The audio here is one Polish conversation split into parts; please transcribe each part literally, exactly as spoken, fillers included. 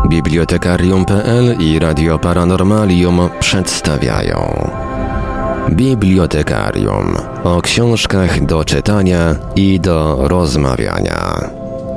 Bibliotekarium kropka pe el i Radio Paranormalium przedstawiają Bibliotekarium. O książkach do czytania i do rozmawiania.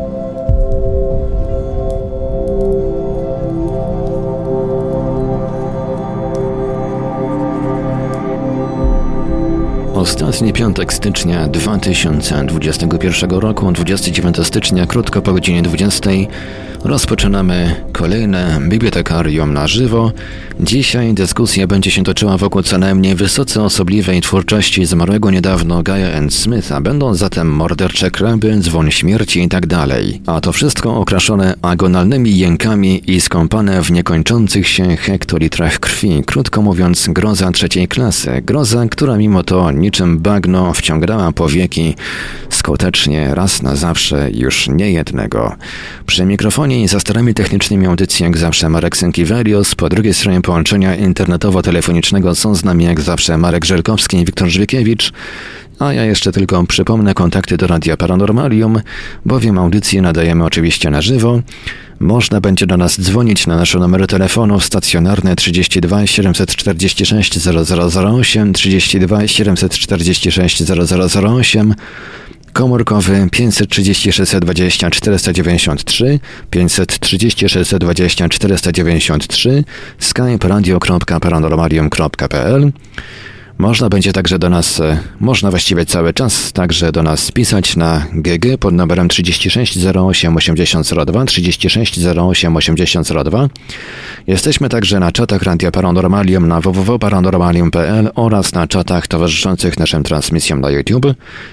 Ostatni piątek stycznia dwa tysiące dwudziestego pierwszego roku, dwudziestego dziewiątego stycznia, krótko po godzinie dwudziestej, rozpoczynamy kolejne Bibliotekarium na żywo. Dzisiaj dyskusja będzie się toczyła wokół co najmniej wysoce osobliwej twórczości zmarłego niedawno Gaia N. Smitha. Będą zatem mordercze kraby, dzwon śmierci i tak dalej. A to wszystko okraszone agonalnymi jękami i skąpane w niekończących się hektolitrach krwi. Krótko mówiąc, groza trzeciej klasy. Groza, która mimo to niczym bagno wciągała powieki skutecznie raz na zawsze już niejednego. Przy mikrofonie i za starami technicznymi audycji jak zawsze Marek Sękiewelios, po drugiej stronie połączenia internetowo-telefonicznego są z nami jak zawsze Marek Żelkowski i Wiktor Żwiekiewicz, a ja jeszcze tylko przypomnę kontakty do Radia Paranormalium, bowiem audycje nadajemy oczywiście na żywo. Można będzie do nas dzwonić na nasze numery telefonów stacjonarne trzydzieści dwa siedemset czterdzieści sześć zero zero zero osiem, trzydzieści dwa siedemset czterdzieści sześć zero zero zero osiem, komórkowy pięćset trzydzieści sześć dwadzieścia czterysta dziewięćdziesiąt trzy, pięćset trzydzieści sześć dwadzieścia czterysta dziewięćdziesiąt trzy, skype radio kropka paranormalium kropka pe el. Można będzie także do nas, można właściwie cały czas także do nas pisać na G G pod numerem trzydzieści sześć zero osiem osiemdziesiąt zero dwa, trzydzieści sześć zero osiem osiemdziesiąt zero dwa. Jesteśmy także na czatach Radia Paranormalium na w w w kropka paranormalium kropka pe el oraz na czatach towarzyszących naszym transmisjom na YouTube.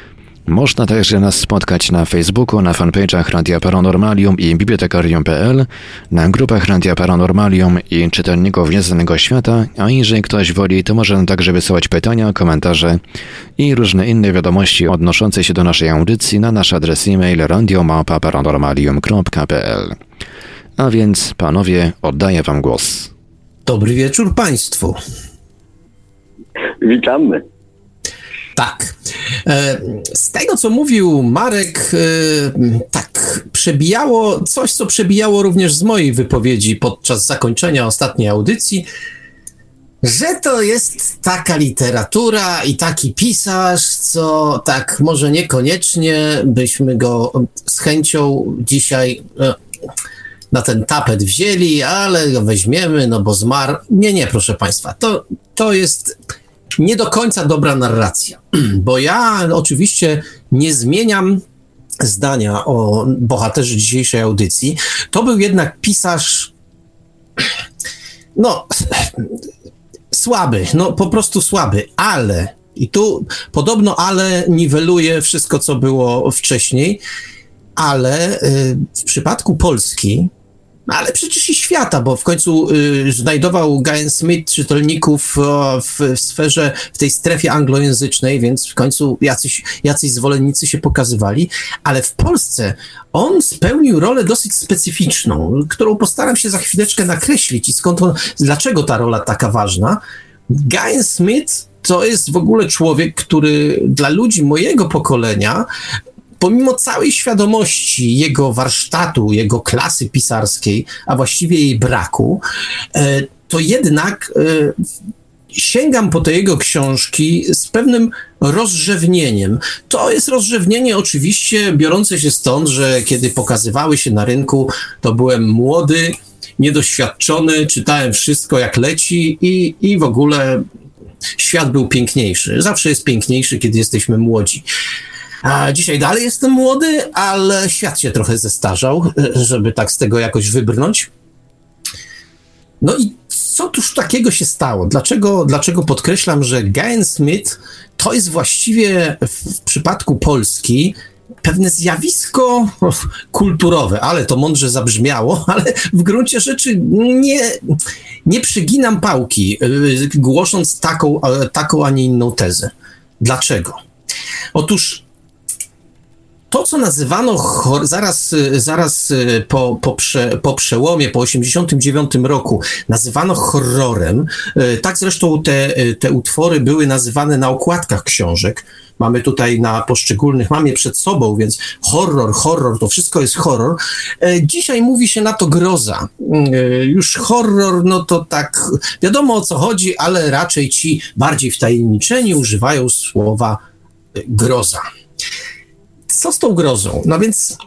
Można także nas spotkać na Facebooku, na fanpage'ach Radia Paranormalium i Bibliotekarium kropka pe el, na grupach Radia Paranormalium i Czytelników Nieznanego Świata, a jeżeli ktoś woli, to może także wysyłać pytania, komentarze i różne inne wiadomości odnoszące się do naszej audycji na nasz adres e-mail radio małpa paranormalium kropka pe el. A więc, panowie, oddaję wam głos. Dobry wieczór państwu. Witamy. Tak. Z tego, co mówił Marek, tak przebijało coś, co przebijało również z mojej wypowiedzi podczas zakończenia ostatniej audycji, że to jest taka literatura i taki pisarz, co tak może niekoniecznie byśmy go z chęcią dzisiaj na ten tapet wzięli, ale go weźmiemy, no bo zmarł. Nie, nie, proszę państwa, to, to jest nie do końca dobra narracja, bo ja oczywiście nie zmieniam zdania o bohaterze dzisiejszej audycji. To był jednak pisarz, no, słaby, no po prostu słaby, ale, i tu podobno ale niweluje wszystko, co było wcześniej, ale y, w przypadku Polski, ale przecież i świata, bo w końcu y, znajdował Gaia Smith czytelników o, w, w sferze, w tej strefie anglojęzycznej, więc w końcu jacyś, jacyś zwolennicy się pokazywali, ale w Polsce on spełnił rolę dosyć specyficzną, którą postaram się za chwileczkę nakreślić i skąd on, dlaczego ta rola taka ważna. Gaia Smith to jest w ogóle człowiek, który dla ludzi mojego pokolenia, pomimo całej świadomości jego warsztatu, jego klasy pisarskiej, a właściwie jej braku, to jednak sięgam po te jego książki z pewnym rozrzewnieniem. To jest rozrzewnienie oczywiście biorące się stąd, że kiedy pokazywały się na rynku, to byłem młody, niedoświadczony, czytałem wszystko jak leci i, i w ogóle świat był piękniejszy. Zawsze jest piękniejszy, kiedy jesteśmy młodzi. A dzisiaj dalej jestem młody, ale świat się trochę zestarzał, żeby tak z tego jakoś wybrnąć. No i co tuż takiego się stało? Dlaczego, dlaczego podkreślam, że Gaia Smith to jest właściwie w przypadku Polski pewne zjawisko kulturowe, ale to mądrze zabrzmiało, ale w gruncie rzeczy nie, nie przyginam pałki, głosząc taką, taką, a nie inną tezę. Dlaczego? Otóż to to, co nazywano hor- zaraz, zaraz po, po, prze, po przełomie, po osiemdziesiątym dziewiątym roku, nazywano horrorem. Tak zresztą te, te utwory były nazywane na okładkach książek. Mamy tutaj na poszczególnych, mam je przed sobą, więc horror, horror, to wszystko jest horror. Dzisiaj mówi się na to groza. Już horror, no to tak wiadomo o co chodzi, ale raczej ci bardziej wtajemniczeni używają słowa groza. Co z tą grozą? No więc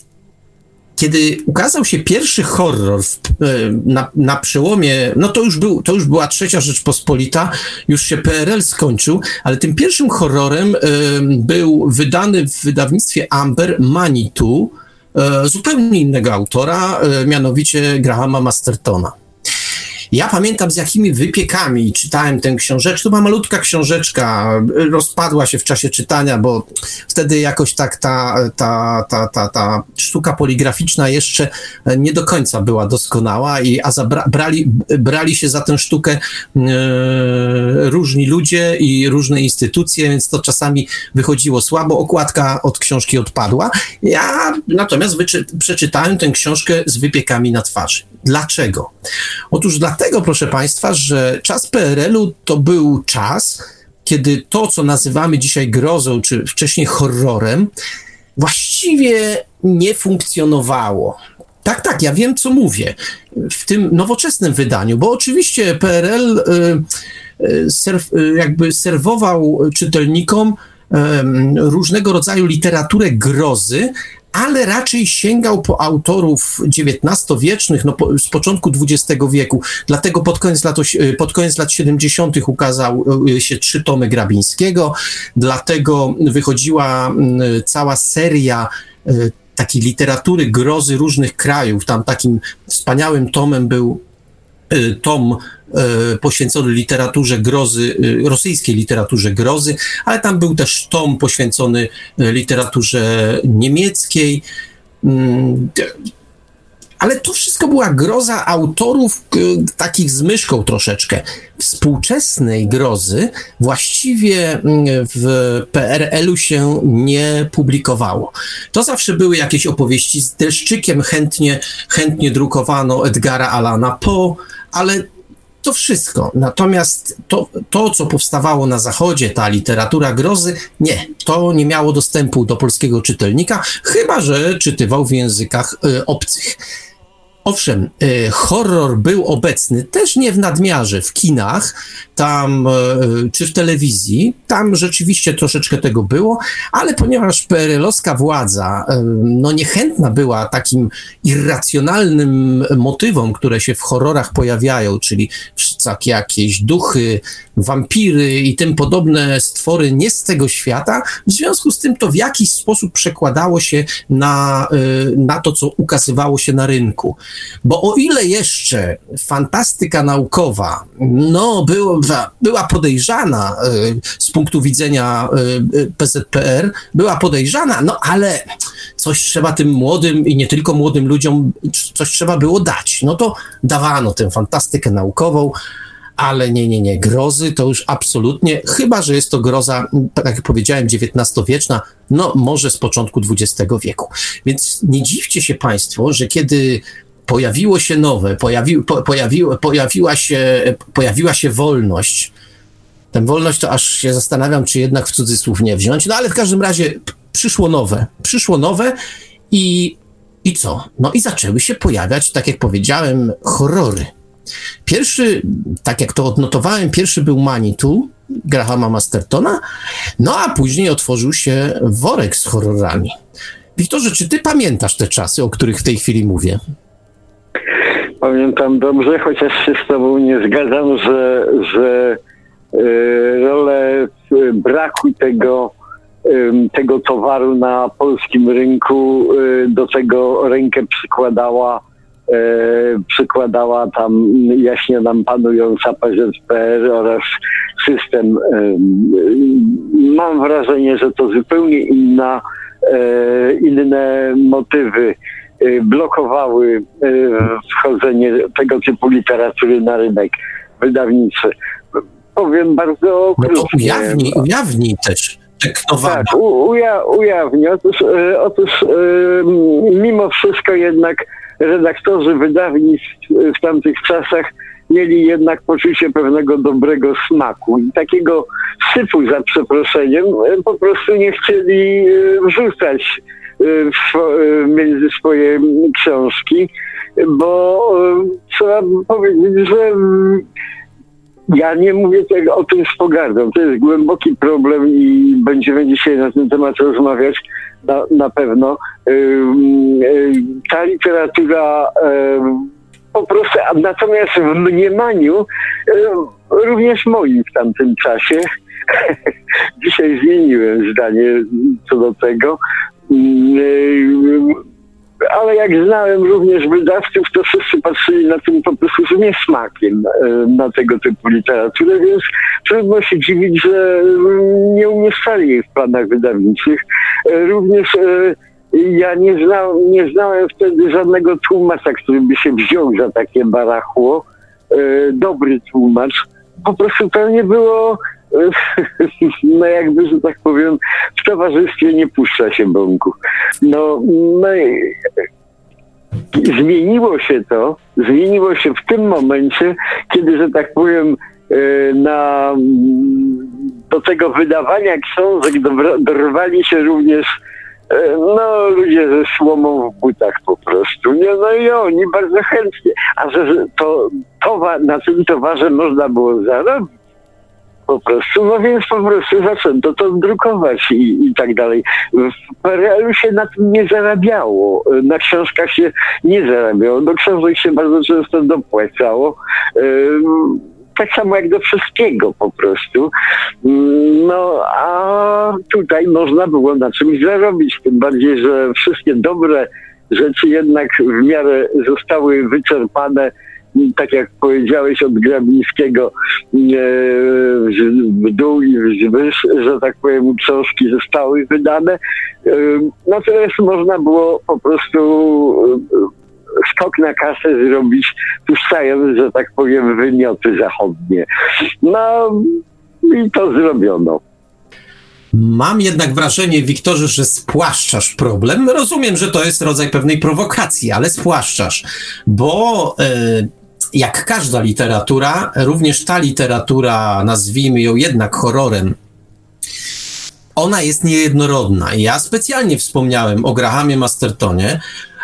kiedy ukazał się pierwszy horror w, na, na przełomie, no to już, był, to już była Trzecia Rzeczpospolita, już się P R L skończył, ale tym pierwszym horrorem y, był wydany w wydawnictwie Amber Manitou, y, zupełnie innego autora, y, mianowicie Grahama Mastertona. Ja pamiętam, z jakimi wypiekami czytałem tę książeczkę. To była malutka książeczka, rozpadła się w czasie czytania, bo wtedy jakoś tak ta, ta, ta, ta, ta sztuka poligraficzna jeszcze nie do końca była doskonała, i, a zabra, brali, brali się za tę sztukę e, różni ludzie i różne instytucje, więc to czasami wychodziło słabo. Okładka od książki odpadła. Ja natomiast wyczy, przeczytałem tę książkę z wypiekami na twarzy. Dlaczego? Otóż dlatego, proszę Państwa, że czas P R L-u to był czas, kiedy to, co nazywamy dzisiaj grozą, czy wcześniej horrorem, właściwie nie funkcjonowało. Tak, tak, ja wiem, co mówię w tym nowoczesnym wydaniu, bo oczywiście P R L y, y, serw, y, jakby serwował czytelnikom y, różnego rodzaju literaturę grozy, ale raczej sięgał po autorów dziewiętnastowiecznych, no po, z początku dwudziestego wieku. Dlatego pod koniec lat, pod koniec lat siedemdziesiątych ukazał się trzy tomy Grabińskiego, dlatego wychodziła cała seria takiej literatury grozy różnych krajów. Tam takim wspaniałym tomem był tom poświęcony literaturze grozy, rosyjskiej literaturze grozy, ale tam był też tom poświęcony literaturze niemieckiej. Ale to wszystko była groza autorów takich z myszką troszeczkę. Współczesnej grozy właściwie w P R L-u się nie publikowało. To zawsze były jakieś opowieści z dreszczykiem, chętnie, chętnie drukowano Edgara Allana Poe, ale to wszystko. Natomiast to, to, co powstawało na Zachodzie, ta literatura grozy, nie. To nie miało dostępu do polskiego czytelnika, chyba że czytywał w językach y, obcych. Owszem, y, horror był obecny, też nie w nadmiarze, w kinach, tam, y, czy w telewizji, tam rzeczywiście troszeczkę tego było, ale ponieważ P R L-owska władza, y, no niechętna była takim irracjonalnym motywom, które się w horrorach pojawiają, czyli takie jakieś duchy, wampiry i tym podobne stwory nie z tego świata, w związku z tym to w jakiś sposób przekładało się na, y, na to, co ukazywało się na rynku. Bo o ile jeszcze fantastyka naukowa, no, było, była podejrzana y, z punktu widzenia y, P Z P R, była podejrzana, no ale coś trzeba tym młodym i nie tylko młodym ludziom, coś trzeba było dać. No to dawano tę fantastykę naukową, ale nie, nie, nie, grozy to już absolutnie, chyba że jest to groza, tak jak powiedziałem, dziewiętnastowieczna, no może z początku dwudziestego wieku. Więc nie dziwcie się Państwo, że kiedy pojawiło się nowe, pojawi, po, pojawiło, pojawiła, się, pojawiła się wolność, tę wolność to aż się zastanawiam, czy jednak w cudzysłów nie wziąć, no ale w każdym razie przyszło nowe, przyszło nowe i, i co? No i zaczęły się pojawiać, tak jak powiedziałem, horrory. Pierwszy, tak jak to odnotowałem, pierwszy był Manitou Grahama Mastertona, no a później otworzył się worek z horrorami. Wiktorze, czy ty pamiętasz te czasy, o których w tej chwili mówię? Pamiętam dobrze, chociaż się z tobą nie zgadzam, że, że y, rolę braku tego, y, tego towaru na polskim rynku y, do tego rękę przykładała y, przykładała tam jaśnie nam panująca P Z P R oraz system. Y, y, mam wrażenie, że to zupełnie inna, y, inne motywy blokowały wchodzenie tego typu literatury na rynek wydawniczy. Powiem bardzo krótko. No ujawnij, ujawnij też, Teknowana. Tak, u, uja, ujawnię. Otóż, e, otóż e, mimo wszystko jednak redaktorzy wydawnictw w tamtych czasach mieli jednak poczucie pewnego dobrego smaku i takiego sypu, za przeproszeniem, e, po prostu nie chcieli e, wrzucać e, w swo, e, między swoje książki, bo e, trzeba powiedzieć, że ja nie mówię tego o tym z pogardą. To jest głęboki problem i będziemy dzisiaj na ten temat rozmawiać na, na pewno. Ta literatura po prostu, natomiast w mniemaniu, również moim w tamtym czasie, dzisiaj zmieniłem zdanie co do tego, ale jak znałem również wydawców, to wszyscy patrzyli na tym po prostu z niesmakiem, na tego typu literaturę, więc trudno się dziwić, że nie umieszczali jej w planach wydawniczych. Również ja nie, zna, nie znałem wtedy żadnego tłumacza, który by się wziął za takie barachło. Dobry tłumacz. Po prostu to nie było, no jakby, że tak powiem, w towarzystwie nie puszcza się bąków. No, no zmieniło się to, zmieniło się w tym momencie, kiedy, że tak powiem, na, do tego wydawania książek dorwali się również no ludzie ze słomą w butach po prostu. Nie, no i oni bardzo chętnie. A że to towar, na tym towarze można było zarobić po prostu, no więc po prostu zaczęto to drukować i, i tak dalej. W P R L u się na tym nie zarabiało. Na książkach się nie zarabiało. Do książek się bardzo często dopłacało. Tak samo jak do wszystkiego po prostu. No a tutaj można było na czymś zarobić. Tym bardziej, że wszystkie dobre rzeczy jednak w miarę zostały wyczerpane. Tak jak powiedziałeś, od Grabińskiego w dół i wzwyż, że tak powiem, książki zostały wydane. Natomiast można było po prostu skok na kasę zrobić, puszczając, że tak powiem, wymioty zachodnie. No i to zrobiono. Mam jednak wrażenie, Wiktorze, że spłaszczasz problem. Rozumiem, że to jest rodzaj pewnej prowokacji, ale spłaszczasz, bo e, jak każda literatura, również ta literatura, nazwijmy ją jednak horrorem, ona jest niejednorodna. Ja specjalnie wspomniałem o Grahamie Mastertonie,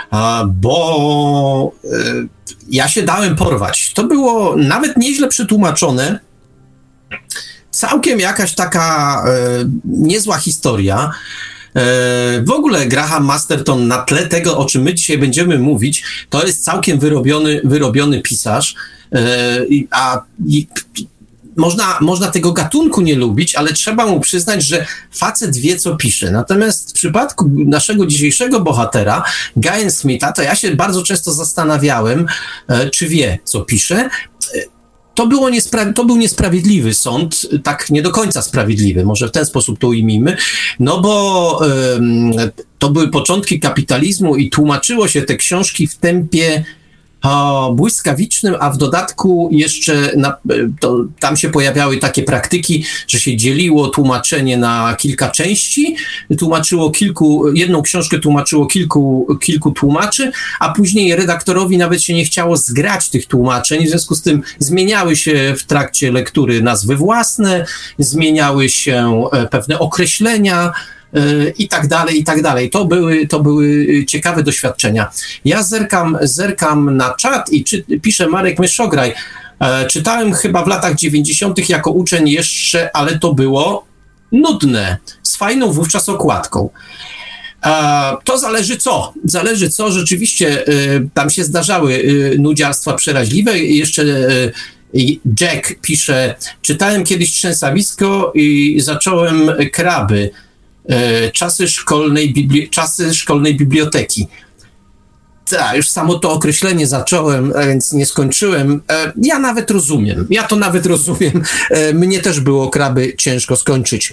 bo e, ja się dałem porwać. To było nawet nieźle przetłumaczone. Całkiem jakaś taka e, niezła historia. E, w ogóle Graham Masterton na tle tego, o czym my dzisiaj będziemy mówić, to jest całkiem wyrobiony, wyrobiony pisarz. E, a i, można, można tego gatunku nie lubić, ale trzeba mu przyznać, że facet wie, co pisze. Natomiast w przypadku naszego dzisiejszego bohatera, Guya Smitha, to ja się bardzo często zastanawiałem, e, czy wie, co pisze. To, było niespra- to był niesprawiedliwy sąd, tak nie do końca sprawiedliwy, może w ten sposób to ujmijmy, no bo ym, to były początki kapitalizmu i tłumaczyło się te książki w tempie o, błyskawicznym, a w dodatku jeszcze na, to, tam się pojawiały takie praktyki, że się dzieliło tłumaczenie na kilka części, tłumaczyło kilku, jedną książkę tłumaczyło kilku, kilku tłumaczy, a później redaktorowi nawet się nie chciało zgrać tych tłumaczeń, w związku z tym zmieniały się w trakcie lektury nazwy własne, zmieniały się pewne określenia, i tak dalej, i tak dalej. To były, to były ciekawe doświadczenia. Ja zerkam, zerkam na czat i czy, pisze Marek Myszograj. E, czytałem chyba w latach dziewięćdziesiątych jako uczeń jeszcze, ale to było nudne, z fajną wówczas okładką. E, to zależy co. Zależy co. Rzeczywiście e, tam się zdarzały e, nudziarstwa przeraźliwe. Jeszcze e, Jack pisze, czytałem kiedyś Trzęsawisko i zacząłem Kraby. Czasy szkolnej, bibli- czasy szkolnej biblioteki. Tak, już samo to określenie zacząłem, więc nie skończyłem. Ja nawet rozumiem, ja to nawet rozumiem. Mnie też było Kraby ciężko skończyć.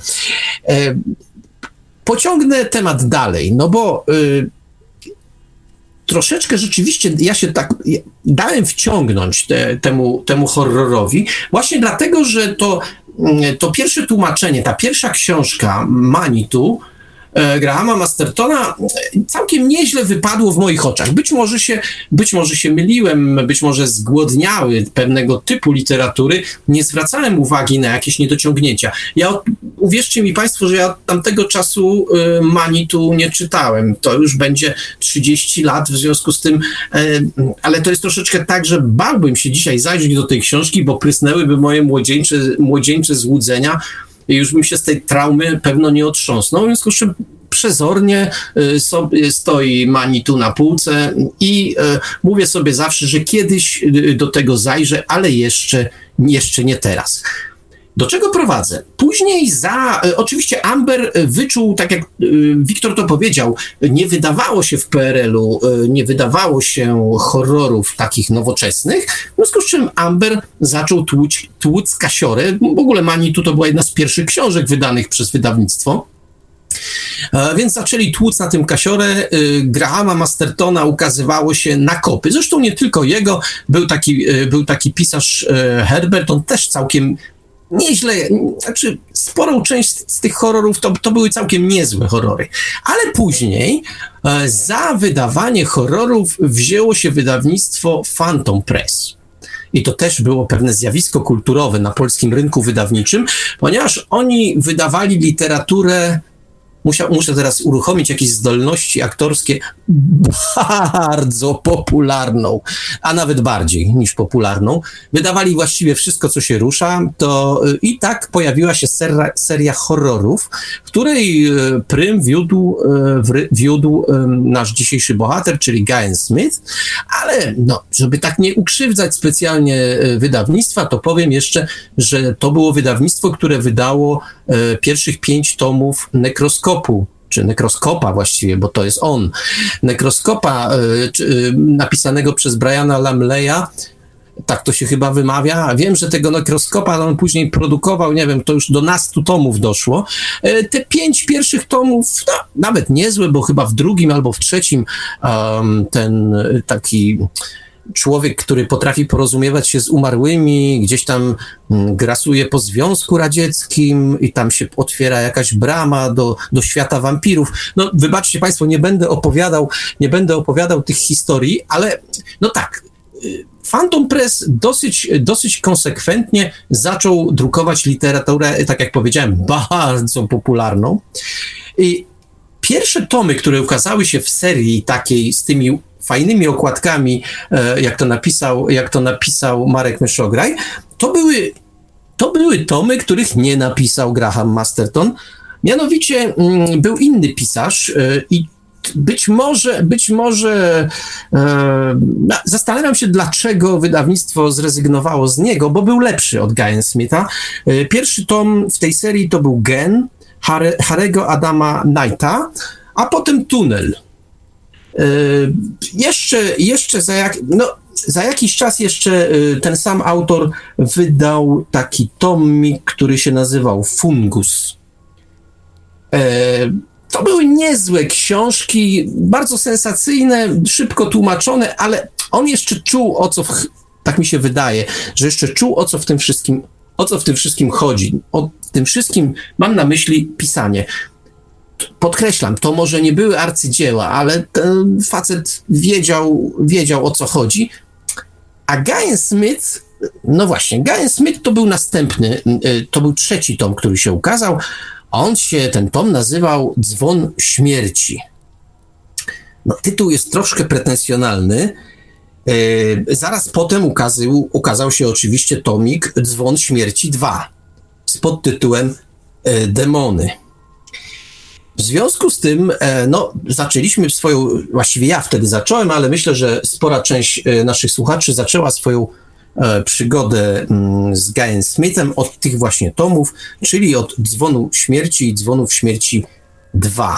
Pociągnę temat dalej, no bo troszeczkę rzeczywiście ja się tak dałem wciągnąć te, temu, temu horrorowi, właśnie dlatego, że to to pierwsze tłumaczenie, ta pierwsza książka Manitou Grahama Mastertona całkiem nieźle wypadło w moich oczach. Być może się, być może się myliłem, być może zgłodniały pewnego typu literatury, nie zwracałem uwagi na jakieś niedociągnięcia. Ja, uwierzcie mi Państwo, że ja od tamtego czasu Manitou nie czytałem. To już będzie trzydzieści lat, w związku z tym, ale to jest troszeczkę tak, że bałbym się dzisiaj zajrzeć do tej książki, bo prysnęłyby moje młodzieńcze, młodzieńcze złudzenia, i już bym się z tej traumy pewno nie otrząsnął, w związku z czym przezornie sobie stoi Manitou na półce i mówię sobie zawsze, że kiedyś do tego zajrzę, ale jeszcze, jeszcze nie teraz. Do czego prowadzę? Później za, oczywiście Amber wyczuł, tak jak Wiktor to powiedział, nie wydawało się w P R L-u, nie wydawało się horrorów takich nowoczesnych, w związku z czym Amber zaczął tłuc, tłuc kasiorę. W ogóle Manitou to była jedna z pierwszych książek wydanych przez wydawnictwo. Więc zaczęli tłuc na tym kasiorę. Grahama Mastertona ukazywało się na kopy. Zresztą nie tylko jego, był taki, był taki pisarz Herbert, on też całkiem nieźle, znaczy sporą część z tych horrorów to, to były całkiem niezłe horrory. Ale później e, za wydawanie horrorów wzięło się wydawnictwo Phantom Press. I to też było pewne zjawisko kulturowe na polskim rynku wydawniczym, ponieważ oni wydawali literaturę, Musia, muszę teraz uruchomić jakieś zdolności aktorskie, bardzo popularną, a nawet bardziej niż popularną. Wydawali właściwie wszystko, co się rusza, to i tak pojawiła się seria, seria horrorów, w której prym wiódł, wiódł nasz dzisiejszy bohater, czyli Gaen Smith, ale no, żeby tak nie ukrzywdzać specjalnie wydawnictwa, to powiem jeszcze, że to było wydawnictwo, które wydało pierwszych pięć tomów Nekroskopu, czy Nekroskopa właściwie, bo to jest on. Nekroskopa y, y, napisanego przez Briana Lamleya, tak to się chyba wymawia. Wiem, że tego Nekroskopa on później produkował, nie wiem, to już do nastu tomów doszło. Y, te pięć pierwszych tomów, no, nawet niezłe, bo chyba w drugim albo w trzecim um, ten taki człowiek, który potrafi porozumiewać się z umarłymi, gdzieś tam grasuje po Związku Radzieckim i tam się otwiera jakaś brama do, do świata wampirów. No, wybaczcie Państwo, nie będę opowiadał, nie będę opowiadał tych historii, ale no tak, Phantom Press dosyć, dosyć konsekwentnie zaczął drukować literaturę, tak jak powiedziałem, bardzo popularną. I pierwsze tomy, które ukazały się w serii takiej z tymi fajnymi okładkami, jak to napisał, jak to napisał Marek Myszograj, to były, to były tomy, których nie napisał Graham Masterton. Mianowicie mm, był inny pisarz i być może, być może e, zastanawiam się, dlaczego wydawnictwo zrezygnowało z niego, bo był lepszy od Gaen Smitha. E, pierwszy tom w tej serii to był Gen Harry, Harry'ego Adama Knighta, a potem Tunel. Yy, jeszcze, jeszcze za, jak, no, za jakiś czas jeszcze yy, ten sam autor wydał taki tomik, który się nazywał Fungus. Yy, to były niezłe książki, bardzo sensacyjne, szybko tłumaczone, ale on jeszcze czuł, o co, w, tak mi się wydaje, że jeszcze czuł, o co w tym wszystkim, o co w tym wszystkim chodzi. O tym wszystkim mam na myśli pisanie. Podkreślam, to może nie były arcydzieła, ale ten facet wiedział, wiedział o co chodzi. A Gaen Smith, no właśnie, Gaen Smith to był następny, to był trzeci tom, który się ukazał. On się, ten tom nazywał Dzwon Śmierci. No, tytuł jest troszkę pretensjonalny. Yy, zaraz potem ukazał, ukazał się oczywiście tomik Dzwon Śmierci dwa z podtytułem yy, Demony. W związku z tym, no, zaczęliśmy swoją, właściwie ja wtedy zacząłem, ale myślę, że spora część naszych słuchaczy zaczęła swoją przygodę z Gaen Smithem od tych właśnie tomów, czyli od Dzwonu Śmierci i Dzwonów Śmierci dwa.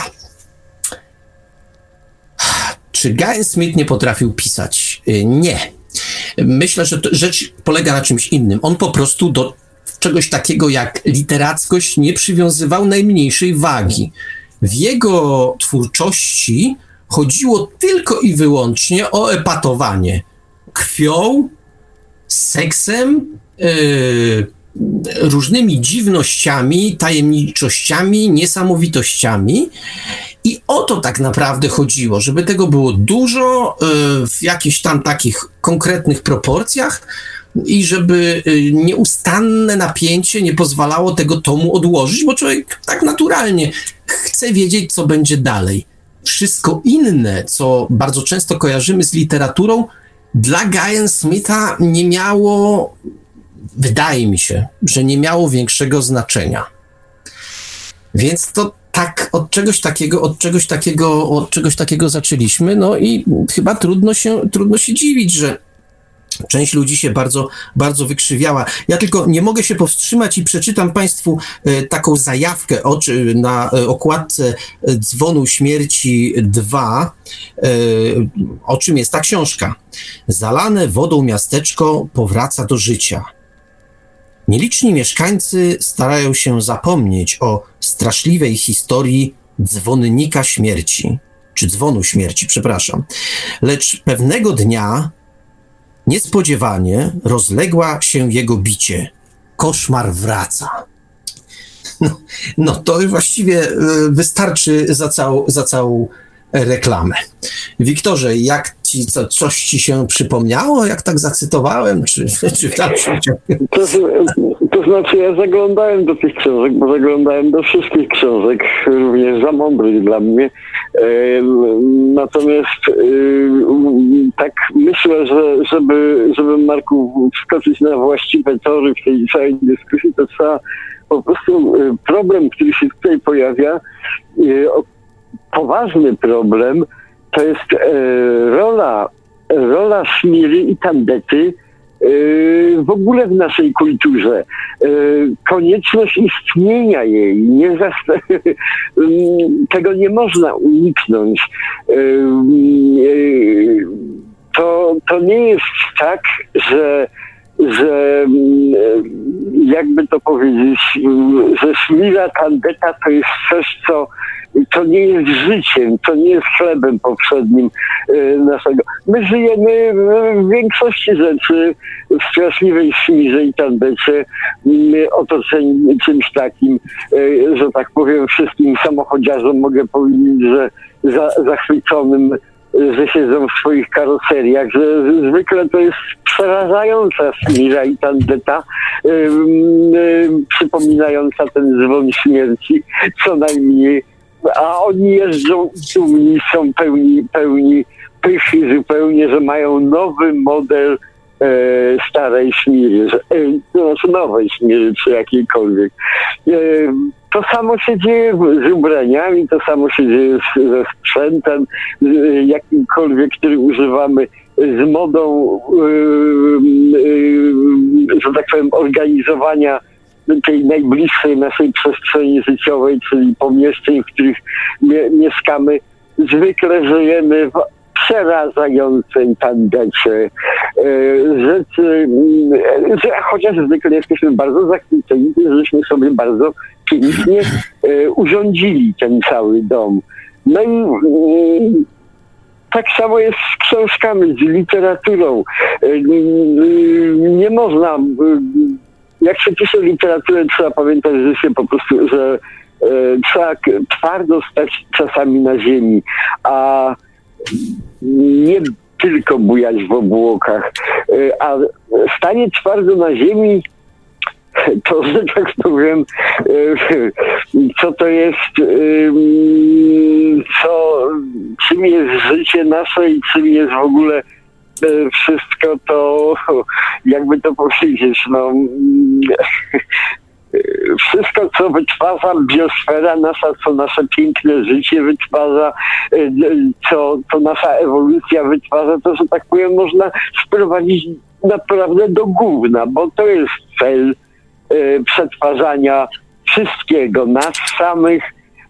Czy Gaen Smith nie potrafił pisać? Nie. Myślę, że to rzecz polega na czymś innym. On po prostu do czegoś takiego jak literackość nie przywiązywał najmniejszej wagi. W jego twórczości chodziło tylko i wyłącznie o epatowanie krwią, seksem, yy, różnymi dziwnościami, tajemniczościami, niesamowitościami. I o to tak naprawdę chodziło, żeby tego było dużo w jakichś tam takich konkretnych proporcjach i żeby nieustanne napięcie nie pozwalało tego tomu odłożyć, bo człowiek tak naturalnie chce wiedzieć, co będzie dalej. Wszystko inne, co bardzo często kojarzymy z literaturą, dla Guya Smitha nie miało, wydaje mi się, że nie miało większego znaczenia. Więc to tak od czegoś takiego, od czegoś takiego, od czegoś takiego zaczęliśmy, no i chyba trudno się, trudno się dziwić, że część ludzi się bardzo, bardzo wykrzywiała. Ja tylko nie mogę się powstrzymać i przeczytam Państwu e, taką zajawkę o, czy, na e, okładce Dzwonu Śmierci dwa, e, o czym jest ta książka. Zalane wodą miasteczko powraca do życia. Nieliczni mieszkańcy starają się zapomnieć o straszliwej historii dzwonnika śmierci, czy dzwonu śmierci, przepraszam. Lecz pewnego dnia niespodziewanie rozległa się jego bicie. Koszmar wraca. No, no to właściwie wystarczy za, całą, za całą reklamę. Wiktorze, jak ci, co, coś ci się przypomniało, jak tak zacytowałem, czy, czy tam się... To, to znaczy ja zaglądałem do tych książek, bo zaglądałem do wszystkich książek, również za mądrych dla mnie. E, natomiast e, tak myślę, że żeby, żeby Marku wskoczyć na właściwe tory w tej całej dyskusji, to trzeba po prostu problem, który się tutaj pojawia, e, poważny problem, to jest e, rola, rola Szmiry i tandety e, w ogóle w naszej kulturze. E, konieczność istnienia jej. Nie zast- tego nie można uniknąć. E, e, to, to nie jest tak, że że jakby to powiedzieć, że Szmira tandeta to jest coś, co to nie jest życiem, to nie jest chlebem powszednim y, naszego. My żyjemy w większości rzeczy w straszliwej Szmirze i tandecie, y, otoczeni czymś takim, y, że tak powiem, wszystkim samochodziarzom mogę powiedzieć, że za, zachwyconym, że siedzą w swoich karoseriach, że zwykle to jest przerażająca Szmira i tandeta, y, y, przypominająca ten dzwon śmierci, co najmniej. A oni jeżdżą dumni, są pełni, pełni pychy zupełnie, że mają nowy model e, starej Szmiry, że, e, to znaczy nowej Szmiry, czy jakiejkolwiek. E, to samo się dzieje z ubraniami, to samo się dzieje z, ze sprzętem, z jakimkolwiek, który używamy, z modą, e, e, że tak powiem, organizowania tej najbliższej naszej przestrzeni życiowej, czyli pomieszczeń, w których mie- mieszkamy. Zwykle żyjemy w przerażającej tandecie. E, rzeczy, że, chociaż zwykle jesteśmy bardzo zachwyceni, żeśmy sobie bardzo pięknie e, urządzili ten cały dom. No i e, tak samo jest z książkami, z literaturą. E, e, nie można... E, Jak się pisze literaturę, trzeba pamiętać, że się po prostu, że e, trzeba twardo stać czasami na ziemi, a nie tylko bujać w obłokach. E, a stanie twardo na ziemi, to, że tak powiem, e, co to jest, e, co, czym jest życie nasze i czym jest w ogóle wszystko to, jakby to powiedzieć, no wszystko, co wytwarza biosfera nasza, co nasze piękne życie wytwarza, co, co nasza ewolucja wytwarza, to, że tak powiem, można sprowadzić naprawdę do gówna, bo to jest cel e, przetwarzania wszystkiego, nas samych,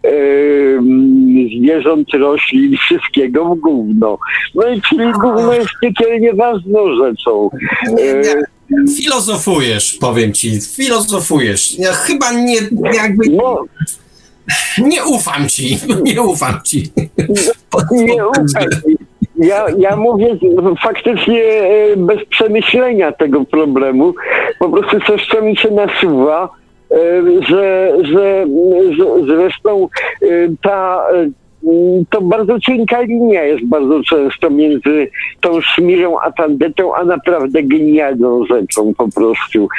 zwierząt, roślin, wszystkiego w gówno. No i czyli gówno jest piekielnie ważną rzeczą. Filozofujesz, powiem ci, filozofujesz. Ja chyba nie, jakby... No. Nie ufam ci, nie ufam ci. Nie ufam ci. Ja, ja mówię faktycznie bez przemyślenia tego problemu. Po prostu coś, co mi się nasuwa, że, że, że zresztą ta, to bardzo cienka linia jest bardzo często między tą szmirą a tandetą, a naprawdę genialną rzeczą po prostu.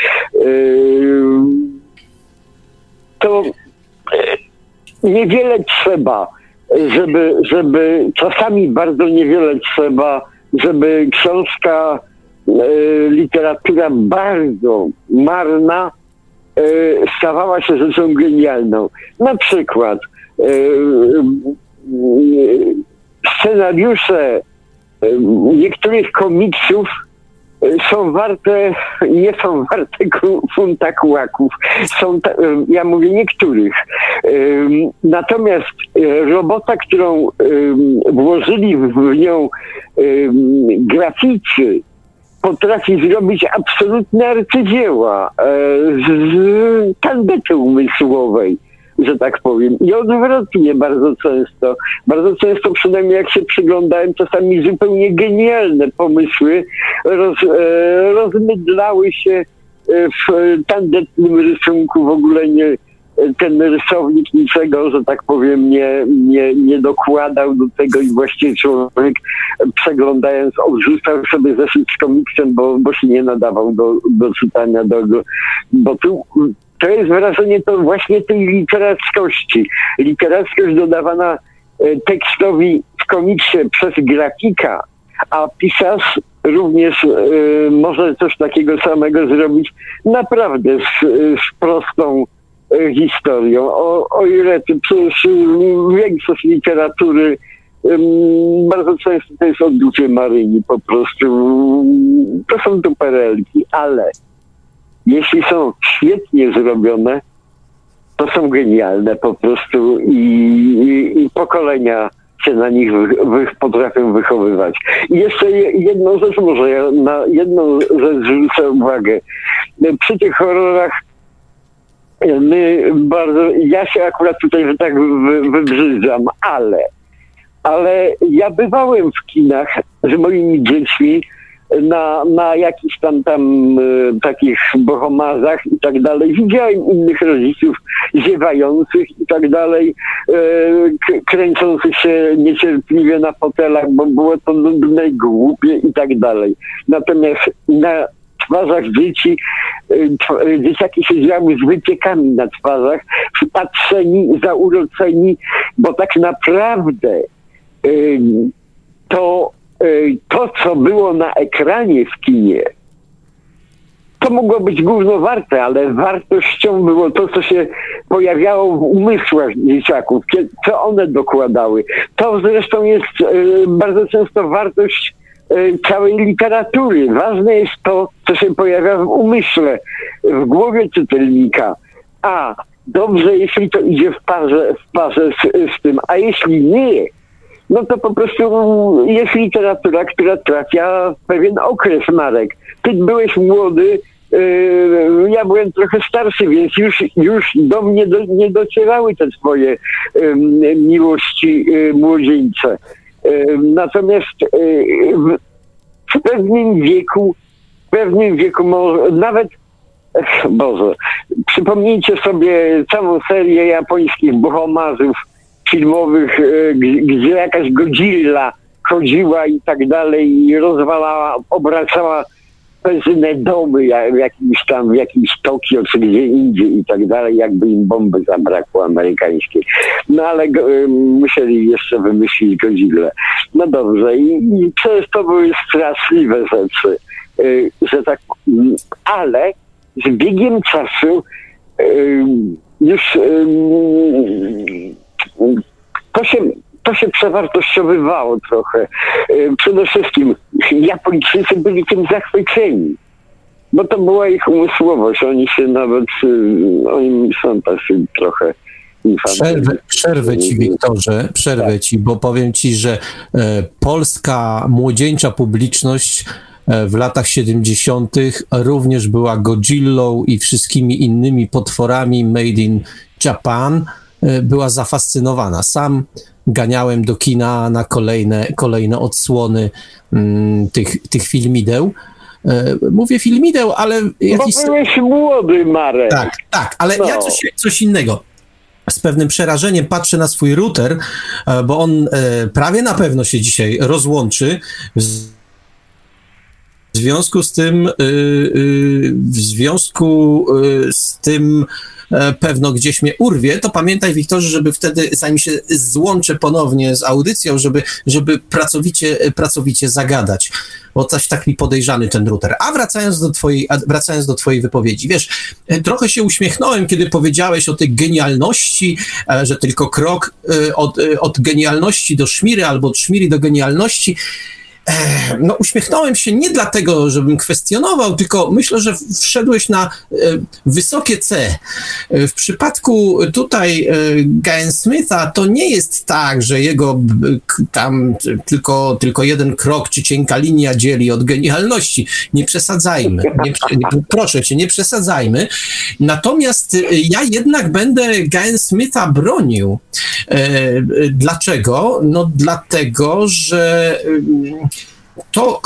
To niewiele trzeba, żeby, żeby czasami bardzo niewiele trzeba, żeby książka, literatura bardzo marna stawała się rzeczą genialną. Na przykład scenariusze niektórych komiksów są warte, nie są warte funta kłaków. Są, ja mówię niektórych. Natomiast robota, którą włożyli w nią graficy, potrafi zrobić absolutne arcydzieła z tandety umysłowej, że tak powiem. I odwrotnie bardzo często. Bardzo często, przynajmniej jak się przyglądałem, czasami zupełnie genialne pomysły roz, rozmydlały się w tandetnym rysunku. W ogóle nie, ten rysownik niczego, że tak powiem, nie, nie, nie dokładał do tego i właściwie człowiek, przeglądając, odrzucał sobie zeszyt z komiksem, bo, bo się nie nadawał do, do czytania, do, bo tu to jest wrażenie to właśnie tej literackości. Literackość dodawana tekstowi w komiksie przez grafika, a pisarz również y, może coś takiego samego zrobić naprawdę z, z prostą y, historią. O, o ile ty, przecież większość literatury y, bardzo często to jest odducie Maryni po prostu. To są tu perelki, ale jeśli są świetnie zrobione, to są genialne po prostu i, i, i pokolenia się na nich wy, wy, potrafią wychowywać. I jeszcze jedną rzecz, może ja na jedną rzecz zwrócę uwagę. Przy tych horrorach my bardzo, ja się akurat tutaj tak wy, wybrzydzam, ale, ale ja bywałem w kinach z moimi dziećmi na, na jakichś tam tam y, takich bohomazach i tak dalej. Widziałem innych rodziców ziewających i tak dalej, y, k- kręcących się niecierpliwie na fotelach, bo było to nudne, głupie i tak dalej. Natomiast na twarzach dzieci, y, t- dzieciaki siedziały z wypiekami na twarzach, przypatrzeni, zauroczeni, bo tak naprawdę y, to to, co było na ekranie w kinie, to mogło być gówno warte, ale wartością było to, co się pojawiało w umysłach dzieciaków, co one dokładały. To zresztą jest bardzo często wartość całej literatury. Ważne jest to, co się pojawia w umyśle, w głowie czytelnika. A dobrze, jeśli to idzie w parze, w parze z, z tym, a jeśli nie, no to po prostu jest literatura, która trafia w pewien okres, Marek. Ty byłeś młody, yy, ja byłem trochę starszy, więc już, już do mnie do, nie docierały te twoje yy, miłości yy, młodzieńcze. Yy, natomiast yy, w, w pewnym wieku, w pewnym wieku może, nawet, ech, Boże, przypomnijcie sobie całą serię japońskich bohomazów filmowych, gdzie jakaś Godzilla chodziła i tak dalej i rozwalała, obracała pezynę domy w jakimś tam, w jakimś Tokio czy gdzie indziej i tak dalej, jakby im bomby zabrakło amerykańskiej. No ale go, y, musieli jeszcze wymyślić Godzillę. No dobrze i, i przecież to były straszliwe rzeczy, y, że tak, y, ale z biegiem czasu y, już y, To się, to się przewartościowywało trochę. Przede wszystkim Japończycy byli tym zachwyceni, bo to była ich umysłowość. Oni się nawet, oni są tacy trochę Przerwę, przerwę ci, Wiktorze, przerwę ci, bo powiem ci, że e, polska młodzieńcza publiczność e, w latach siedemdziesiątych również była Godzillą i wszystkimi innymi potworami made in Japan, była zafascynowana. Sam ganiałem do kina na kolejne, kolejne odsłony mm, tych, tych filmideł. Mówię filmideł, ale... Jakiś... Bo byłeś młody, Marek. Tak, tak, ale no. ja coś, coś innego. Z pewnym przerażeniem patrzę na swój router, bo on prawie na pewno się dzisiaj rozłączy. W związku z tym, w związku z tym pewno gdzieś mnie urwie, to pamiętaj, Wiktorze, żeby wtedy, zanim się złączę ponownie z audycją, żeby, żeby pracowicie, pracowicie zagadać, bo coś tak mi podejrzany ten router. A wracając do twojej, a wracając do twojej wypowiedzi, wiesz, trochę się uśmiechnąłem, kiedy powiedziałeś o tej genialności, że tylko krok od, od genialności do szmiry, albo od szmiry do genialności. No, uśmiechnąłem się nie dlatego, żebym kwestionował, tylko myślę, że wszedłeś na e, wysokie C. W przypadku tutaj e, Gaen Smitha to nie jest tak, że jego k, tam tylko, tylko jeden krok czy cienka linia dzieli od genialności. Nie przesadzajmy. Nie, proszę cię, nie przesadzajmy. Natomiast ja jednak będę Gaen Smitha bronił. E, dlaczego? No dlatego, że to,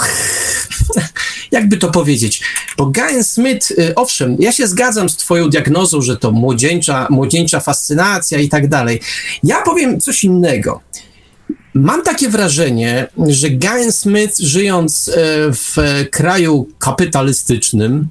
jakby to powiedzieć, bo Gaen Smith, owszem, ja się zgadzam z twoją diagnozą, że to młodzieńcza, młodzieńcza fascynacja i tak dalej. Ja powiem coś innego. Mam takie wrażenie, że Gaen Smith, żyjąc w kraju kapitalistycznym,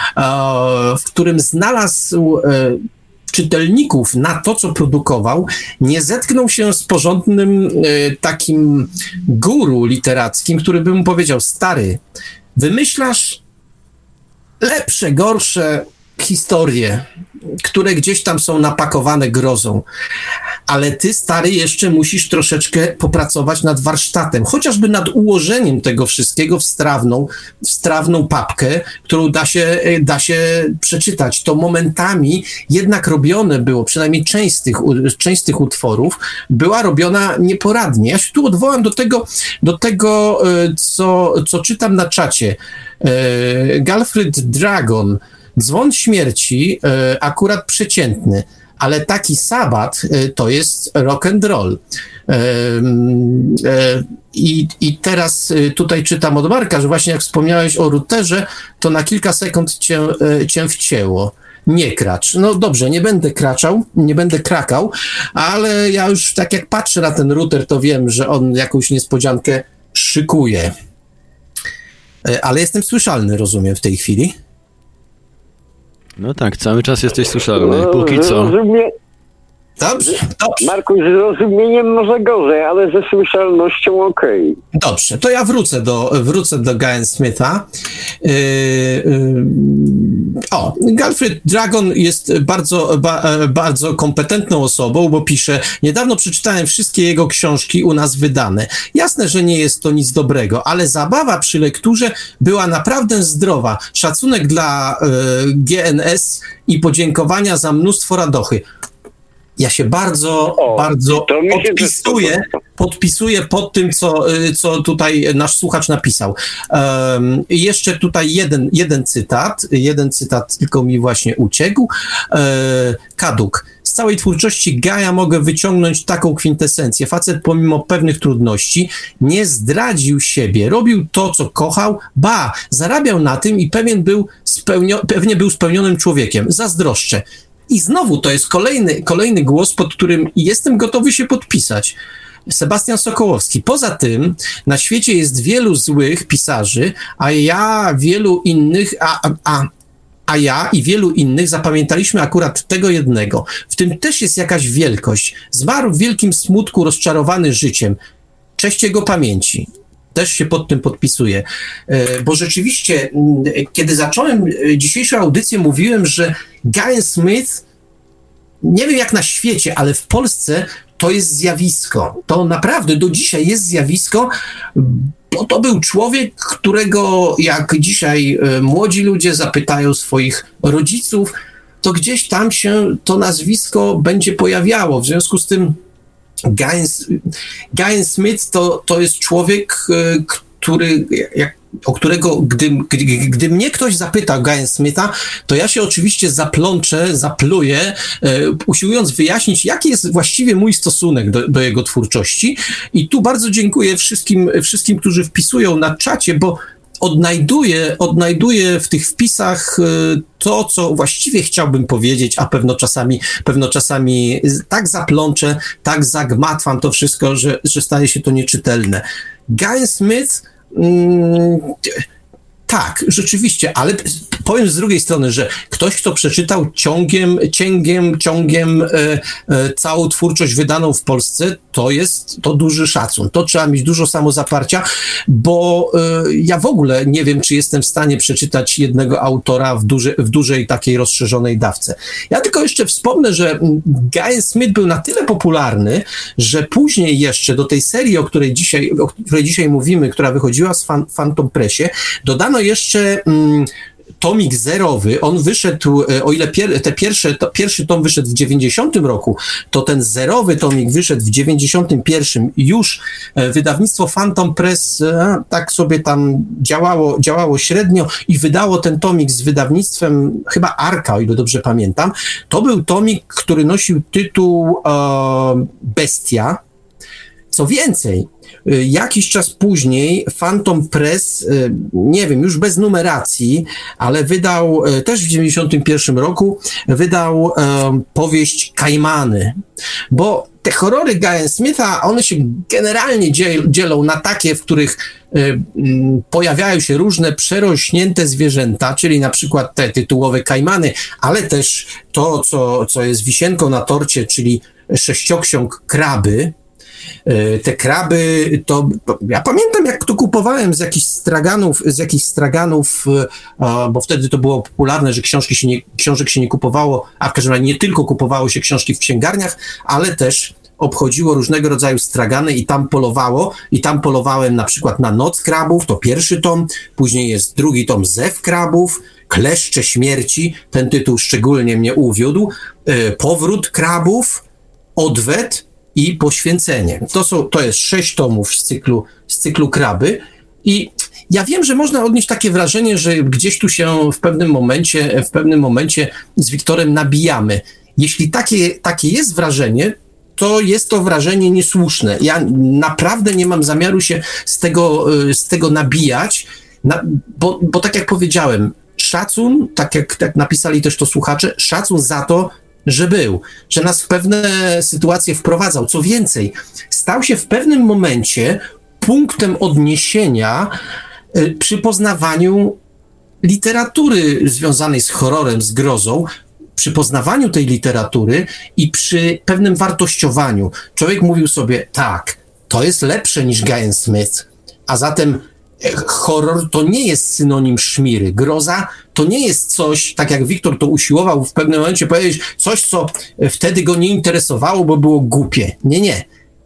w którym znalazł czytelników na to, co produkował, nie zetknął się z porządnym y, takim guru literackim, który by mu powiedział: stary, wymyślasz lepsze, gorsze historie, które gdzieś tam są napakowane grozą, ale ty, stary, jeszcze musisz troszeczkę popracować nad warsztatem, chociażby nad ułożeniem tego wszystkiego w strawną, w strawną papkę, którą da się, da się przeczytać. To momentami jednak robione było, przynajmniej część z tych, część z tych utworów była robiona nieporadnie. Ja się tu odwołam do tego, do tego co, co czytam na czacie. Galfred Dragon, Dzwon śmierci, e, akurat przeciętny, ale taki sabat e, to jest rock and roll. E, e, i, I teraz tutaj czytam od Marka, że właśnie jak wspomniałeś o routerze, to na kilka sekund cię, e, cię wcięło. Nie kracz. No dobrze, nie będę kraczał, nie będę krakał, ale ja już tak jak patrzę na ten router, to wiem, że on jakąś niespodziankę szykuje. E, ale jestem słyszalny, rozumiem, w tej chwili. No tak, cały czas jesteś słyszalny, póki co. Zrozumie... Dobrze, dobrze. Marku, z zrozumieniem może gorzej, ale ze słyszalnością okej. Okay. Dobrze, to ja wrócę do, wrócę do Gaen Smitha. Yy, yy, o, Galfred Dragon jest bardzo, ba, bardzo kompetentną osobą, bo pisze: niedawno przeczytałem wszystkie jego książki u nas wydane. Jasne, że nie jest to nic dobrego, ale zabawa przy lekturze była naprawdę zdrowa. Szacunek dla yy, G N S i podziękowania za mnóstwo radochy. Ja się bardzo, o, bardzo podpisuję, podpisuję pod tym, co, co tutaj nasz słuchacz napisał. Um, jeszcze tutaj jeden, jeden cytat, jeden cytat tylko mi właśnie uciekł. E, Kaduk. Z całej twórczości Gaja mogę wyciągnąć taką kwintesencję. Facet pomimo pewnych trudności nie zdradził siebie, robił to, co kochał, ba, zarabiał na tym i pewien był spełnio- pewnie był spełnionym człowiekiem. Zazdroszczę. I znowu to jest kolejny, kolejny głos, pod którym jestem gotowy się podpisać. Sebastian Sokołowski. Poza tym na świecie jest wielu złych pisarzy, a ja wielu innych, a, a, a ja i wielu innych zapamiętaliśmy akurat tego jednego. W tym też jest jakaś wielkość. Zmarł w wielkim smutku, rozczarowany życiem. Cześć jego pamięci. Też się pod tym podpisuję. Bo rzeczywiście, kiedy zacząłem dzisiejszą audycję, mówiłem, że Gaen Smith, nie wiem jak na świecie, ale w Polsce to jest zjawisko. To naprawdę do dzisiaj jest zjawisko, bo to był człowiek, którego jak dzisiaj młodzi ludzie zapytają swoich rodziców, to gdzieś tam się to nazwisko będzie pojawiało. W związku z tym Gaen, Gaen Smith to, to jest człowiek, który, jak, o którego, gdy, gdy, gdy mnie ktoś zapyta o Guya Smitha, to ja się oczywiście zaplączę, zapluję, e, usiłując wyjaśnić, jaki jest właściwie mój stosunek do, do jego twórczości. I tu bardzo dziękuję wszystkim, wszystkim, którzy wpisują na czacie, bo odnajduję, odnajduję w tych wpisach to, co właściwie chciałbym powiedzieć, a pewno czasami, pewno czasami tak zaplączę, tak zagmatwam to wszystko, że, że staje się to nieczytelne. Guy Smith, mm, tak, rzeczywiście, ale powiem z drugiej strony, że ktoś, kto przeczytał ciągiem, cięgiem, ciągiem e, e, całą twórczość wydaną w Polsce, to jest to duży szacun. To trzeba mieć dużo samozaparcia, bo e, ja w ogóle nie wiem, czy jestem w stanie przeczytać jednego autora w, duży, w dużej takiej rozszerzonej dawce. Ja tylko jeszcze wspomnę, że Guy Smith był na tyle popularny, że później jeszcze do tej serii, o której dzisiaj, o której dzisiaj mówimy, która wychodziła z fan, Phantom Pressie, dodano jeszcze mm, tomik zerowy. On wyszedł, o ile pier, te pierwsze, to pierwszy tom wyszedł w dziewięćdziesiątym roku, to ten zerowy tomik wyszedł w dziewięćdziesiątym pierwszym. Już wydawnictwo Phantom Press a, tak sobie tam działało, działało średnio i wydało ten tomik z wydawnictwem chyba Arka, o ile dobrze pamiętam. To był tomik, który nosił tytuł e, Bestia. Co więcej, jakiś czas później Phantom Press, nie wiem, już bez numeracji, ale wydał, też w dziewięćdziesiątym pierwszym roku, wydał um, powieść Kajmany, bo te horrory Guya Smitha, one się generalnie dzielą na takie, w których um, pojawiają się różne przerośnięte zwierzęta, czyli na przykład te tytułowe Kajmany, ale też to, co, co jest wisienką na torcie, czyli sześcioksiąg Kraby. Te kraby, to ja pamiętam, jak to kupowałem z jakichś straganów, z jakichś straganów, bo wtedy to było popularne, że książki się nie, książek się nie kupowało, a w każdym razie nie tylko kupowało się książki w księgarniach, ale też obchodziło różnego rodzaju stragany i tam polowało, i tam polowałem na przykład na Noc Krabów, to pierwszy tom, później jest drugi tom Zew Krabów, Kleszcze Śmierci, ten tytuł szczególnie mnie uwiódł, Powrót Krabów, Odwet i Poświęcenie. To są, to jest sześć tomów z cyklu, z cyklu Kraby i ja wiem, że można odnieść takie wrażenie, że gdzieś tu się w pewnym momencie, w pewnym momencie z Wiktorem nabijamy. Jeśli takie, takie jest wrażenie, to jest to wrażenie niesłuszne. Ja naprawdę nie mam zamiaru się z tego, z tego nabijać, na, bo, bo tak jak powiedziałem, szacun, tak jak, tak napisali też to słuchacze, szacun za to, że był, że nas w pewne sytuacje wprowadzał. Co więcej, stał się w pewnym momencie punktem odniesienia y, przy poznawaniu literatury związanej z horrorem, z grozą, przy poznawaniu tej literatury i przy pewnym wartościowaniu. Człowiek mówił sobie, tak, to jest lepsze niż Guy Smith, a zatem horror to nie jest synonim szmiry. Groza to nie jest coś, tak jak Wiktor to usiłował w pewnym momencie powiedzieć, coś, co wtedy go nie interesowało, bo było głupie. Nie, nie.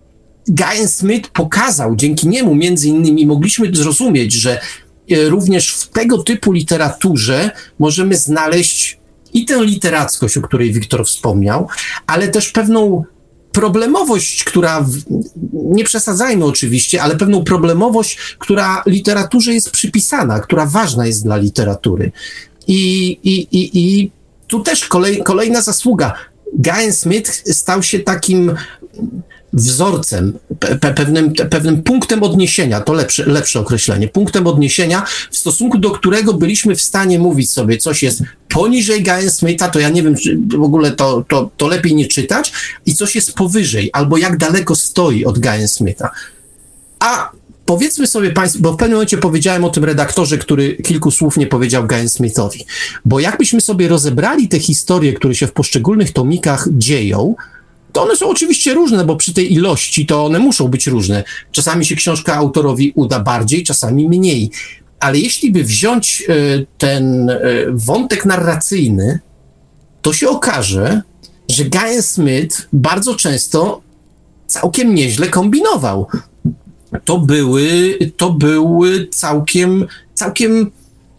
Guy Smith pokazał, dzięki niemu między innymi mogliśmy zrozumieć, że również w tego typu literaturze możemy znaleźć i tę literackość, o której Wiktor wspomniał, ale też pewną problemowość, która, w, nie przesadzajmy oczywiście, ale pewną problemowość, która literaturze jest przypisana, która ważna jest dla literatury. I, i, i, i tu też kolej, kolejna zasługa. Guy Smith stał się takim wzorcem, pe, pewnym, pewnym punktem odniesienia, to lepsze, lepsze określenie, punktem odniesienia, w stosunku do którego byliśmy w stanie mówić sobie, coś jest poniżej Guya Smitha, to ja nie wiem, czy w ogóle to, to, to lepiej nie czytać, i coś jest powyżej, albo jak daleko stoi od Guya Smitha. A powiedzmy sobie państwu, bo w pewnym momencie powiedziałem o tym redaktorze, który kilku słów nie powiedział Guy Smithowi, bo jakbyśmy sobie rozebrali te historie, które się w poszczególnych tomikach dzieją, to one są oczywiście różne, bo przy tej ilości to one muszą być różne. Czasami się książka autorowi uda bardziej, czasami mniej. Ale jeśli by wziąć y, ten y, wątek narracyjny, to się okaże, że Guy Smith bardzo często całkiem nieźle kombinował. To były, to były całkiem, całkiem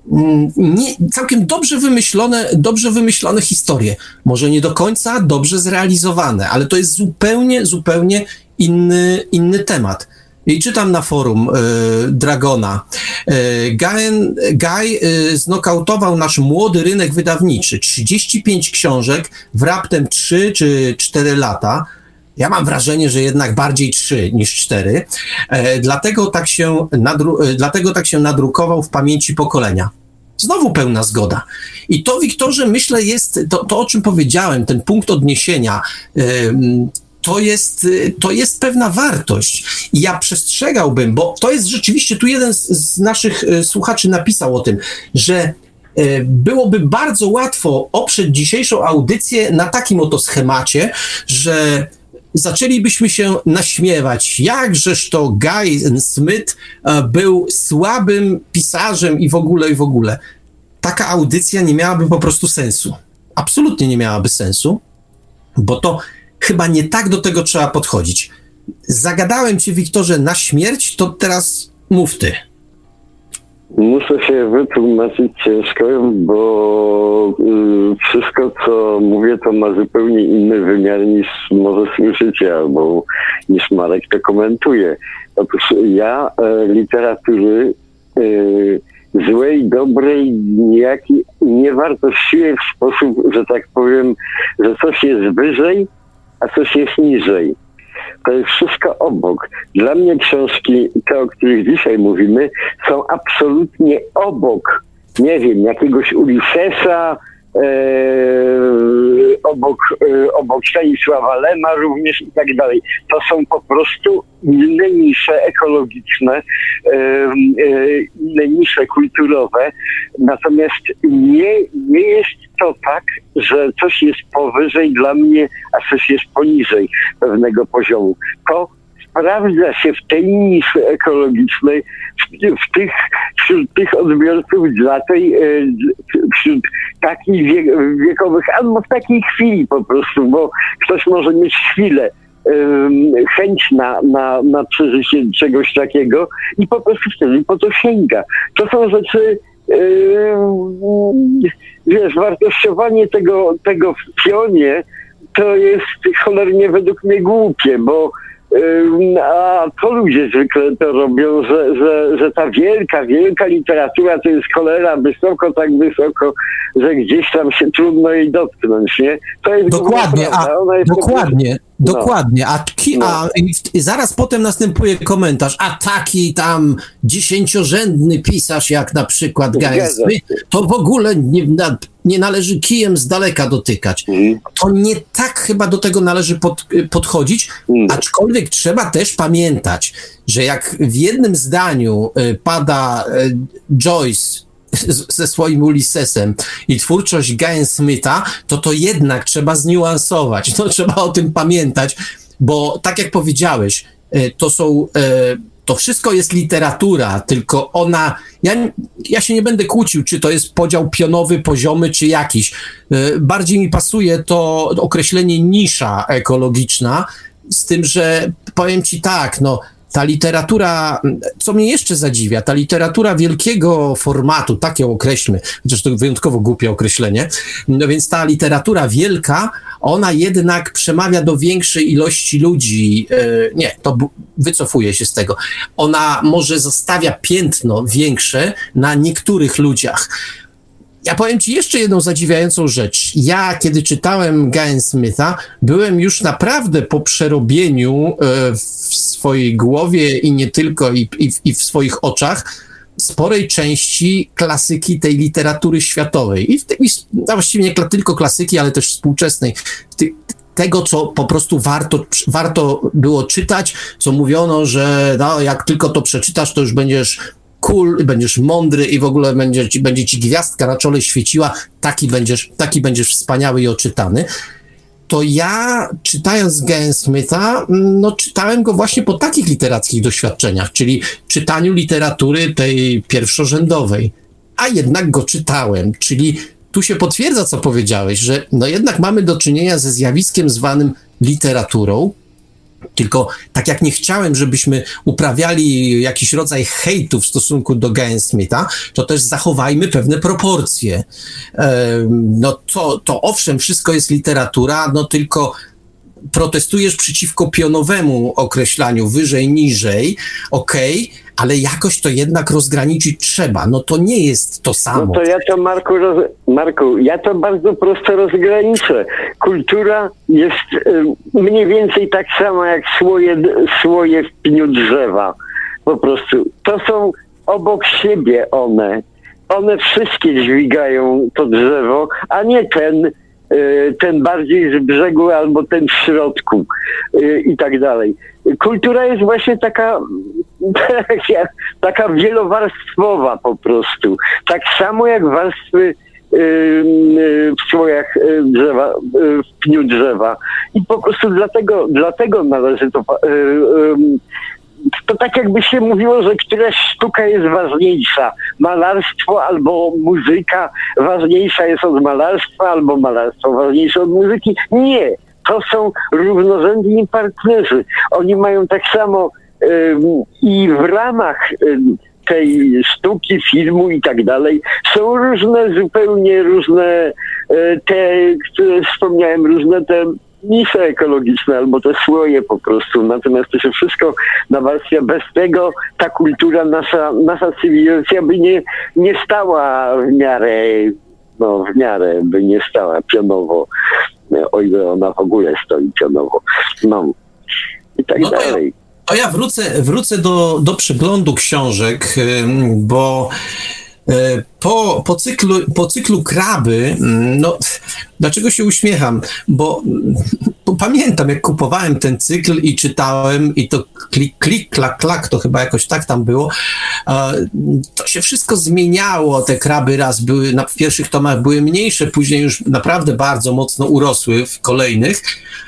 Nie, całkiem dobrze wymyślone, dobrze wymyślone historie. Może nie do końca dobrze zrealizowane, ale to jest zupełnie, zupełnie inny, inny temat. I czytam na forum y, Dragona. Y, Guy, Guy y, znokautował nasz młody rynek wydawniczy. trzydzieści pięć książek w raptem trzy czy cztery lata. Ja mam wrażenie, że jednak bardziej trzy niż cztery. Y, dlatego, tak się nadru- y, dlatego tak się nadrukował w pamięci pokolenia. Znowu pełna zgoda. I to, Wiktorze, myślę, jest to, to o czym powiedziałem, ten punkt odniesienia. Y, To jest, to jest pewna wartość. I ja przestrzegałbym, bo to jest rzeczywiście, tu jeden z, z naszych słuchaczy napisał o tym, że byłoby bardzo łatwo oprzeć dzisiejszą audycję na takim oto schemacie, że zaczęlibyśmy się naśmiewać, jakżeż to Guy Smith był słabym pisarzem i w ogóle, i w ogóle. Taka audycja nie miałaby po prostu sensu. Absolutnie nie miałaby sensu, bo to chyba nie tak do tego trzeba podchodzić. Zagadałem cię, Wiktorze, na śmierć, to teraz mów ty. Muszę się wytłumaczyć ciężko, bo y, wszystko, co mówię, to ma zupełnie inny wymiar niż może słyszycie, albo niż Marek to komentuje. Otóż ja e, literatury y, złej, dobrej, niejaki, nie wartościuję w sposób, że tak powiem, że coś jest wyżej, a coś jest niżej. To jest wszystko obok. Dla mnie książki, te, o których dzisiaj mówimy, są absolutnie obok, nie wiem, jakiegoś Ulyssesa, e, obok, e, obok Stanisława Lema również i tak dalej. To są po prostu inne nisze ekologiczne, e, e, inne nisze kulturowe. Natomiast nie, nie jest to tak, że coś jest powyżej dla mnie, a coś jest poniżej pewnego poziomu. To sprawdza się w tej niszy ekologicznej, w, w tych, wśród tych odbiorców dla tej, wśród takich wiek, wiekowych, albo w takiej chwili po prostu, bo ktoś może mieć chwilę, chęć na, na, na przeżycie czegoś takiego i po prostu wtedy po to sięga. To są rzeczy, Yy, wiesz, wartościowanie tego, tego w pionie to jest cholernie według mnie głupie, bo yy, a to ludzie zwykle to robią, że, że, że ta wielka, wielka literatura to jest cholera wysoko, tak wysoko, że gdzieś tam się trudno jej dotknąć, nie? To jest dokładnie, a, dokładnie. No. Dokładnie, a, ki, a i zaraz potem następuje komentarz, a taki tam dziesięciorzędny pisarz jak na przykład Guy Smith, to w ogóle nie, nie należy kijem z daleka dotykać. Mm. To nie tak chyba do tego należy pod, podchodzić, mm. aczkolwiek trzeba też pamiętać, że jak w jednym zdaniu pada Joyce ze swoim Ulyssesem i twórczość Guy Smitha, to to jednak trzeba zniuansować. No, trzeba o tym pamiętać, bo tak jak powiedziałeś, to są, to wszystko jest literatura, tylko ona, ja, ja się nie będę kłócił, czy to jest podział pionowy, poziomy, czy jakiś. Bardziej mi pasuje to określenie nisza ekologiczna, z tym, że powiem ci tak, no ta literatura, co mnie jeszcze zadziwia, ta literatura wielkiego formatu, tak ją określmy, chociaż to wyjątkowo głupie określenie, no więc ta literatura wielka, ona jednak przemawia do większej ilości ludzi. Nie, to wycofuję się z tego. Ona może zostawia piętno większe na niektórych ludziach. Ja powiem ci jeszcze jedną zadziwiającą rzecz. Ja, kiedy czytałem Guy Smitha, byłem już naprawdę po przerobieniu e, w swojej głowie i nie tylko, i, i, i w swoich oczach sporej części klasyki tej literatury światowej. I, w tej, i no właściwie nie tylko klasyki, ale też współczesnej. Ty, tego, co po prostu warto, warto było czytać, co mówiono, że no, jak tylko to przeczytasz, to już będziesz cool, będziesz mądry i w ogóle będzie ci, będzie ci gwiazdka na czole świeciła, taki będziesz, taki będziesz wspaniały i oczytany. To ja, czytając Guy Smitha, no czytałem go właśnie po takich literackich doświadczeniach, czyli czytaniu literatury tej pierwszorzędowej, a jednak go czytałem, czyli tu się potwierdza, co powiedziałeś, że no jednak mamy do czynienia ze zjawiskiem zwanym literaturą. Tylko tak jak nie chciałem, żebyśmy uprawiali jakiś rodzaj hejtu w stosunku do Guy Smitha, to też zachowajmy pewne proporcje. No to, to owszem, wszystko jest literatura, no tylko protestujesz przeciwko pionowemu określaniu wyżej, niżej, okej, okay, ale jakoś to jednak rozgraniczyć trzeba. No to nie jest to samo. No to ja to, Marku, roz... Marku, ja to bardzo prosto rozgraniczę. Kultura jest y, mniej więcej tak samo jak słoje, słoje w pniu drzewa. Po prostu. To są obok siebie one. One wszystkie dźwigają to drzewo, a nie ten, y, ten bardziej z brzegu albo ten w środku y, i tak dalej. Kultura jest właśnie taka, taka wielowarstwowa po prostu. Tak samo jak warstwy w słojach drzewa, w pniu drzewa. I po prostu dlatego, dlatego należy to... To tak jakby się mówiło, że któraś sztuka jest ważniejsza. Malarstwo albo muzyka ważniejsza jest od malarstwa, albo malarstwo ważniejsze od muzyki. Nie. To są równorzędni partnerzy. Oni mają tak samo ym, i w ramach ym, tej sztuki, filmu i tak dalej są różne, zupełnie różne y, te, które wspomniałem, różne te nisze ekologiczne albo te słoje po prostu. Natomiast to się wszystko nawarstwia. Bez tego ta kultura, nasza, nasza cywilizacja by nie, nie stała w miarę, no w miarę by nie stała pionowo, o ile ona w ogóle stoi pionowo. No i tak no dalej. To ja wrócę, wrócę do, do przeglądu książek, bo po, po, cyklu, po cyklu Kraby, no dlaczego się uśmiecham? Bo, bo pamiętam, jak kupowałem ten cykl i czytałem i to klik, klik, klak, klak, to chyba jakoś tak tam było, to się wszystko zmieniało. Te Kraby raz były, na, w pierwszych tomach były mniejsze, później już naprawdę bardzo mocno urosły w kolejnych.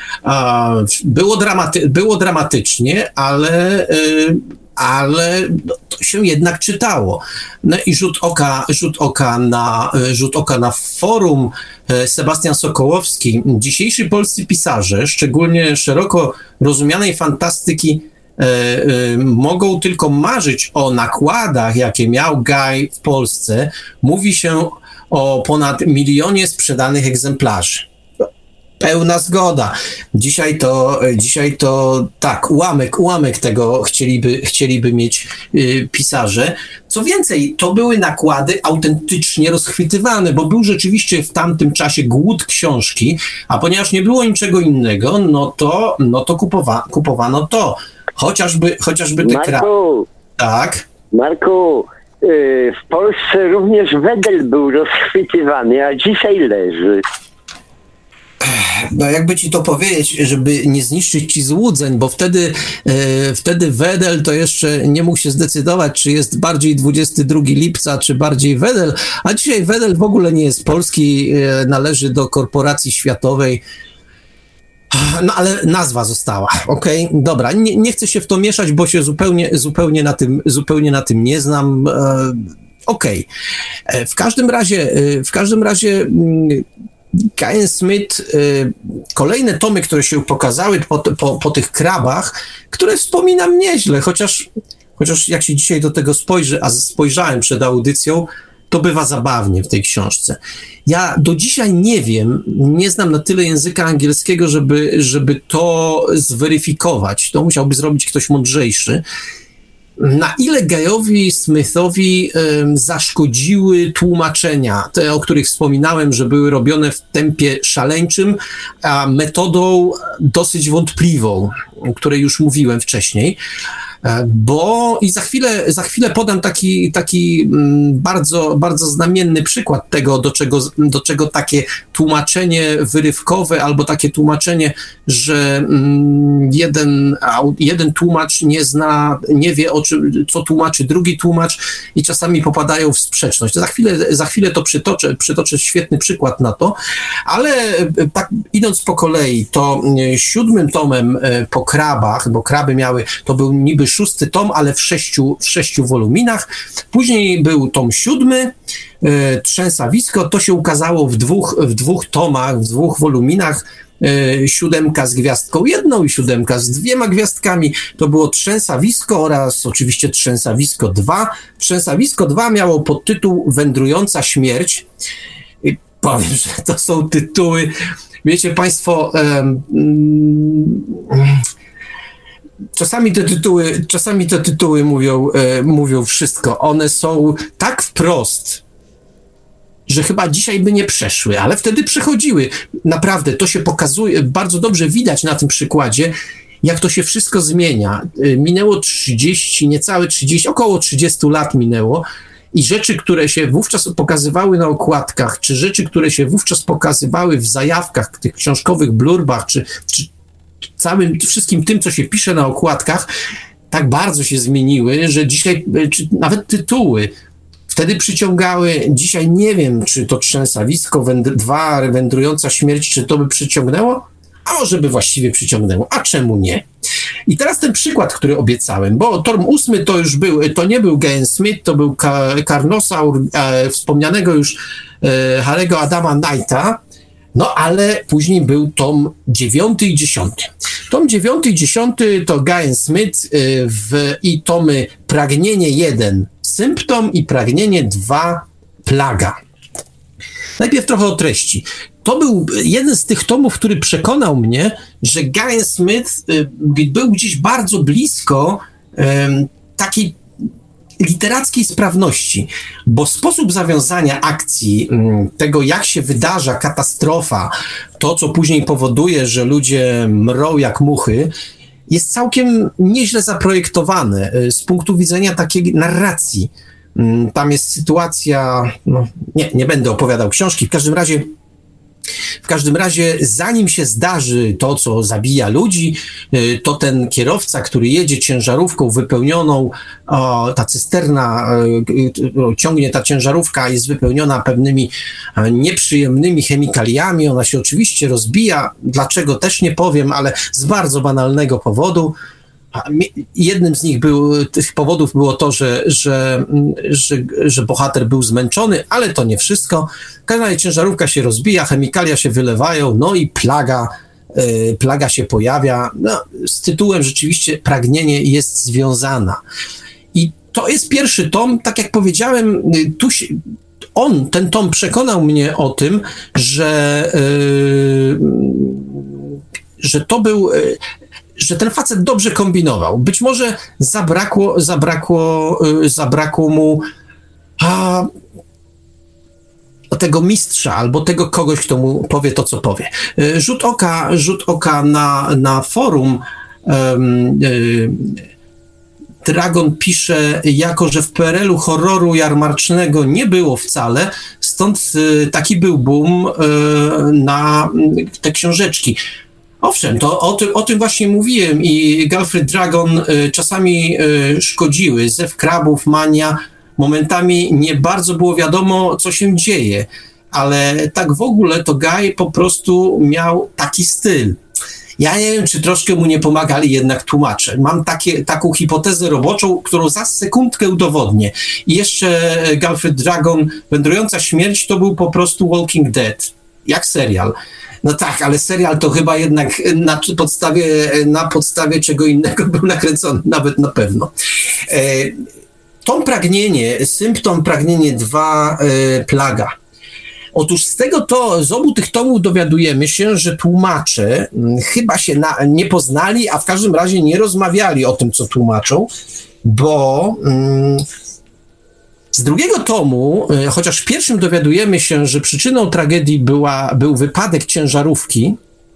Było, dramaty, było dramatycznie, ale... ale to się jednak czytało. No i rzut oka, rzut oka na, rzut oka na forum Sebastian Sokołowski. Dzisiejsi polscy pisarze, szczególnie szeroko rozumianej fantastyki, e, e, mogą tylko marzyć o nakładach, jakie miał Gaj w Polsce. Mówi się o ponad milionie sprzedanych egzemplarzy. Pełna zgoda. Dzisiaj to, dzisiaj to tak, ułamek, ułamek tego chcieliby, chcieliby mieć y, pisarze. Co więcej, to były nakłady autentycznie rozchwytywane, bo był rzeczywiście w tamtym czasie głód książki, a ponieważ nie było niczego innego, no to, no to kupowa, kupowano to. Chociażby, chociażby te kraje. Marku, tak? Marku, yy, w Polsce również Wedel był rozchwytywany, a dzisiaj leży. No jakby ci to powiedzieć, żeby nie zniszczyć ci złudzeń, bo wtedy, e, wtedy Wedel to jeszcze nie mógł się zdecydować, czy jest bardziej dwudziestego drugiego lipca, czy bardziej Wedel, a dzisiaj Wedel w ogóle nie jest polski, e, należy do korporacji światowej. No ale nazwa została, okej, okay? Dobra, nie, nie chcę się w to mieszać, bo się zupełnie, zupełnie, na, tym, zupełnie na tym nie znam. E, okej, okay. W każdym razie, w każdym razie K N. Smith, y, kolejne tomy, które się pokazały po, po, po tych Krabach, które wspominam nieźle, chociaż, chociaż jak się dzisiaj do tego spojrzy, a spojrzałem przed audycją, to bywa zabawnie w tej książce. Ja do dzisiaj nie wiem, nie znam na tyle języka angielskiego, żeby, żeby to zweryfikować. To musiałby zrobić ktoś mądrzejszy. Na ile Gayowi Smithowi um, zaszkodziły tłumaczenia, te, o których wspominałem, że były robione w tempie szaleńczym, a metodą dosyć wątpliwą, o której już mówiłem wcześniej. Bo i za chwilę, za chwilę podam taki, taki bardzo, bardzo znamienny przykład tego, do czego, do czego takie tłumaczenie wyrywkowe albo takie tłumaczenie, że jeden, jeden tłumacz nie zna, nie wie, o czym, co tłumaczy drugi tłumacz i czasami popadają w sprzeczność. Za chwilę, za chwilę to przytoczę, przytoczę świetny przykład na to, ale tak idąc po kolei, to siódmym tomem po Krabach, bo Kraby miały, to był niby szósty tom, ale w sześciu, w sześciu woluminach. Później był tom siódmy, e, Trzęsawisko. To się ukazało w dwóch, w dwóch tomach, w dwóch woluminach. E, siódemka z gwiazdką jedną i siódemka z dwiema gwiazdkami. To było Trzęsawisko oraz oczywiście Trzęsawisko dwa. Trzęsawisko dwa miało podtytuł Wędrująca śmierć. I powiem, że to są tytuły wiecie państwo, um, um, czasami te tytuły, czasami te tytuły mówią, e, mówią wszystko. One są tak wprost, że chyba dzisiaj by nie przeszły, ale wtedy przechodziły. Naprawdę, to się pokazuje, bardzo dobrze widać na tym przykładzie, jak to się wszystko zmienia. Minęło trzydzieści, niecałe trzydzieści, około trzydzieści lat minęło i rzeczy, które się wówczas pokazywały na okładkach, czy rzeczy, które się wówczas pokazywały w zajawkach, tych książkowych blurbach, czy, czy całym wszystkim tym, co się pisze na okładkach, tak bardzo się zmieniły, że dzisiaj czy nawet tytuły wtedy przyciągały, dzisiaj nie wiem, czy to Trzęsawisko dwa, Wędrująca śmierć, czy to by przyciągnęło, a może by właściwie przyciągnęło, a czemu nie? I teraz ten przykład, który obiecałem, bo tom ósmy to już był, to nie był Gaen Smith, to był Carnosaur, e, wspomnianego już e, Harry'ego Adama Knighta, no ale później był tom dziewiąty i dziesiąty. Tom dziewiąty i dziesiąty to Gaen Smith e, w, i tomy Pragnienie jeden, Symptom i Pragnienie dwa, Plaga. Najpierw trochę o treści. To był jeden z tych tomów, który przekonał mnie, że Gaen Smith y, był gdzieś bardzo blisko y, takiej literackiej sprawności, bo sposób zawiązania akcji, y, tego jak się wydarza katastrofa, to co później powoduje, że ludzie mrą jak muchy, jest całkiem nieźle zaprojektowane y, z punktu widzenia takiej narracji. Y, tam jest sytuacja, no, nie, nie będę opowiadał książki, w każdym razie W każdym razie, zanim się zdarzy to, co zabija ludzi, to ten kierowca, który jedzie ciężarówką wypełnioną, o, ta cysterna, o, ciągnie ta ciężarówka, jest wypełniona pewnymi nieprzyjemnymi chemikaliami, ona się oczywiście rozbija, dlaczego też nie powiem, ale z bardzo banalnego powodu. Jednym z nich był, tych powodów było to, że, że, że, że bohater był zmęczony, ale to nie wszystko. W każdym razie ciężarówka się rozbija, chemikalia się wylewają, no i plaga, y, plaga się pojawia. No, z tytułem rzeczywiście Pragnienie jest związana. I to jest pierwszy tom, tak jak powiedziałem, tu się, on, ten tom przekonał mnie o tym, że, y, że to był... Y, że ten facet dobrze kombinował. Być może zabrakło, zabrakło, yy, zabrakło mu a, tego mistrza albo tego kogoś, kto mu powie to, co powie. Yy, rzut oka, rzut oka na, na forum. Yy, yy, Dragon pisze, jako że w P R L u horroru jarmarcznego nie było wcale, stąd yy, taki był boom yy, na te książeczki. Owszem, to o tym, o tym właśnie mówiłem i Galfred Dragon y, czasami y, szkodziły, zew krabów, mania, momentami nie bardzo było wiadomo, co się dzieje, ale tak w ogóle to Guy po prostu miał taki styl. Ja nie wiem, czy troszkę mu nie pomagali jednak tłumacze. Mam takie, taką hipotezę roboczą, którą za sekundkę udowodnię. I jeszcze Galfred Dragon, Wędrująca śmierć, to był po prostu Walking Dead, jak serial. No tak, ale serial to chyba jednak na podstawie, na podstawie czego innego był nakręcony, nawet na pewno. E, tom Pragnienie, Symptom, Pragnienie dwa, e, Plaga. Otóż z tego to, z obu tych tomów dowiadujemy się, że tłumacze m, chyba się na, nie poznali, a w każdym razie nie rozmawiali o tym, co tłumaczą, bo... M, Z drugiego tomu, chociaż w pierwszym dowiadujemy się, że przyczyną tragedii była, był wypadek ciężarówki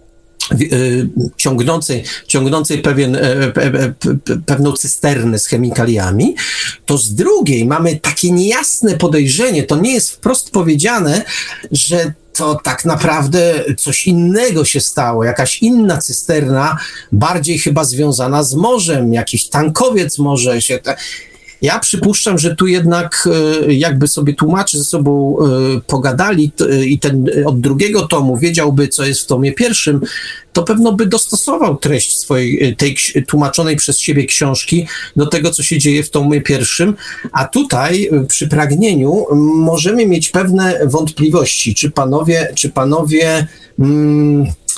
ciągnącej, ciągnącej pewien, pe, pe, pewną cysternę z chemikaliami, to z drugiej mamy takie niejasne podejrzenie, to nie jest wprost powiedziane, że to tak naprawdę coś innego się stało, jakaś inna cysterna, bardziej chyba związana z morzem, jakiś tankowiec może się... Ja przypuszczam, że tu jednak jakby sobie tłumacze ze sobą pogadali i ten od drugiego tomu wiedziałby, co jest w tomie pierwszym, to pewno by dostosował treść swojej, tej tłumaczonej przez siebie książki do tego, co się dzieje w tomie pierwszym, a tutaj przy Pragnieniu możemy mieć pewne wątpliwości, czy panowie, czy panowie... Mm,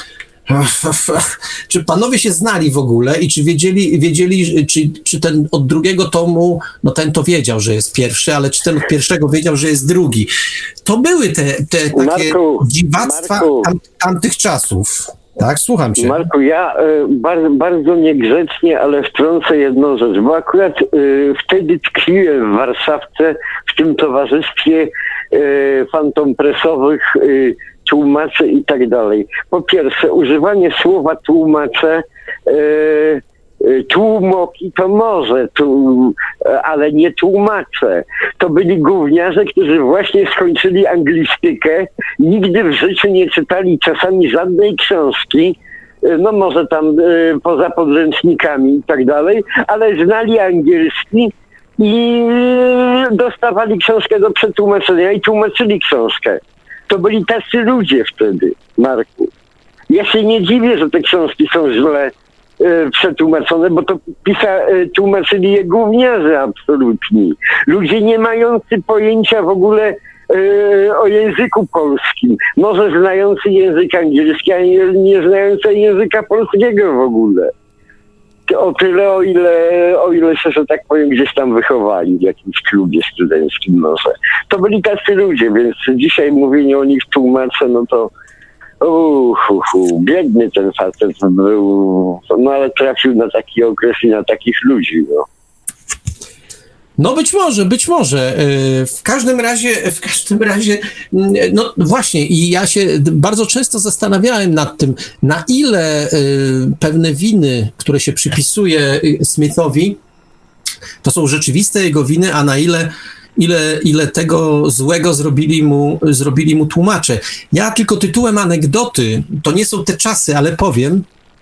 Czy panowie się znali w ogóle i czy wiedzieli, wiedzieli czy, czy ten od drugiego tomu, no ten to wiedział, że jest pierwszy, ale czy ten od pierwszego wiedział, że jest drugi? To były te, te takie Marku, dziwactwa Marku. tam, tamtych czasów. Tak, słucham cię. Marku, ja y, bardzo, bardzo niegrzecznie, ale wtrącę jedną rzecz, bo akurat y, wtedy tkwiłem w Warszawce w tym towarzystwie y, fantompresowych y, tłumaczy i tak dalej. Po pierwsze, używanie słowa tłumacze, y, y, tłumoki to może, tu, ale nie tłumacze. To byli gówniarze, którzy właśnie skończyli anglistykę, nigdy w życiu nie czytali czasami żadnej książki, no może tam y, poza podręcznikami i tak dalej, ale znali angielski i dostawali książkę do przetłumaczenia i tłumaczyli książkę. To byli tacy ludzie wtedy, Marku. Ja się nie dziwię, że te książki są źle e, przetłumaczone, bo to pisa, e, tłumaczyli je gówniarze absolutni. Ludzie nie mający pojęcia w ogóle e, o języku polskim. Może znający język angielski, a nie, nie znający języka polskiego w ogóle. O tyle, o ile, o ile się, że tak powiem, gdzieś tam wychowali w jakimś klubie studenckim może. To byli tacy ludzie, więc dzisiaj mówienie o nich tłumaczę, no to uch, uch, uch, biedny ten facet był, no ale trafił na taki okres i na takich ludzi, no. No być może, być może. W każdym razie, w każdym razie, no właśnie, i ja się bardzo często zastanawiałem nad tym, na ile pewne winy, które się przypisuje Smithowi, to są rzeczywiste jego winy, a na ile, ile, ile tego złego zrobili mu, zrobili mu tłumacze. Ja tylko tytułem anegdoty, to nie są te czasy, ale powiem,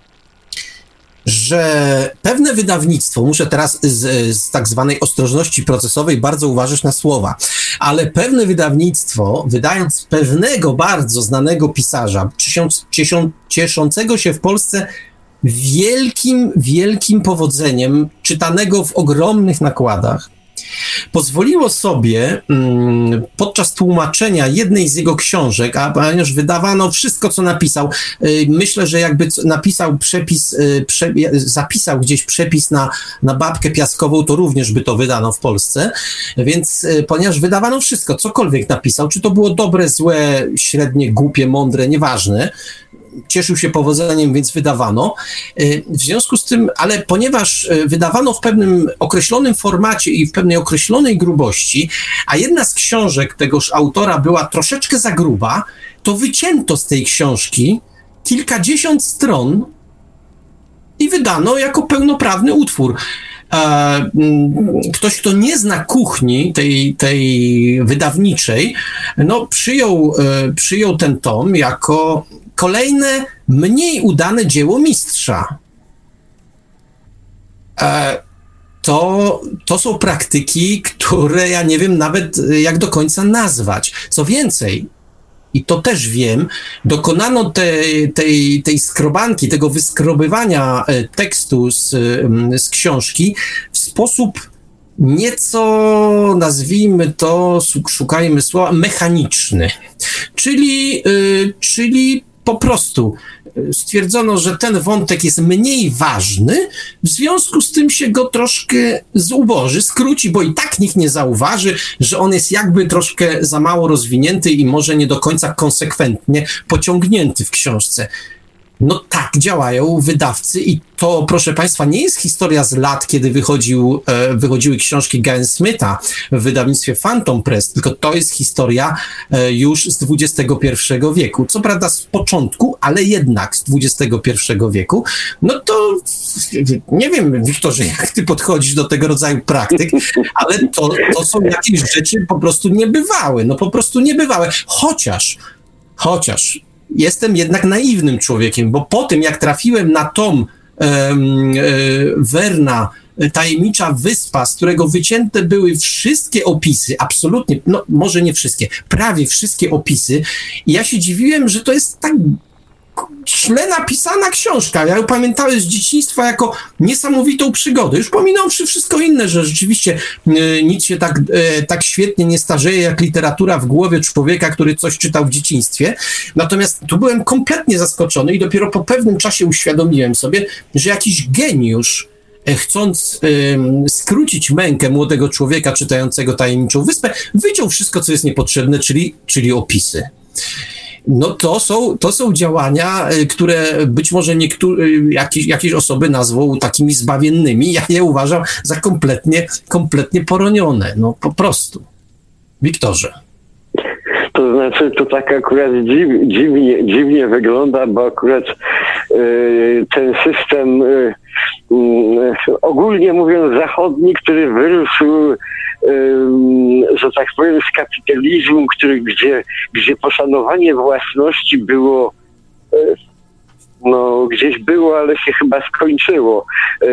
że pewne wydawnictwo, muszę teraz z, z tak zwanej ostrożności procesowej bardzo uważać na słowa, ale pewne wydawnictwo, wydając pewnego bardzo znanego pisarza, ciesiąc, ciesią, cieszącego się w Polsce wielkim, wielkim powodzeniem, czytanego w ogromnych nakładach, pozwoliło sobie mm, podczas tłumaczenia jednej z jego książek, a ponieważ wydawano wszystko, co napisał, y, myślę, że jakby napisał przepis, y, prze, zapisał gdzieś przepis na, na Babkę Piaskową, to również by to wydano w Polsce, więc y, ponieważ wydawano wszystko, cokolwiek napisał, czy to było dobre, złe, średnie, głupie, mądre, nieważne, cieszył się powodzeniem, więc wydawano. W związku z tym, ale ponieważ wydawano w pewnym określonym formacie i w pewnej określonej grubości, a jedna z książek tegoż autora była troszeczkę za gruba, to wycięto z tej książki kilkadziesiąt stron i wydano jako pełnoprawny utwór. Ktoś, kto nie zna kuchni tej, tej wydawniczej, no przyjął, przyjął ten tom jako kolejne, mniej udane dzieło mistrza. To, to są praktyki, które ja nie wiem nawet jak do końca nazwać. Co więcej, i to też wiem, dokonano tej, tej, tej skrobanki, tego wyskrobywania tekstu z, z książki w sposób nieco, nazwijmy to, szukajmy słowa, mechaniczny. Czyli, yy, czyli po prostu stwierdzono, że ten wątek jest mniej ważny, w związku z tym się go troszkę zuboży, skróci, bo i tak nikt nie zauważy, że on jest jakby troszkę za mało rozwinięty i może nie do końca konsekwentnie pociągnięty w książce. No tak działają wydawcy i to, proszę Państwa, nie jest historia z lat, kiedy wychodził, e, wychodziły książki Gaen Smitha w wydawnictwie Phantom Press, tylko to jest historia e, już z dwudziestego pierwszego wieku. Co prawda z początku, ale jednak z dwudziestego pierwszego wieku. No to nie wiem, Wiktorze, jak ty podchodzisz do tego rodzaju praktyk, ale to, to są jakieś rzeczy po prostu niebywałe, no po prostu niebywałe. Chociaż, chociaż jestem jednak naiwnym człowiekiem, bo po tym, jak trafiłem na tom e, e, Werna, Tajemnicza Wyspa, z którego wycięte były wszystkie opisy, absolutnie, no może nie wszystkie, prawie wszystkie opisy, i ja się dziwiłem, że to jest tak źle napisana książka. Ja ją pamiętałem z dzieciństwa jako niesamowitą przygodę. Już pominąwszy wszystko inne, że rzeczywiście y, nic się tak, y, tak świetnie nie starzeje jak literatura w głowie człowieka, który coś czytał w dzieciństwie. Natomiast tu byłem kompletnie zaskoczony i dopiero po pewnym czasie uświadomiłem sobie, że jakiś geniusz, chcąc y, skrócić mękę młodego człowieka czytającego Tajemniczą Wyspę, wyciął wszystko, co jest niepotrzebne, czyli, czyli opisy. No to są, to są działania, które być może niektóre, jakieś, jakieś osoby nazwą takimi zbawiennymi. Ja je uważam za kompletnie, kompletnie poronione. No po prostu. Wiktorze. To znaczy, to tak akurat dziw, dziwnie, dziwnie wygląda, bo akurat y, ten system y, y, ogólnie mówiąc zachodni, który wyrósł, y, że tak powiem, z kapitalizmu, który, gdzie, gdzie poszanowanie własności było y, no gdzieś było, ale się chyba skończyło. Y,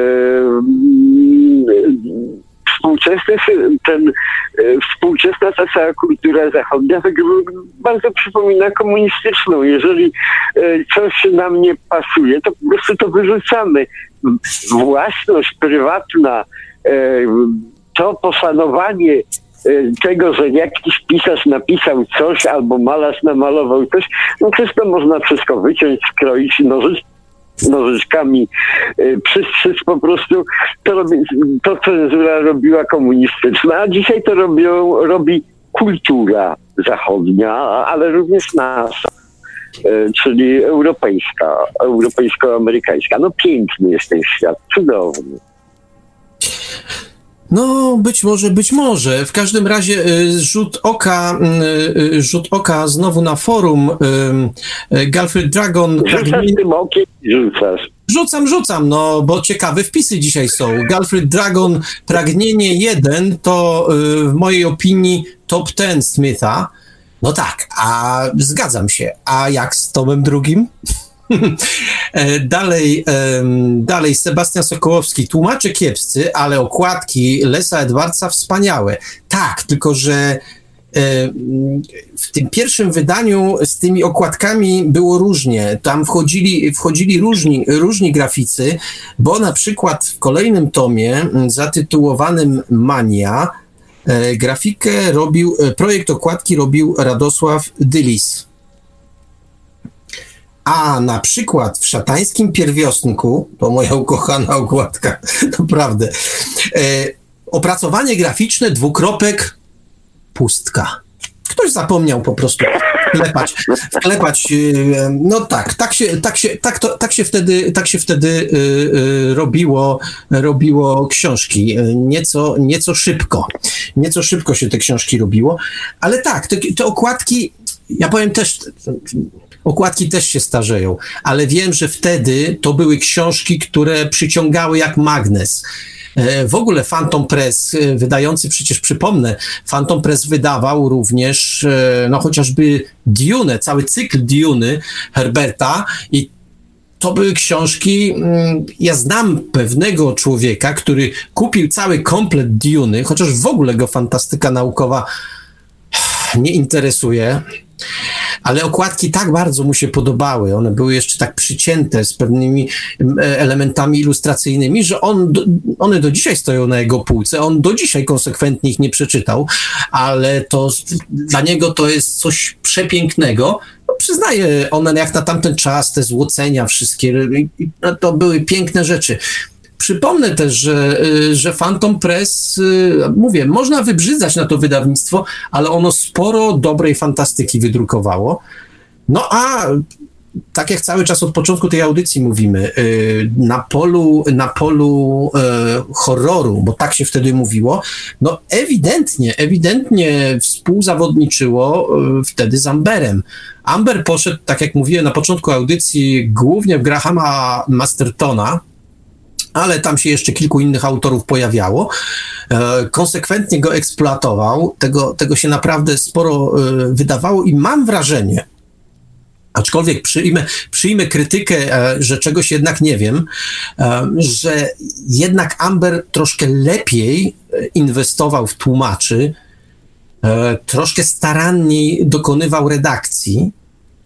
y, Współczesny, ten, współczesna ta cała kultura zachodnia bardzo przypomina komunistyczną. Jeżeli coś nam nie pasuje, to po prostu to wyrzucamy. Własność prywatna, to poszanowanie tego, że jakiś pisarz napisał coś albo malarz namalował coś, no przecież to można wszystko wyciąć, skroić, nożyć, nożyczkami y, przystrzyc po prostu. To, robi, to cenzura robiła komunistyczna, a dzisiaj to robią, robi kultura zachodnia, ale również nasza, y, czyli europejska, europejsko-amerykańska. No piękny jest ten świat, cudowny. No, być może, być może. W każdym razie y, rzut oka, y, rzut oka znowu na forum. Y, Galfred Dragon... Rzucasz tym okiem i rzucasz. Rzucam, rzucam, no, bo ciekawe wpisy dzisiaj są. Galfred Dragon Pragnienie jeden to y, w mojej opinii top ten Smitha. No tak, a zgadzam się. A jak z tomem drugim? dalej, dalej Sebastian Sokołowski. Tłumacze kiepscy, ale okładki Lesa Edwardsa wspaniałe. Tak, tylko że w tym pierwszym wydaniu z tymi okładkami było różnie. Tam wchodzili, wchodzili różni, różni graficy, bo na przykład w kolejnym tomie zatytułowanym Mania grafikę robił, projekt okładki robił Radosław Dylis. A na przykład w Szatańskim Pierwiostniku, to moja ukochana okładka, naprawdę, e, opracowanie graficzne, dwukropek, pustka. Ktoś zapomniał po prostu wklepać, wklepać, e, no tak, tak się, tak się, tak to, tak się wtedy, tak się wtedy e, e, robiło, robiło książki. Nieco, nieco szybko, nieco szybko się te książki robiło, ale tak, te, te okładki, ja powiem też... Okładki też się starzeją, ale wiem, że wtedy to były książki, które przyciągały jak magnes. W ogóle Phantom Press, wydający przecież, przypomnę, Phantom Press wydawał również, no chociażby Dune, cały cykl Dune Herberta i to były książki, ja znam pewnego człowieka, który kupił cały komplet Dune, chociaż w ogóle go fantastyka naukowa nie interesuje, ale okładki tak bardzo mu się podobały, one były jeszcze tak przycięte z pewnymi elementami ilustracyjnymi, że on, one do dzisiaj stoją na jego półce, on do dzisiaj konsekwentnie ich nie przeczytał, ale to dla niego to jest coś przepięknego. No, przyznaję, one jak na tamten czas, te złocenia wszystkie, no, to były piękne rzeczy. Przypomnę też, że, że Phantom Press, mówię, można wybrzydzać na to wydawnictwo, ale ono sporo dobrej fantastyki wydrukowało. No a tak jak cały czas od początku tej audycji mówimy, na polu, na polu horroru, bo tak się wtedy mówiło, no ewidentnie, ewidentnie współzawodniczyło wtedy z Amberem. Amber poszedł, tak jak mówiłem na początku audycji, głównie w Grahama Mastertona, ale tam się jeszcze kilku innych autorów pojawiało. E, konsekwentnie go eksploatował, tego, tego się naprawdę sporo e, wydawało i mam wrażenie, aczkolwiek przyjmę, przyjmę krytykę, e, że czegoś jednak nie wiem, e, że jednak Amber troszkę lepiej inwestował w tłumaczy, e, troszkę staranniej dokonywał redakcji,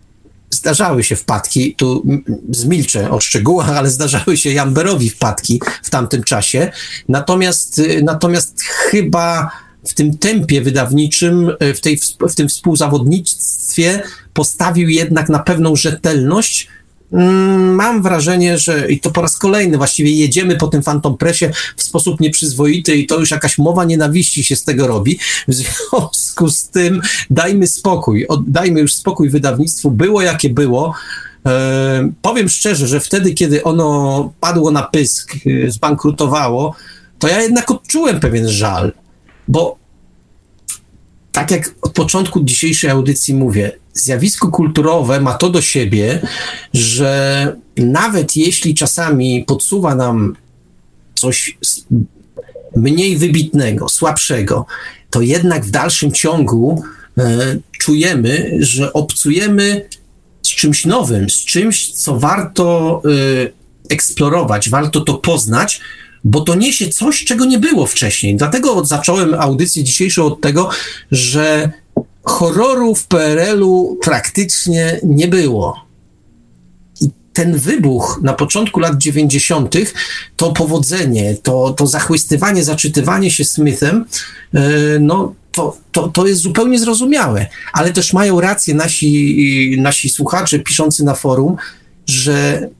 zdarzały się wpadki, tu zmilczę o szczegółach, ale zdarzały się Jamberowi wpadki w tamtym czasie. Natomiast, natomiast chyba w tym tempie wydawniczym, w, tej, w tym współzawodnictwie postawił jednak na pewną rzetelność. Mam wrażenie, że i to po raz kolejny właściwie jedziemy po tym Phantom Pressie w sposób nieprzyzwoity i to już jakaś mowa nienawiści się z tego robi. W związku z tym dajmy spokój, oddajmy już spokój wydawnictwu. Było jakie było. E, powiem szczerze, że wtedy, kiedy ono padło na pysk, zbankrutowało, to ja jednak odczułem pewien żal, bo tak jak od początku dzisiejszej audycji mówię, zjawisko kulturowe ma to do siebie, że nawet jeśli czasami podsuwa nam coś mniej wybitnego, słabszego, to jednak w dalszym ciągu e, czujemy, że obcujemy z czymś nowym, z czymś, co warto e, eksplorować, warto to poznać, bo to niesie coś, czego nie było wcześniej. Dlatego zacząłem audycję dzisiejszą od tego, że horroru w P R L-u praktycznie nie było. I ten wybuch na początku lat dziewięćdziesiątych, to powodzenie, to, to zachwystywanie, zaczytywanie się Smithem, yy, no to, to, to jest zupełnie zrozumiałe. Ale też mają rację nasi, nasi słuchacze piszący na forum, że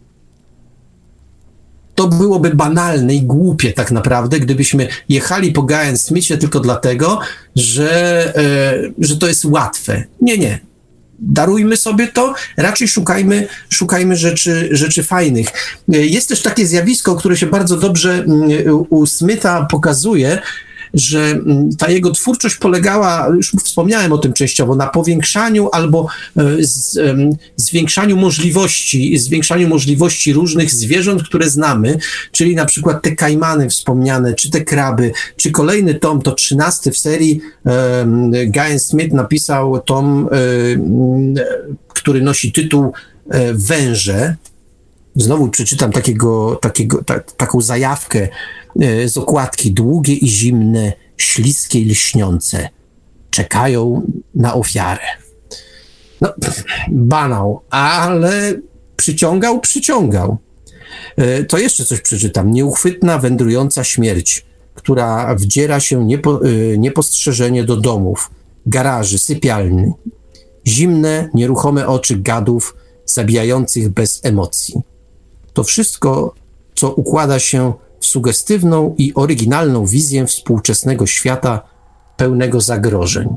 to byłoby banalne i głupie tak naprawdę, gdybyśmy jechali po Guy and Smithie tylko dlatego, że, e, że to jest łatwe. Nie, nie. Darujmy sobie to, raczej szukajmy, szukajmy rzeczy, rzeczy fajnych. Jest też takie zjawisko, które się bardzo dobrze u Smitha pokazuje, że ta jego twórczość polegała, już wspomniałem o tym częściowo, na powiększaniu albo z, zwiększaniu możliwości, zwiększaniu możliwości różnych zwierząt, które znamy, czyli na przykład te kajmany wspomniane, czy te kraby, czy kolejny tom, to trzynasty w serii, um, Guy and Smith napisał tom, um, który nosi tytuł Węże. Znowu przeczytam takiego, takiego, ta, taką zajawkę z okładki. Długie i zimne, śliskie i lśniące czekają na ofiarę. No, banał, ale przyciągał, przyciągał. To jeszcze coś przeczytam. Nieuchwytna, wędrująca śmierć, która wdziera się niepo, niepostrzeżenie do domów, garaży, sypialni. Zimne, nieruchome oczy gadów zabijających bez emocji. To wszystko, co układa się w sugestywną i oryginalną wizję współczesnego świata pełnego zagrożeń.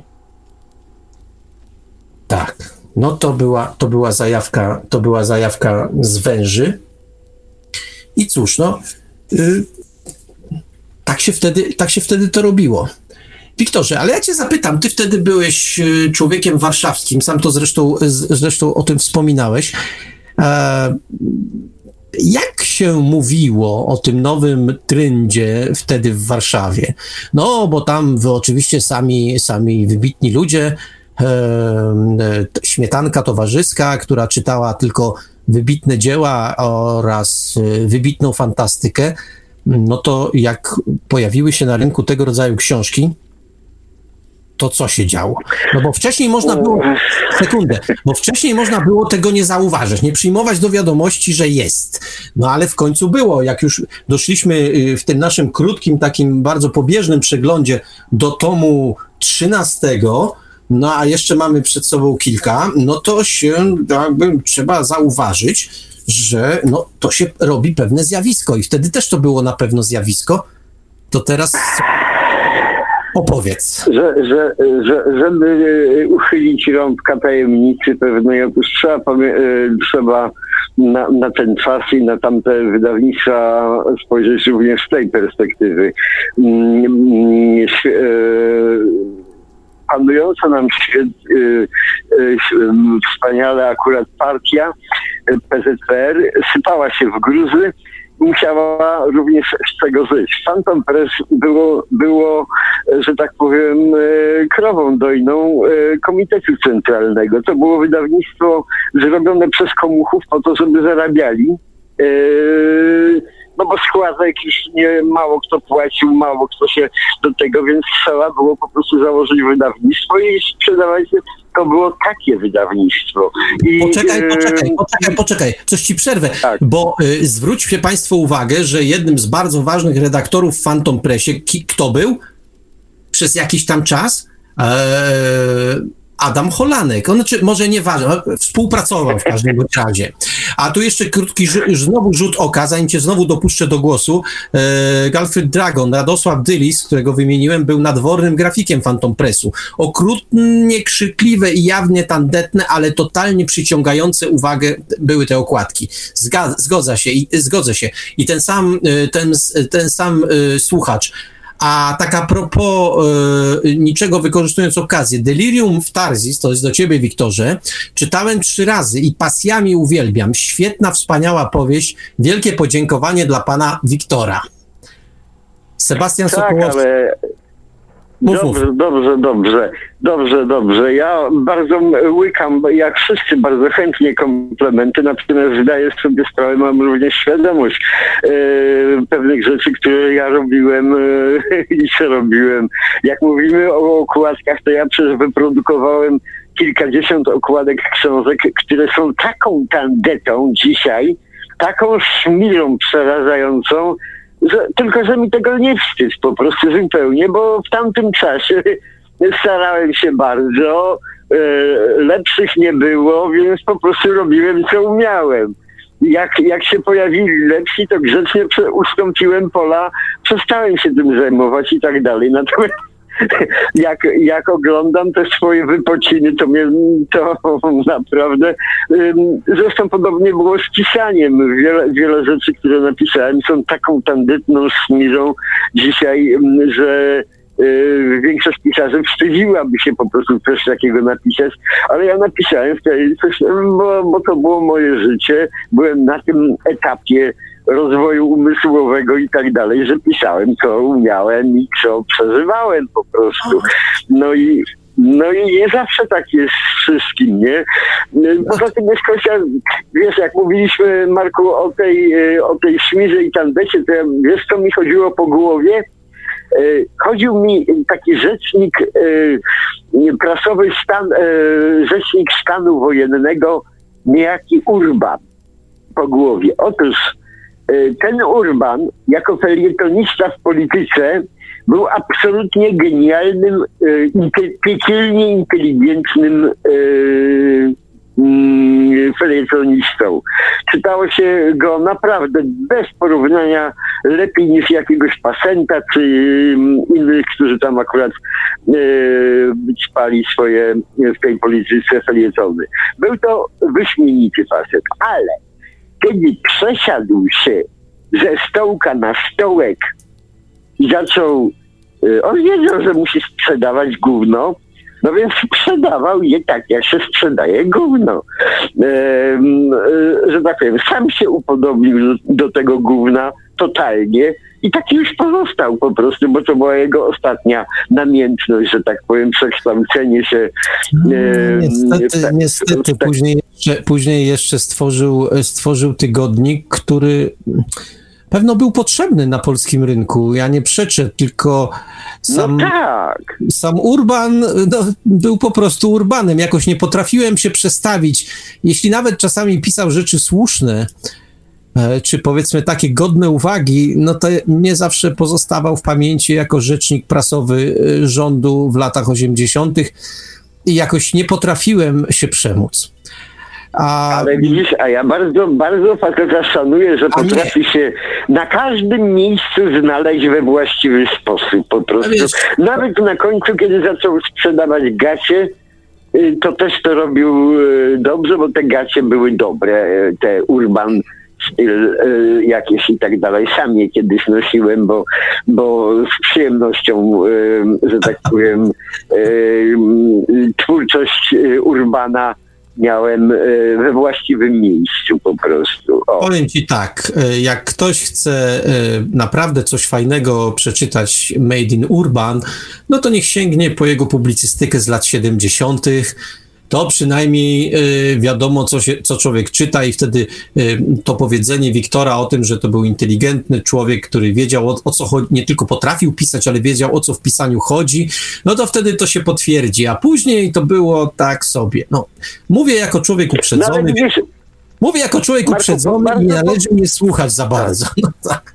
Tak, no to była, to była zajawka, to była zajawka z Węży. I cóż, no, yy, tak się wtedy, tak się wtedy to robiło. Wiktorze, ale ja cię zapytam, ty wtedy byłeś człowiekiem warszawskim, sam to zresztą, zresztą o tym wspominałeś. E, jak się mówiło o tym nowym trendzie wtedy w Warszawie? No, bo tam wy oczywiście sami, sami wybitni ludzie, e, e, śmietanka towarzyska, która czytała tylko wybitne dzieła oraz wybitną fantastykę, no to jak pojawiły się na rynku tego rodzaju książki, to co się działo? No bo wcześniej można było, sekundę, bo wcześniej można było tego nie zauważyć, nie przyjmować do wiadomości, że jest. No ale w końcu było, jak już doszliśmy w tym naszym krótkim, takim bardzo pobieżnym przeglądzie do tomu trzynastego, no a jeszcze mamy przed sobą kilka, no to się jakby trzeba zauważyć, że no to się robi pewne zjawisko i wtedy też to było na pewno zjawisko. To teraz opowiedz. Że, że, że, żeby uchylić rąbka tajemnicy pewnej, otóż trzeba, trzeba na, na ten czas i na tamte wydawnictwa spojrzeć również z tej perspektywy. Panująca nam świet, wspaniale akurat partia P Z P R sypała się w gruzy i musiała również z tego zejść. Phantom Press było, było, że tak powiem, krową dojną Komitetu Centralnego. To było wydawnictwo zrobione przez komuchów po to, żeby zarabiali. no bo składek już nie mało kto płacił, mało kto się do tego, więc trzeba było po prostu założyć wydawnictwo i sprzedawać. To było takie wydawnictwo. I, poczekaj, poczekaj, poczekaj, poczekaj, coś ci przerwę, tak. bo y, zwróćcie Państwo uwagę, że jednym z bardzo ważnych redaktorów w Phantom Pressie, ki, kto był przez jakiś tam czas? Eee, Adam Cholanek. On, czy, może nieważne, współpracował w każdym razie. A tu jeszcze krótki, znowu rzut oka, zanim cię znowu dopuszczę do głosu. E, Galfred Dragon, Radosław Dylis, którego wymieniłem, był nadwornym grafikiem Phantom Pressu. Okrutnie krzykliwe i jawnie tandetne, ale totalnie przyciągające uwagę były te okładki. Zga, zgodza się, i, zgodzę się. I ten sam, ten, ten sam y, słuchacz. A tak a propos y, niczego wykorzystując okazję, Delirium w Tarzis, to jest do ciebie, Wiktorze, czytałem trzy razy i pasjami uwielbiam. Świetna, wspaniała powieść. Wielkie podziękowanie dla pana Wiktora. Sebastian tak, Sokołowski. Ale... Mów, dobrze, mów. dobrze, dobrze, dobrze, dobrze. Ja bardzo łykam, jak wszyscy, bardzo chętnie komplementy, natomiast zdaję sobie sprawę, mam również świadomość e, pewnych rzeczy, które ja robiłem e, i co robiłem. Jak mówimy o okładkach, to ja przecież wyprodukowałem kilkadziesiąt okładek książek, które są taką tandetą dzisiaj, taką szmirą przerażającą, Że, tylko, że mi tego nie wstyd po prostu zupełnie, bo w tamtym czasie starałem się bardzo, e, lepszych nie było, więc po prostu robiłem, co umiałem. Jak, jak się pojawili lepsi, to grzecznie prze, ustąpiłem pola, przestałem się tym zajmować i tak dalej. Natomiast jak, jak oglądam te swoje wypociny, to mnie to naprawdę... Zresztą podobnie było z pisaniem. Wiele, wiele rzeczy, które napisałem, są taką tandetną szmirą dzisiaj, że większość pisarzy wstydziłaby się po prostu coś takiego napisać, ale ja napisałem wtedy coś, bo, bo to było moje życie. Byłem na tym etapie rozwoju umysłowego i tak dalej, że pisałem, co umiałem i co przeżywałem po prostu. No i no i nie zawsze tak jest z wszystkim, nie? Poza tym jest kwestia, wiesz, jak mówiliśmy, Marku, o tej, o tej szmirze i tandecie, to ja, wiesz, co mi chodziło po głowie? Chodził mi taki rzecznik prasowy, stan, rzecznik stanu wojennego, niejaki Urban po głowie. Otóż ten Urban, jako felietonista w polityce, był absolutnie genialnym, piekielnie inteligentnym felietonistą. Czytało się go naprawdę bez porównania lepiej niż jakiegoś Pasenta czy innych, którzy tam akurat ćpali swoje w tej polityce felietony. Był to wyśmienity facet, ale kiedy przesiadł się ze stołka na stołek i zaczął, on wiedział, że musi sprzedawać gówno, no więc sprzedawał je tak, jak się sprzedaje gówno. E, e, że tak powiem, sam się upodobnił do, do tego gówna totalnie i taki już pozostał po prostu, bo to była jego ostatnia namiętność, że tak powiem, przekształcenie się. E, niestety, tak, niestety tak. Później, jeszcze, później jeszcze stworzył, stworzył tygodnik, który pewno był potrzebny na polskim rynku. Ja nie przeczę, tylko sam, no tak. sam Urban no, był po prostu Urbanem. Jakoś nie potrafiłem się przestawić. Jeśli nawet czasami pisał rzeczy słuszne, czy powiedzmy takie godne uwagi, no to nie zawsze pozostawał w pamięci jako rzecznik prasowy rządu w latach osiemdziesiątych i jakoś nie potrafiłem się przemóc. A... Ale widzisz, a ja bardzo, bardzo faceta szanuję, że potrafi się na każdym miejscu znaleźć we właściwy sposób po prostu. Wiesz, nawet na końcu, kiedy zaczął sprzedawać gacie, to też to robił dobrze, bo te gacie były dobre, te Urban styl jakieś i tak dalej. Sam je kiedyś nosiłem, bo, bo z przyjemnością, że tak powiem, twórczość Urbana miałem we właściwym miejscu po prostu. O. Powiem ci tak, jak ktoś chce naprawdę coś fajnego przeczytać Made in Urban, no to niech sięgnie po jego publicystykę z lat siedemdziesiątych. to przynajmniej y, wiadomo, co, się, co człowiek czyta i wtedy y, to powiedzenie Wiktora o tym, że to był inteligentny człowiek, który wiedział o, o co chodzi, nie tylko potrafił pisać, ale wiedział, o co w pisaniu chodzi, no to wtedy to się potwierdzi, a później to było tak sobie. No, mówię jako człowiek uprzedzony, no, wiesz, mówię jako człowiek Marku, uprzedzony i nie należy mnie słuchać za bardzo. No, tak.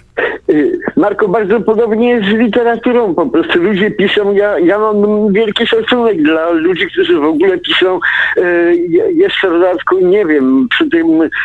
Marko, bardzo podobnie jest z literaturą. Po prostu ludzie piszą, ja, ja mam wielki szacunek dla ludzi, którzy w ogóle piszą e, jeszcze w dodatku, nie wiem, przy tym, e,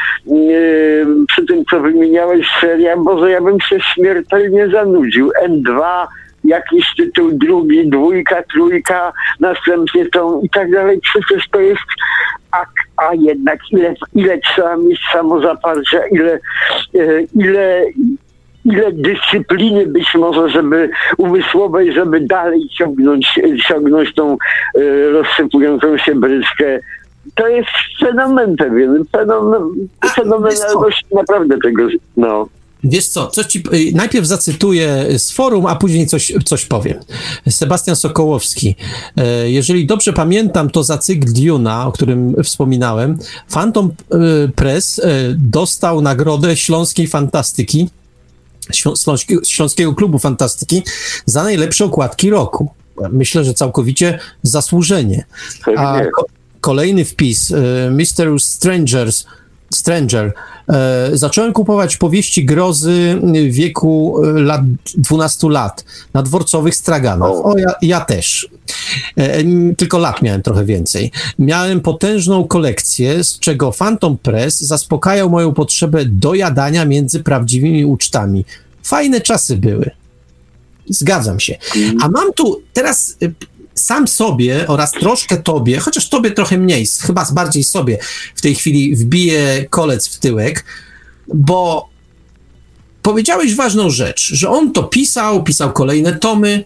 przy tym co wymieniałeś seria, Boże, ja bym się śmiertelnie zanudził. N dwa, jakiś tytuł drugi, dwójka, trójka, następnie tą i tak dalej. Przecież to jest, a, a jednak ile, ile trzeba mieć samozaparcia, ile, e, ile ile dyscypliny być może, żeby umysłowej, żeby dalej ciągnąć, ciągnąć tą y, rozsypującą się bryczkę. To jest fenomen pewien, fenomen, fenomenalność naprawdę tego, no. Wiesz co, coś ci, najpierw zacytuję z forum, a później coś, coś powiem. Sebastian Sokołowski. Jeżeli dobrze pamiętam, to za cykl Duna, o którym wspominałem, Phantom Press dostał nagrodę Śląskiej Fantastyki, Śląskiego, Śląskiego Klubu Fantastyki za najlepsze okładki roku. Myślę, że całkowicie zasłużenie. A ko- kolejny wpis, mister Strangers, Stranger. E, zacząłem kupować powieści grozy w wieku lat dwunastu lat na dworcowych straganach. O, ja, ja też. E, tylko lat miałem trochę więcej. Miałem potężną kolekcję, z czego Phantom Press zaspokajał moją potrzebę dojadania między prawdziwymi ucztami. Fajne czasy były. Zgadzam się. A mam tu teraz sam sobie oraz troszkę tobie, chociaż tobie trochę mniej, chyba bardziej sobie w tej chwili wbiję kolec w tyłek, bo powiedziałeś ważną rzecz, że on to pisał, pisał kolejne tomy.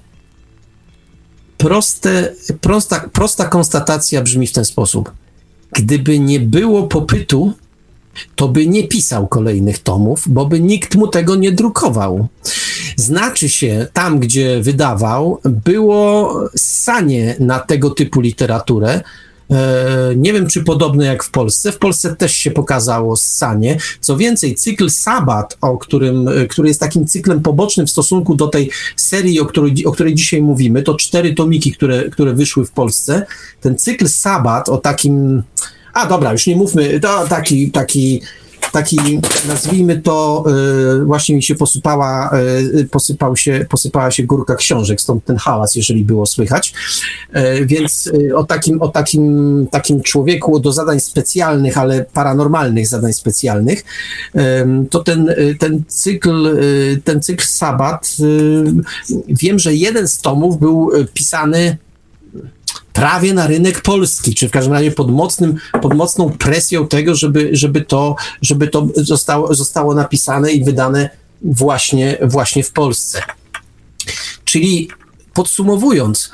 Proste, prosta, prosta konstatacja brzmi w ten sposób. Gdyby nie było popytu, to by nie pisał kolejnych tomów, bo by nikt mu tego nie drukował. Znaczy się, tam gdzie wydawał, było ssanie na tego typu literaturę. E, nie wiem, czy podobne jak w Polsce. W Polsce też się pokazało ssanie. Co więcej, cykl Sabat, o którym, który jest takim cyklem pobocznym w stosunku do tej serii, o której, o której dzisiaj mówimy, to cztery tomiki, które, które wyszły w Polsce. Ten cykl Sabat o takim... A dobra, już nie mówmy, to taki, taki, taki nazwijmy to, y, właśnie mi się posypała, y, posypał się, posypała się górka książek, stąd ten hałas, jeżeli było słychać. Y, więc y, o takim, o takim, takim człowieku do zadań specjalnych, ale paranormalnych zadań specjalnych, y, to ten, y, ten cykl, y, ten cykl Sabat, y, wiem, że jeden z tomów był pisany prawie na rynek polski, czy w każdym razie pod, mocnym, pod mocną presją tego, żeby, żeby to, żeby to zostało, zostało napisane i wydane właśnie, właśnie w Polsce. Czyli podsumowując,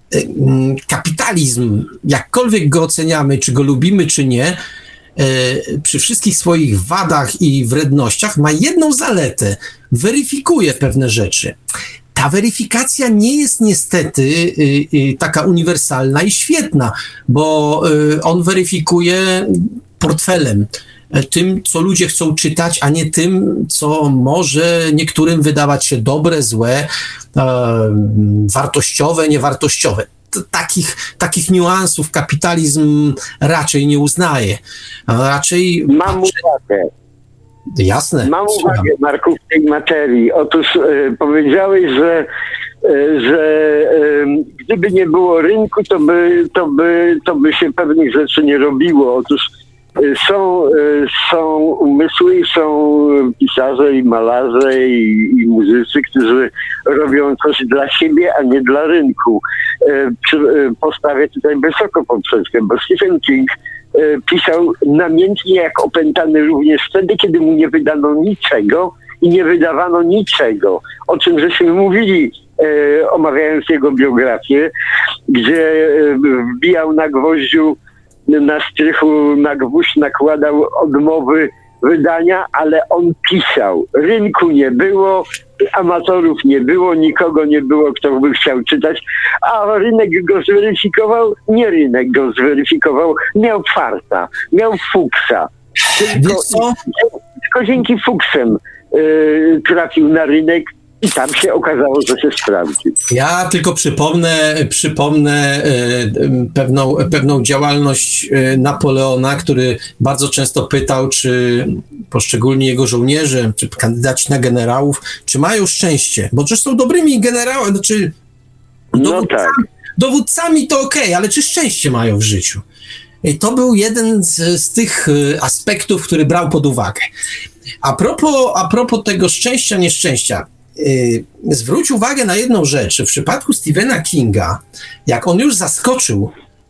kapitalizm, jakkolwiek go oceniamy, czy go lubimy, czy nie, przy wszystkich swoich wadach i wrednościach ma jedną zaletę. Weryfikuje pewne rzeczy. Ta weryfikacja nie jest niestety y, y, taka uniwersalna i świetna, bo y, on weryfikuje portfelem, tym, co ludzie chcą czytać, a nie tym, co może niektórym wydawać się dobre, złe, e, wartościowe, niewartościowe. Takich, takich niuansów kapitalizm raczej nie uznaje. Raczej... Mam uwagę. Jasne. Mam uwagę, Marku, w tej materii. Otóż e, powiedziałeś, że, e, że e, gdyby nie było rynku, to by, to, by, to by się pewnych rzeczy nie robiło. Otóż e, są, e, są umysły, są pisarze i malarze i, i muzycy, którzy robią coś dla siebie, a nie dla rynku. E, przy, e, postawię tutaj wysoko poprzeczkę, bo Stephen King pisał namiętnie jak opętany również wtedy, kiedy mu nie wydano niczego i nie wydawano niczego. O czym żeśmy mówili, e, omawiając jego biografię, gdzie e, wbijał na gwoździu, na strychu, na gwóźdź nakładał odmowy wydania, ale on pisał. Rynku nie było, amatorów nie było, nikogo nie było, kto by chciał czytać, a rynek go zweryfikował, nie rynek go zweryfikował, miał farta, miał fuksa. Tylko, tylko dzięki fuksem yy, trafił na rynek i tam się okazało, że się sprawdzi. Ja tylko przypomnę, przypomnę yy, pewną, pewną działalność yy, Napoleona, który bardzo często pytał, czy poszczególni jego żołnierze, czy kandydaci na generałów, czy mają szczęście, bo czy są dobrymi generałami, znaczy no tak. Dowódcami to okej, okay, ale czy szczęście mają w życiu? I to był jeden z, z tych aspektów, który brał pod uwagę. A propos, a propos tego szczęścia, nieszczęścia, yy, zwróć uwagę na jedną rzecz. W przypadku Stephena Kinga, jak on już zaskoczył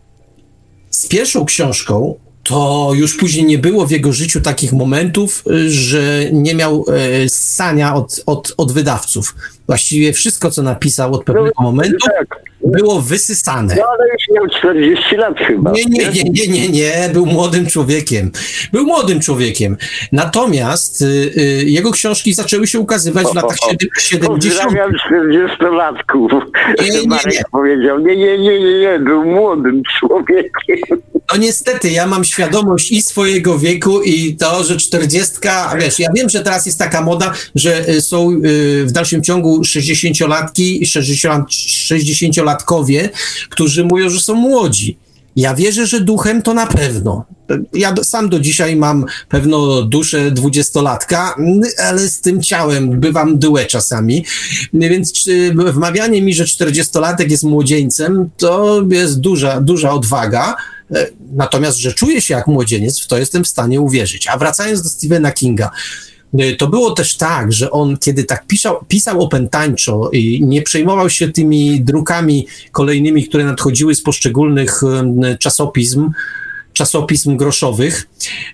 z pierwszą książką, to już później nie było w jego życiu takich momentów, że nie miał e, ssania od, od, od wydawców. Właściwie wszystko, co napisał od pewnego no, momentu, tak. było wysysane. No ale już miał czterdzieści lat chyba. Nie, nie, nie, nie, nie, nie. Był młodym człowiekiem. Był młodym człowiekiem. Natomiast y, y, jego książki zaczęły się ukazywać w latach siedemdziesiątych. Pozdrawiam czterdziestolatków. Nie, nie, Marek nie. powiedział, nie, nie, nie, nie, nie, był młodym człowiekiem. No niestety, ja mam świadomość i swojego wieku i to, że czterdziestka, wiesz, ja wiem, że teraz jest taka moda, że są y, w dalszym ciągu sześćdziesięciolatki, sześćdziesięciolatkowie, którzy mówią, że są młodzi. Ja wierzę, że duchem to na pewno. Ja do, sam do dzisiaj mam pewno duszę dwudziestolatka, ale z tym ciałem bywam mdłe czasami. Więc czy, wmawianie mi, że czterdziestolatek jest młodzieńcem, to jest duża, duża odwaga. Natomiast, że czuję się jak młodzieniec, w to jestem w stanie uwierzyć. A wracając do Stephena Kinga, to było też tak, że on, kiedy tak pisał, pisał opętańczo i nie przejmował się tymi drukami kolejnymi, które nadchodziły z poszczególnych czasopism, czasopism groszowych,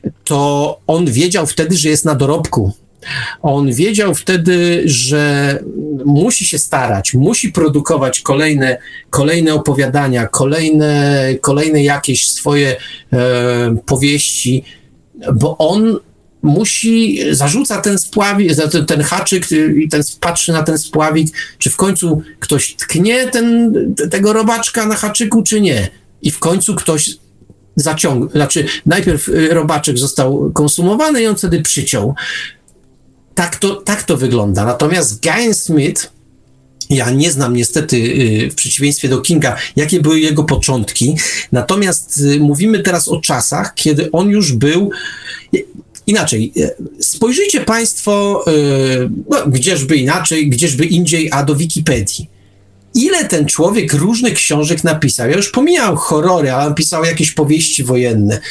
to on wiedział wtedy, że jest na dorobku. On wiedział wtedy, że musi się starać, musi produkować kolejne, kolejne opowiadania, kolejne, kolejne jakieś swoje e, powieści, bo on musi, zarzuca ten spławik, ten, ten haczyk i ten, patrzy na ten spławik, czy w końcu ktoś tknie ten, tego robaczka na haczyku, czy nie. I w końcu ktoś zaciągnął, znaczy najpierw robaczek został konsumowany i on wtedy przyciął. Tak to, tak to wygląda. Natomiast Guy Smith, ja nie znam niestety w przeciwieństwie do Kinga, jakie były jego początki, natomiast mówimy teraz o czasach, kiedy on już był... Inaczej, spojrzyjcie państwo, no, gdzieżby inaczej, gdzieżby indziej, a do Wikipedii. Ile ten człowiek różnych książek napisał? Ja już pomijam horrory, ale on pisał jakieś powieści wojenne,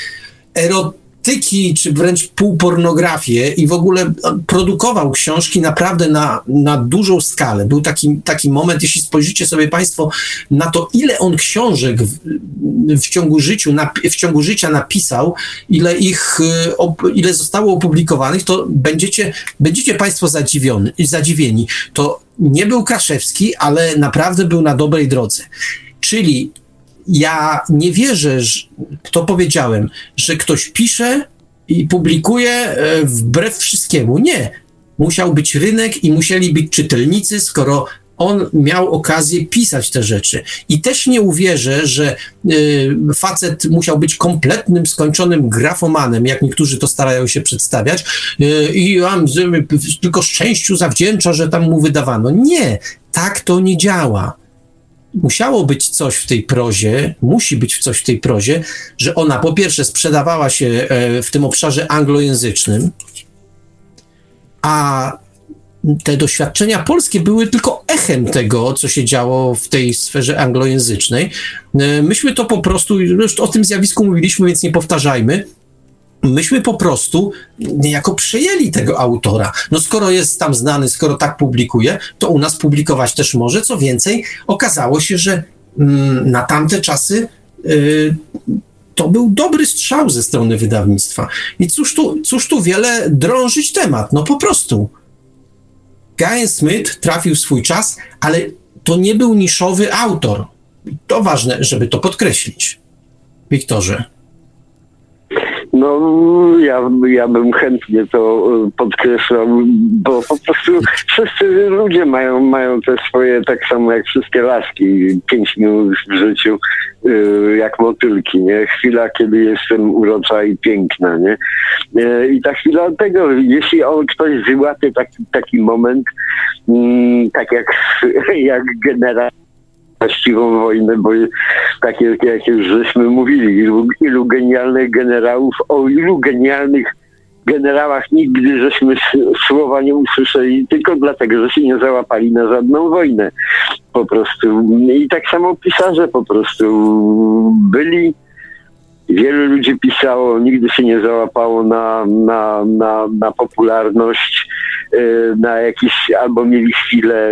erotyki, czy wręcz półpornografię i w ogóle produkował książki naprawdę na, na dużą skalę. Był taki, taki moment, jeśli spojrzycie sobie państwo na to, ile on książek w, w, ciągu, życiu, w ciągu życia napisał, ile ich, ile zostało opublikowanych, to będziecie, będziecie państwo zadziwiony, zadziwieni. To nie był Kraszewski, ale naprawdę był na dobrej drodze. Czyli ja nie wierzę, że, to powiedziałem, że ktoś pisze i publikuje wbrew wszystkiemu. Nie. Musiał być rynek i musieli być czytelnicy, skoro on miał okazję pisać te rzeczy. I też nie uwierzę, że y, facet musiał być kompletnym, skończonym grafomanem, jak niektórzy to starają się przedstawiać, y, i on y, tylko szczęściu zawdzięcza, że tam mu wydawano. Nie. Tak to nie działa. Musiało być coś w tej prozie, musi być coś w tej prozie, że ona po pierwsze sprzedawała się w tym obszarze anglojęzycznym, a te doświadczenia polskie były tylko echem tego, co się działo w tej sferze anglojęzycznej. Myśmy to po prostu, już o tym zjawisku mówiliśmy, więc nie powtarzajmy, myśmy po prostu niejako przejęli tego autora. No skoro jest tam znany, skoro tak publikuje, to u nas publikować też może. Co więcej, okazało się, że mm, na tamte czasy y, to był dobry strzał ze strony wydawnictwa. I cóż tu, cóż tu wiele drążyć temat, no po prostu. Guy Smith trafił w swój czas, ale to nie był niszowy autor. To ważne, żeby to podkreślić. Wiktorze. No, ja, ja bym chętnie to podkreślał, bo po prostu wszyscy ludzie mają, mają te swoje, tak samo jak wszystkie laski, pięć minut w życiu, jak motylki, nie? Chwila, kiedy jestem urocza i piękna, nie? I ta chwila tego, jeśli on ktoś wyłapie taki, taki moment, tak jak, jak generał właściwą wojnę, bo tak jak, jak już żeśmy mówili, ilu, ilu genialnych generałów, o ilu genialnych generałach nigdy żeśmy słowa nie usłyszeli, tylko dlatego, że się nie załapali na żadną wojnę. Po prostu. I tak samo pisarze po prostu byli. Wielu ludzi pisało, nigdy się nie załapało na, na, na, na popularność, na jakieś, albo mieli chwilę.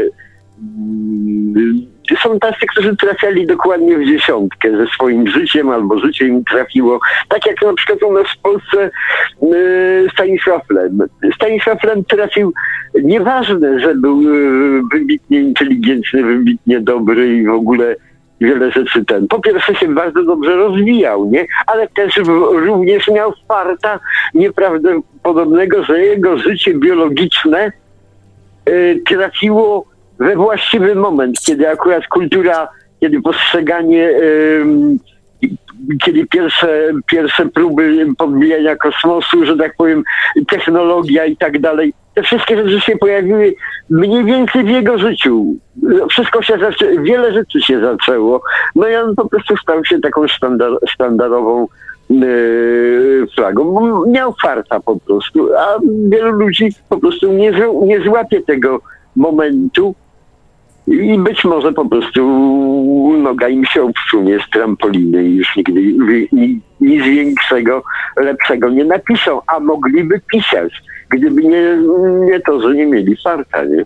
Są tacy, którzy trafiali dokładnie w dziesiątkę ze swoim życiem, albo życie im trafiło. Tak jak na przykład u nas w Polsce yy, Stanisław Lem. Stanisław Lem trafił, nieważne, że był yy, wybitnie inteligentny, wybitnie dobry i w ogóle wiele rzeczy ten. Po pierwsze się bardzo dobrze rozwijał, nie? Ale też również miał farta nieprawdopodobnego, że jego życie biologiczne yy, trafiło we właściwy moment, kiedy akurat kultura, kiedy postrzeganie, yy, kiedy pierwsze, pierwsze próby podbijania kosmosu, że tak powiem, technologia i tak dalej, te wszystkie rzeczy się pojawiły mniej więcej w jego życiu. Wszystko się zaczęło, wiele rzeczy się zaczęło. No i on po prostu stał się taką sztandar, sztandarową yy, flagą. Bo miał farta po prostu, a wielu ludzi po prostu nie, nie złapie tego momentu i być może po prostu noga im się obsunie z trampoliny i już nigdy nic większego, lepszego nie napiszą, a mogliby pisać, gdyby nie, nie to, że nie mieli farta, nie?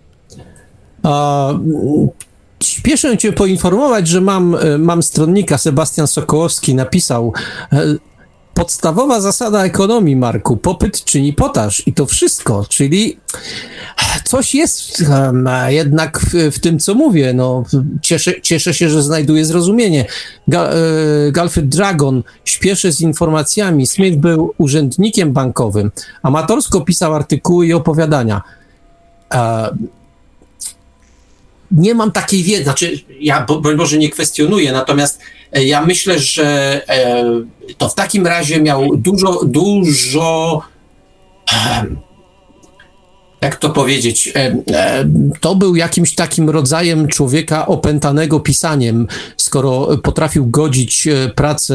A, śpieszę cię poinformować, że mam, mam stronnika, Sebastian Sokołowski napisał: podstawowa zasada ekonomii, Marku, popyt czyni podaż i to wszystko, czyli coś jest um, jednak w, w tym, co mówię. No, cieszę, cieszę się, że znajduję zrozumienie. Ga, e, Galfred Dragon śpieszy z informacjami. Smith był urzędnikiem bankowym. Amatorsko pisał artykuły i opowiadania. E, nie mam takiej wiedzy, znaczy ja broń Boże nie kwestionuję, natomiast ja myślę, że e, to w takim razie miał dużo, dużo e, jak to powiedzieć, e, e, to był jakimś takim rodzajem człowieka opętanego pisaniem, skoro potrafił godzić pracę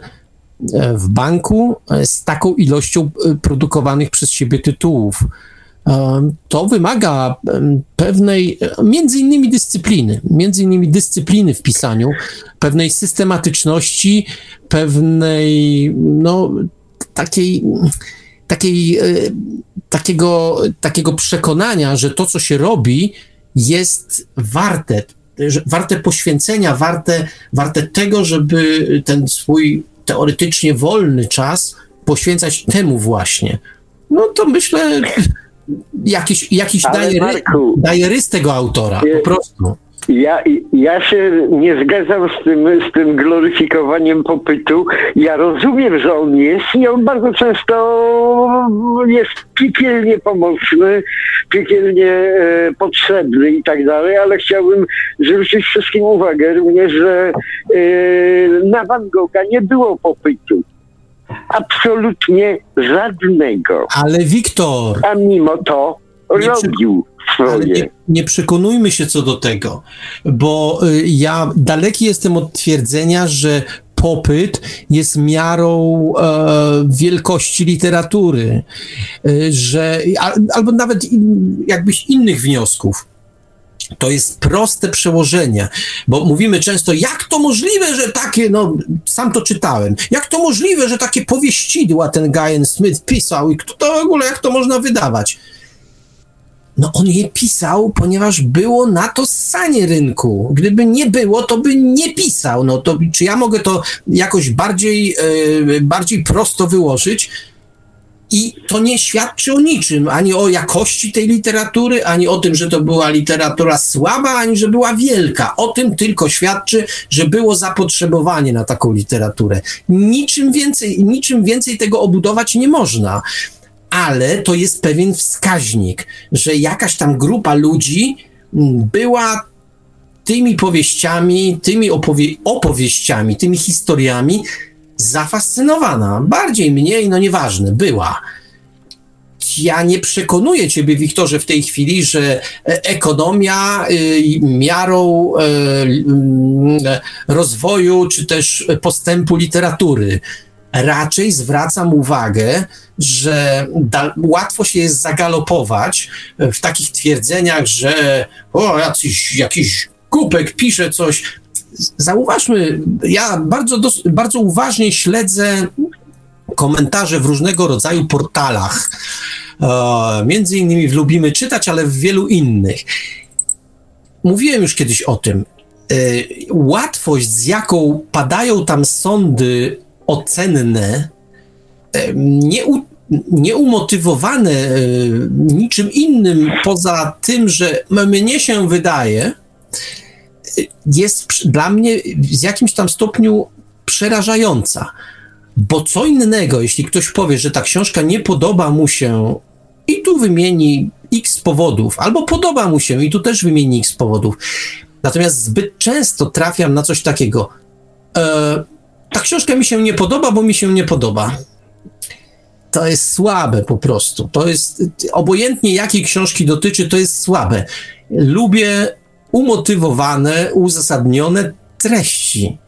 w banku z taką ilością produkowanych przez siebie tytułów. To wymaga pewnej, między innymi dyscypliny, między innymi dyscypliny w pisaniu, pewnej systematyczności, pewnej, no, takiej, takiej, takiego, takiego przekonania, że to, co się robi, jest warte, warte poświęcenia, warte, warte tego, żeby ten swój teoretycznie wolny czas poświęcać temu właśnie. No to myślę... Jakiś, jakiś daje, Marku, daje rys tego autora, po prostu. Ja, ja się nie zgadzam z tym, z tym gloryfikowaniem popytu. Ja rozumiem, że on jest i on bardzo często jest piekielnie pomocny, piekielnie e, potrzebny i tak dalej, ale chciałbym zwrócić wszystkim uwagę również, że e, na Van Gogha nie było popytu. Absolutnie żadnego. Ale Wiktor... A mimo to robił swoje. Ale nie, nie przekonujmy się co do tego, bo y, ja daleki jestem od twierdzenia, że popyt jest miarą e, wielkości literatury, y, że a, albo nawet in, jakbyś innych wniosków. To jest proste przełożenie, bo mówimy często, jak to możliwe, że takie, no sam to czytałem, jak to możliwe, że takie powieścidła ten Guy Smith pisał i kto to w ogóle, jak to można wydawać? No on je pisał, ponieważ było na to ssanie rynku. Gdyby nie było, to by nie pisał. No to czy ja mogę to jakoś bardziej, yy, bardziej prosto wyłożyć? I to nie świadczy o niczym, ani o jakości tej literatury, ani o tym, że to była literatura słaba, ani że była wielka. O tym tylko świadczy, że było zapotrzebowanie na taką literaturę. Niczym więcej, niczym więcej tego obudować nie można. Ale to jest pewien wskaźnik, że jakaś tam grupa ludzi była tymi powieściami, tymi opowie- opowieściami, tymi historiami zafascynowana. Bardziej, mniej, no nieważne, była. Ja nie przekonuję ciebie, Wiktorze, w tej chwili, że ekonomia y, miarą y, y, rozwoju czy też postępu literatury. Raczej zwracam uwagę, że da, łatwo się jest zagalopować w takich twierdzeniach, że o, jacyś, jakiś głupek pisze coś. Zauważmy, ja bardzo, dos, bardzo uważnie śledzę komentarze w różnego rodzaju portalach. E, między innymi w Lubimy Czytać, ale w wielu innych. Mówiłem już kiedyś o tym. E, łatwość, z jaką padają tam sądy ocenne, e, nie, u, nie umotywowane e, niczym innym poza tym, że mnie się wydaje, jest dla mnie w jakimś tam stopniu przerażająca. Bo co innego, jeśli ktoś powie, że ta książka nie podoba mu się i tu wymieni x powodów, albo podoba mu się i tu też wymieni x powodów. Natomiast zbyt często trafiam na coś takiego. E, ta książka mi się nie podoba, bo mi się nie podoba. To jest słabe po prostu. To jest, obojętnie jakiej książki dotyczy, to jest słabe. Lubię umotywowane, uzasadnione treści.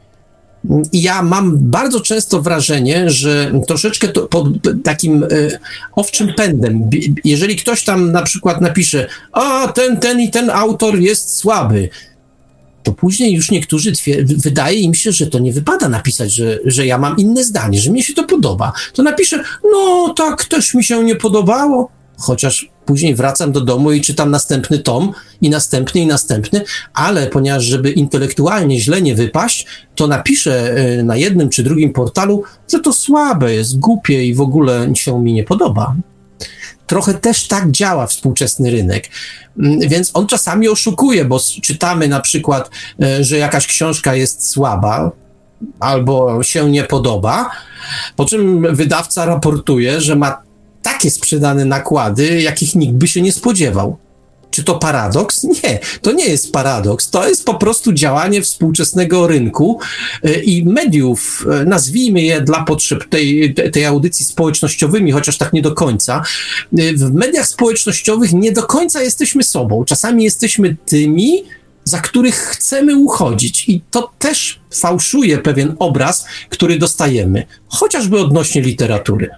I ja mam bardzo często wrażenie, że troszeczkę to pod takim e, owczym pędem, jeżeli ktoś tam na przykład napisze, a ten, ten i ten autor jest słaby, to później już niektórzy twier- wydaje im się, że to nie wypada napisać, że, że ja mam inne zdanie, że mnie się to podoba. To napiszę, no tak, też mi się nie podobało, chociaż później wracam do domu i czytam następny tom i następny i następny, ale ponieważ żeby intelektualnie źle nie wypaść, to napiszę na jednym czy drugim portalu, że to słabe jest, głupie i w ogóle się mi nie podoba. Trochę też tak działa współczesny rynek, więc on czasami oszukuje, bo czytamy na przykład, że jakaś książka jest słaba albo się nie podoba, po czym wydawca raportuje, że ma takie sprzedane nakłady, jakich nikt by się nie spodziewał. Czy to paradoks? Nie, to nie jest paradoks. To jest po prostu działanie współczesnego rynku i mediów, nazwijmy je dla potrzeb tej, tej audycji społecznościowymi, chociaż tak nie do końca. W mediach społecznościowych nie do końca jesteśmy sobą. Czasami jesteśmy tymi, za których chcemy uchodzić. I to też fałszuje pewien obraz, który dostajemy, chociażby odnośnie literatury.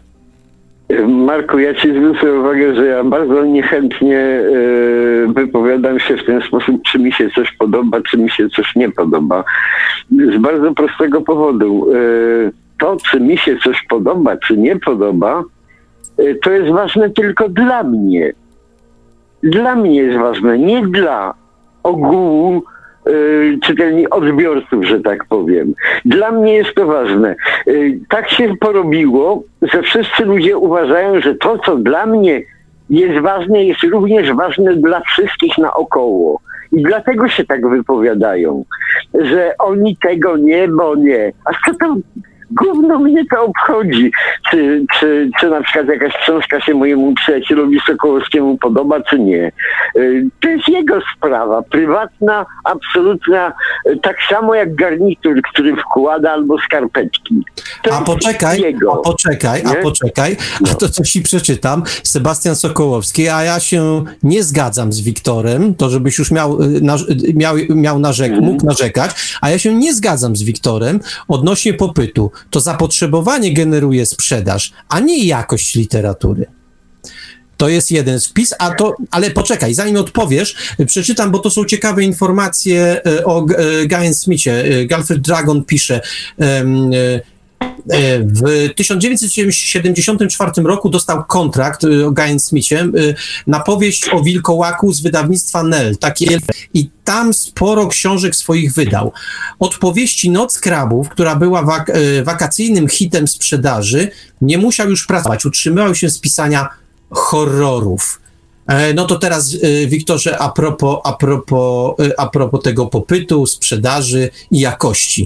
Marku, ja ci zwrócę uwagę, że ja bardzo niechętnie y, wypowiadam się w ten sposób, czy mi się coś podoba, czy mi się coś nie podoba. Z bardzo prostego powodu. Y, to, czy mi się coś podoba, czy nie podoba, y, to jest ważne tylko dla mnie. Dla mnie jest ważne, nie dla ogółu Yy, czytelni odbiorców, że tak powiem. Dla mnie jest to ważne. Yy, tak się porobiło, że wszyscy ludzie uważają, że to, co dla mnie jest ważne, jest również ważne dla wszystkich naokoło. I dlatego się tak wypowiadają, że oni tego nie, bo nie. A co to gówno mnie to obchodzi? Czy, czy, czy na przykład jakaś książka się mojemu przyjacielowi Sokołowskiemu podoba, czy nie? To jest jego sprawa, prywatna, absolutna, tak samo jak garnitur, który wkłada, albo skarpetki. To a poczekaj, jego, a poczekaj, nie? a poczekaj, a to coś ci przeczytam. Sebastian Sokołowski, a ja się nie zgadzam z Wiktorem, to żebyś już miał, miał, miał narzek, mógł narzekać, a ja się nie zgadzam z Wiktorem odnośnie popytu. To zapotrzebowanie generuje sprzedaż, a nie jakość literatury. To jest jeden wpis, a to, ale poczekaj, zanim odpowiesz, przeczytam, bo to są ciekawe informacje o Guyan Smithie. Galfred Dragon pisze, W tysiąc dziewięćset siedemdziesiątym czwartym roku dostał kontrakt o Guy Smithie na powieść o wilkołaku z wydawnictwa Nell. Takie, i tam sporo książek swoich wydał. Od powieści Noc Krabów, która była wak- wakacyjnym hitem sprzedaży, nie musiał już pracować. Utrzymywał się z pisania horrorów. No to teraz, Wiktorze, a propos, a propos, a propos tego popytu, sprzedaży i jakości.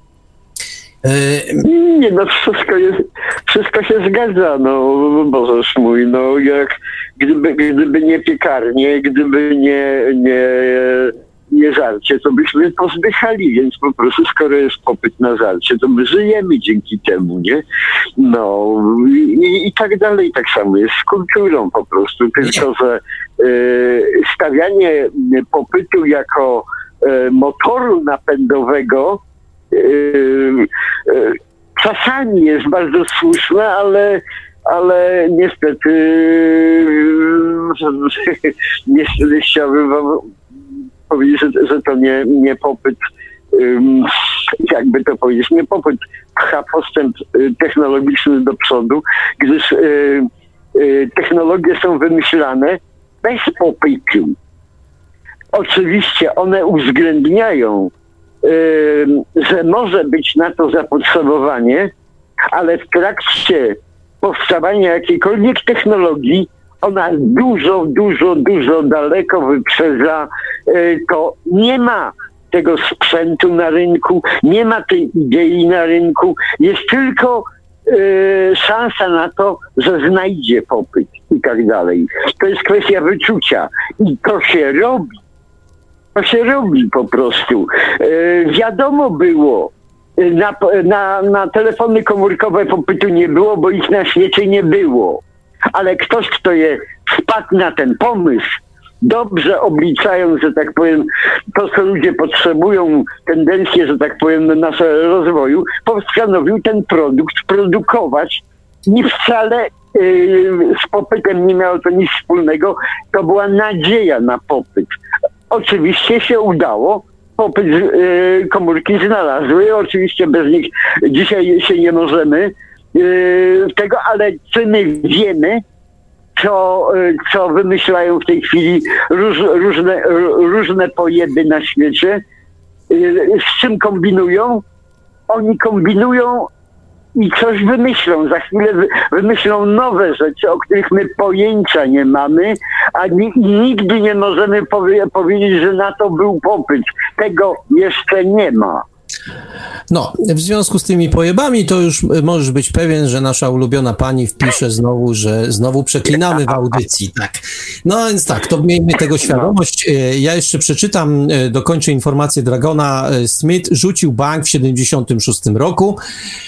Nie, no wszystko jest, wszystko się zgadza, no Bożeż mój, no jak gdyby, gdyby nie piekarnie, gdyby nie, nie, nie żarcie, to byśmy pozdychali, więc po prostu skoro jest popyt na żarcie, to my żyjemy dzięki temu, nie? No i, i tak dalej, tak samo jest z kulturą po prostu, tylko że y, stawianie popytu jako y, motoru napędowego czasami jest bardzo słuszne, ale, ale niestety niestety chciałbym wam powiedzieć, że, że to nie, nie popyt, jakby to powiedzieć, nie popyt pcha postęp technologiczny do przodu, gdyż technologie są wymyślane bez popytu. Oczywiście one uwzględniają, że może być na to zapotrzebowanie, ale w trakcie powstawania jakiejkolwiek technologii ona dużo, dużo, dużo daleko wyprzedza to. Nie ma tego sprzętu na rynku, nie ma tej idei na rynku, jest tylko szansa na to, że znajdzie popyt i tak dalej. To jest kwestia wyczucia i to się robi. To się robi po prostu. E, wiadomo było, na, na, na telefony komórkowe popytu nie było, bo ich na świecie nie było. Ale ktoś, kto je wpadł na ten pomysł, dobrze obliczając, że tak powiem, to, co ludzie potrzebują, tendencje, że tak powiem, naszego rozwoju, postanowił ten produkt produkować. Nie wcale yy, z popytem nie miało to nic wspólnego. To była nadzieja na popyt. Oczywiście się udało, popyt yy, komórki znalazły, oczywiście bez nich dzisiaj się nie możemy yy, tego, ale czy my wiemy, co, yy, co wymyślają w tej chwili róż, różne, różne pojeby na świecie, yy, z czym kombinują? Oni kombinują i coś wymyślą. Za chwilę wymyślą nowe rzeczy, o których my pojęcia nie mamy, a ni- nigdy nie możemy powie- powiedzieć, że na to był popyt. Tego jeszcze nie ma. No, w związku z tymi pojebami to już możesz być pewien, że nasza ulubiona pani wpisze znowu, że znowu przeklinamy w audycji, tak. No więc tak, to miejmy tego świadomość. Ja jeszcze przeczytam, dokończę informację Dragona. Smith rzucił bank w siedemdziesiątym szóstym roku,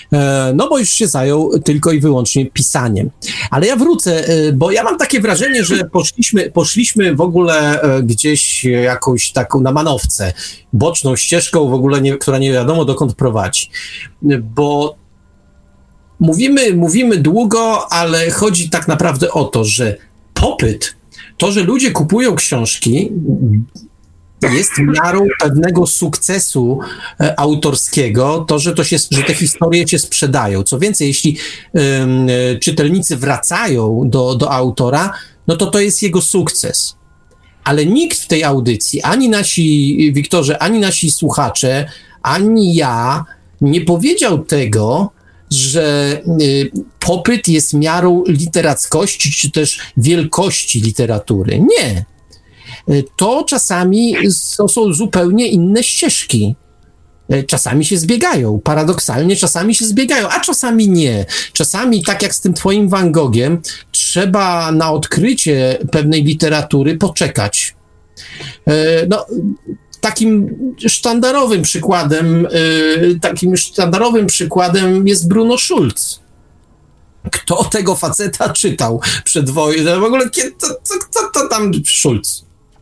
no bo już się zajął tylko i wyłącznie pisaniem. Ale ja wrócę, bo ja mam takie wrażenie, że poszliśmy, poszliśmy w ogóle gdzieś jakąś taką na manowce, boczną ścieżką w ogóle, nie, która nie wiadomo dokąd prowadzi. Bo mówimy, mówimy długo, ale chodzi tak naprawdę o to, że popyt, to, że ludzie kupują książki, jest miarą pewnego sukcesu e, autorskiego, to, że, to się, że te historie się sprzedają. Co więcej, jeśli e, czytelnicy wracają do, do autora, no to to jest jego sukces. Ale nikt w tej audycji, ani nasi, Wiktorze, ani nasi słuchacze, ani ja nie powiedział tego, że y, popyt jest miarą literackości, czy też wielkości literatury. Nie. Y, to czasami to są zupełnie inne ścieżki. Y, czasami się zbiegają, paradoksalnie czasami się zbiegają, a czasami nie. Czasami, tak jak z tym twoim Van Gogiem, trzeba na odkrycie pewnej literatury poczekać. Y, no... Takim sztandarowym przykładem, yy, takim sztandarowym przykładem jest Bruno Schulz. Kto tego faceta czytał przed wojną? W ogóle kiedy, to, to, to, to tam Schulz.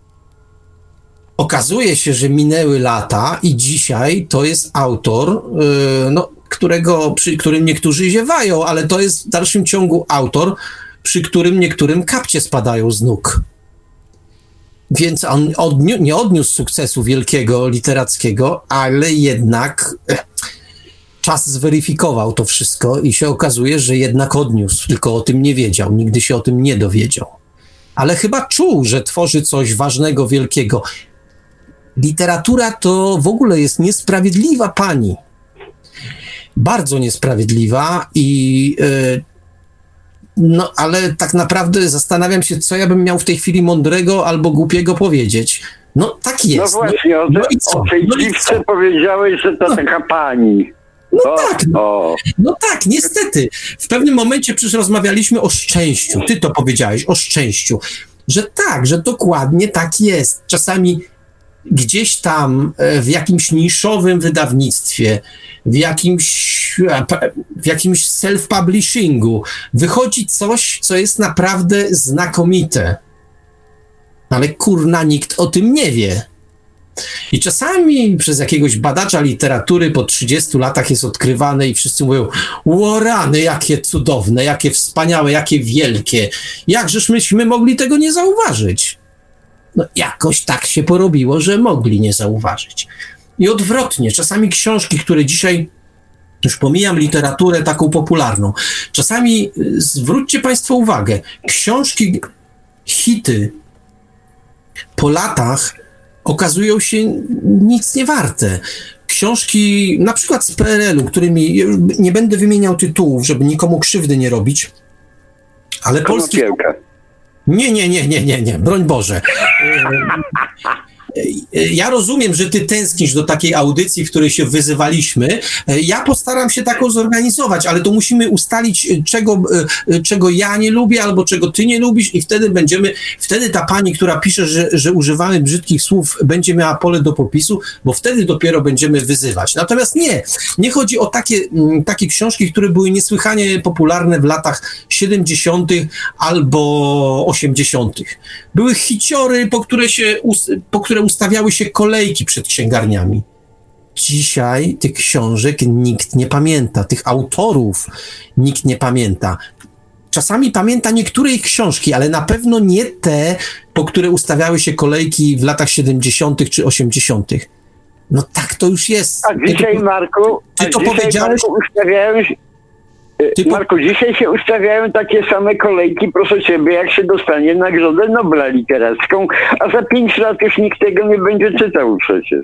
Okazuje się, że minęły lata i dzisiaj to jest autor, yy, no, którego, przy którym niektórzy ziewają, ale to jest w dalszym ciągu autor, przy którym niektórym kapcie spadają z nóg. Więc on odniu- nie odniósł sukcesu wielkiego, literackiego, ale jednak czas zweryfikował to wszystko i się okazuje, że jednak odniósł, tylko o tym nie wiedział, nigdy się o tym nie dowiedział. Ale chyba czuł, że tworzy coś ważnego, wielkiego. Literatura to w ogóle jest niesprawiedliwa pani. Bardzo niesprawiedliwa i yy, no, ale tak naprawdę zastanawiam się, co ja bym miał w tej chwili mądrego albo głupiego powiedzieć. No tak jest. No właśnie, no, no, o, i co? o tej no dziwce powiedziałeś, że to no. taka pani. No o, tak, no, o. no tak, niestety. W pewnym momencie przecież rozmawialiśmy o szczęściu. Ty to powiedziałeś, o szczęściu. Że tak, że dokładnie tak jest. Czasami gdzieś tam w jakimś niszowym wydawnictwie, w jakimś, w jakimś self-publishingu wychodzi coś, co jest naprawdę znakomite. Ale kurna, nikt o tym nie wie. I czasami przez jakiegoś badacza literatury po trzydziestu latach jest odkrywane i wszyscy mówią: o rany, jakie cudowne, jakie wspaniałe, jakie wielkie. Jakżeż myśmy mogli tego nie zauważyć? No jakoś tak się porobiło, że mogli nie zauważyć. I odwrotnie, czasami książki, które dzisiaj, już pomijam literaturę taką popularną, czasami zwróćcie Państwo uwagę, książki, hity po latach okazują się nic nie warte. Książki, na przykład z P R L u, którymi nie będę wymieniał tytułów, żeby nikomu krzywdy nie robić, ale polski... Nie, nie, nie, nie, nie, nie, broń Boże. Ja rozumiem, że ty tęsknisz do takiej audycji, w której się wyzywaliśmy. Ja postaram się taką zorganizować, ale to musimy ustalić, czego, czego ja nie lubię, albo czego ty nie lubisz i wtedy będziemy, wtedy ta pani, która pisze, że, że używamy brzydkich słów, będzie miała pole do popisu, bo wtedy dopiero będziemy wyzywać. Natomiast nie, nie chodzi o takie, takie książki, które były niesłychanie popularne w latach siedemdziesiątych albo osiemdziesiątych. Były hiciory, po które się, po które ustawiały się kolejki przed księgarniami. Dzisiaj tych książek nikt nie pamięta, tych autorów nikt nie pamięta. Czasami pamięta niektóre ich książki, ale na pewno nie te, po które ustawiały się kolejki w latach siedemdziesiątych czy osiemdziesiątych. No tak to już jest. A dzisiaj, ty, Marku, ty to dzisiaj, powiedziałeś? Marku, ustawiają się, ty Marku, po... dzisiaj się ustawiają takie same kolejki, proszę ciebie, jak się dostanie Nagrodę Nobla Literacką, a za pięć lat już nikt tego nie będzie czytał przecież.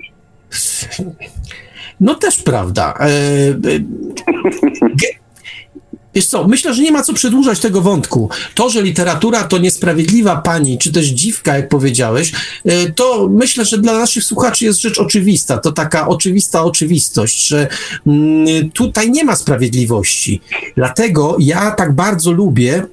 No też prawda. E, e, Wiesz co, myślę, że nie ma co przedłużać tego wątku. To, że literatura to niesprawiedliwa pani, czy też dziwka, jak powiedziałeś, to myślę, że dla naszych słuchaczy jest rzecz oczywista. To taka oczywista oczywistość, że mm, tutaj nie ma sprawiedliwości. Dlatego ja tak bardzo lubię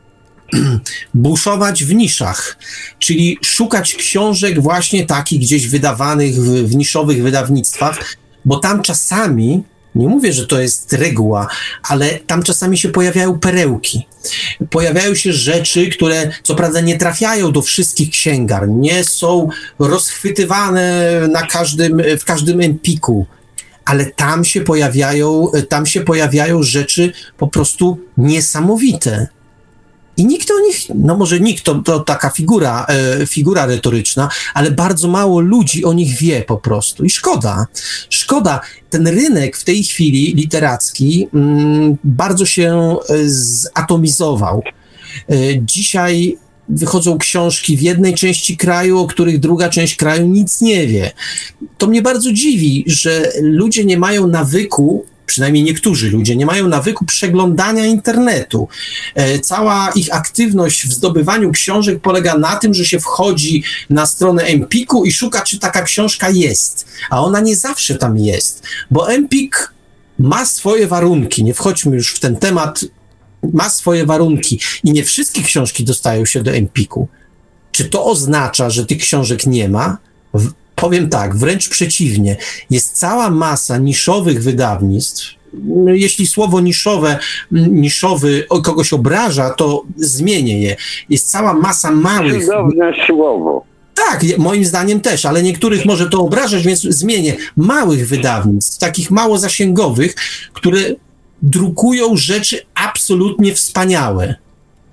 buszować w niszach, czyli szukać książek właśnie takich gdzieś wydawanych w, w niszowych wydawnictwach, bo tam czasami, nie mówię, że to jest reguła, ale tam czasami się pojawiają perełki. Pojawiają się rzeczy, które co prawda nie trafiają do wszystkich księgarni, nie są rozchwytywane na każdym, w każdym empiku, ale tam się pojawiają, tam się pojawiają rzeczy po prostu niesamowite. I nikt o nich, no może nikt, to, to taka figura, e, figura retoryczna, ale bardzo mało ludzi o nich wie po prostu. I szkoda, szkoda. Ten rynek w tej chwili literacki mm, bardzo się zatomizował. E, dzisiaj wychodzą książki w jednej części kraju, o których druga część kraju nic nie wie. To mnie bardzo dziwi, że ludzie nie mają nawyku, przynajmniej niektórzy ludzie nie mają nawyku przeglądania internetu. E, cała ich aktywność w zdobywaniu książek polega na tym, że się wchodzi na stronę Empiku i szuka, czy taka książka jest. A ona nie zawsze tam jest, bo Empik ma swoje warunki. Nie wchodźmy już w ten temat. Ma swoje warunki i nie wszystkie książki dostają się do Empiku. Czy to oznacza, że tych książek nie ma? W Powiem tak, wręcz przeciwnie. Jest cała masa niszowych wydawnictw. Jeśli słowo niszowe, niszowy kogoś obraża, to zmienię je. Jest cała masa małych... Cudowne słowo. Tak, moim zdaniem też, ale niektórych może to obrażać, więc zmienię. Małych wydawnictw, takich mało zasięgowych, które drukują rzeczy absolutnie wspaniałe.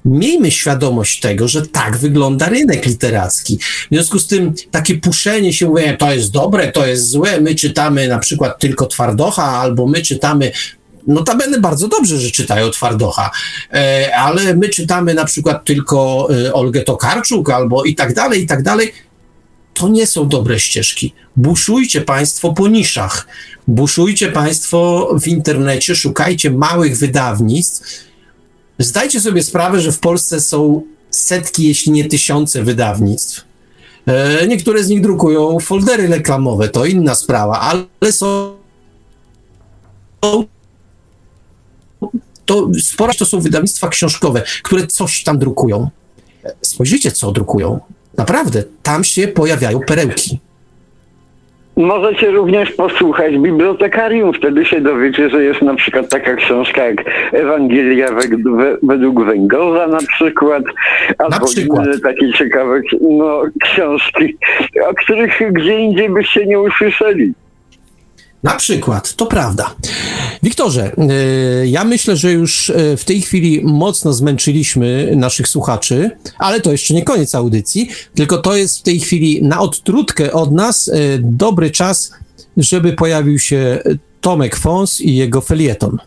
miejmy świadomość tego, że tak wygląda rynek literacki. W związku z tym takie puszenie się, mówię, to jest dobre, to jest złe, my czytamy na przykład tylko Twardocha, albo my czytamy, notabene bardzo dobrze, że czytają Twardocha, e, ale my czytamy na przykład tylko e, Olgę Tokarczuk, albo i tak dalej, i tak dalej. To nie są dobre ścieżki. Buszujcie państwo po niszach. Buszujcie państwo w internecie, szukajcie małych wydawnictw. Zdajcie sobie sprawę, że w Polsce są setki, jeśli nie tysiące wydawnictw. E, niektóre z nich drukują foldery reklamowe, to inna sprawa, ale są to sporo to są wydawnictwa książkowe, które coś tam drukują. Spojrzyjcie, co drukują. Naprawdę, tam się pojawiają perełki. Możecie również posłuchać bibliotekarium, wtedy się dowiecie, że jest na przykład taka książka jak Ewangelia według Węgorza na przykład, albo inne takie ciekawe no, książki, o których gdzie indziej byście nie usłyszeli. Na przykład, to prawda. Wiktorze, yy, ja myślę, że już w tej chwili mocno zmęczyliśmy naszych słuchaczy, ale to jeszcze nie koniec audycji, tylko to jest w tej chwili na odtrutkę od nas yy, dobry czas, żeby pojawił się Tomek Fons i jego felieton.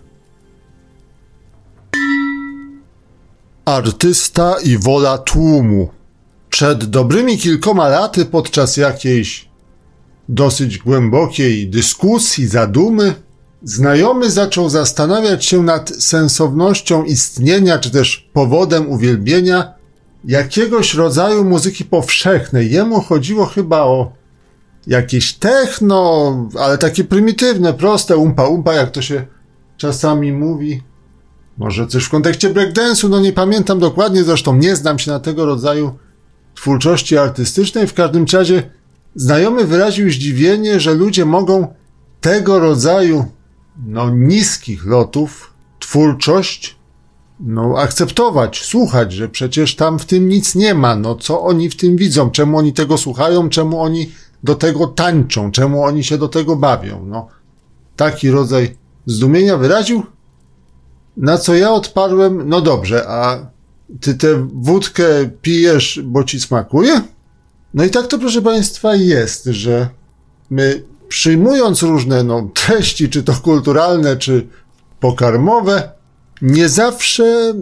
Artysta i wola tłumu. Przed dobrymi kilkoma laty podczas jakiejś dosyć głębokiej dyskusji, zadumy, znajomy zaczął zastanawiać się nad sensownością istnienia, czy też powodem uwielbienia jakiegoś rodzaju muzyki powszechnej. Jemu chodziło chyba o jakieś techno, ale takie prymitywne, proste, umpa-umpa, jak to się czasami mówi. Może coś w kontekście breakdance'u, no nie pamiętam dokładnie, zresztą nie znam się na tego rodzaju twórczości artystycznej. W każdym razie znajomy wyraził zdziwienie, że ludzie mogą tego rodzaju, no, niskich lotów, twórczość, no, akceptować, słuchać, że przecież tam w tym nic nie ma, no, co oni w tym widzą, czemu oni tego słuchają, czemu oni do tego tańczą, czemu oni się do tego bawią, no. Taki rodzaj zdumienia wyraził, na co ja odparłem, no dobrze, a ty tę wódkę pijesz, bo ci smakuje? No i tak to, proszę państwa, jest, że my przyjmując różne no, treści, czy to kulturalne, czy pokarmowe, nie zawsze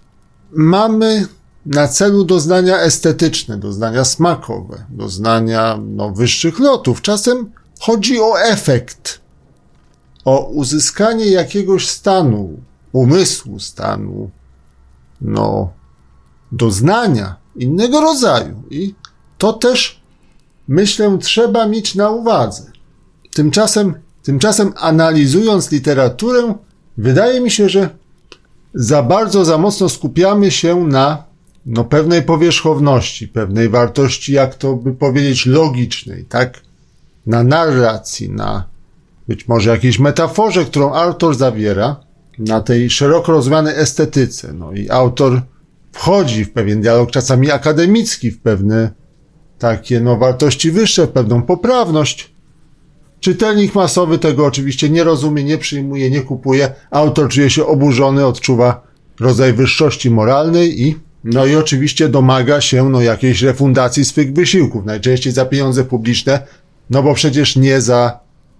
mamy na celu doznania estetyczne, doznania smakowe, doznania no, wyższych lotów. Czasem chodzi o efekt, o uzyskanie jakiegoś stanu umysłu, stanu no, doznania innego rodzaju. I to też, myślę, trzeba mieć na uwadze. Tymczasem, tymczasem analizując literaturę, wydaje mi się, że za bardzo, za mocno skupiamy się na no, pewnej powierzchowności, pewnej wartości, jak to by powiedzieć, logicznej, tak? Na narracji, na być może jakiejś metaforze, którą autor zawiera, na tej szeroko rozumianej estetyce. No i autor wchodzi w pewien dialog, czasami akademicki, w pewne takie no, wartości wyższe, w pewną poprawność. Czytelnik masowy tego oczywiście nie rozumie, nie przyjmuje, nie kupuje. Autor czuje się oburzony, odczuwa rodzaj wyższości moralnej i no i oczywiście domaga się no, jakiejś refundacji swych wysiłków, najczęściej za pieniądze publiczne, no bo przecież nie za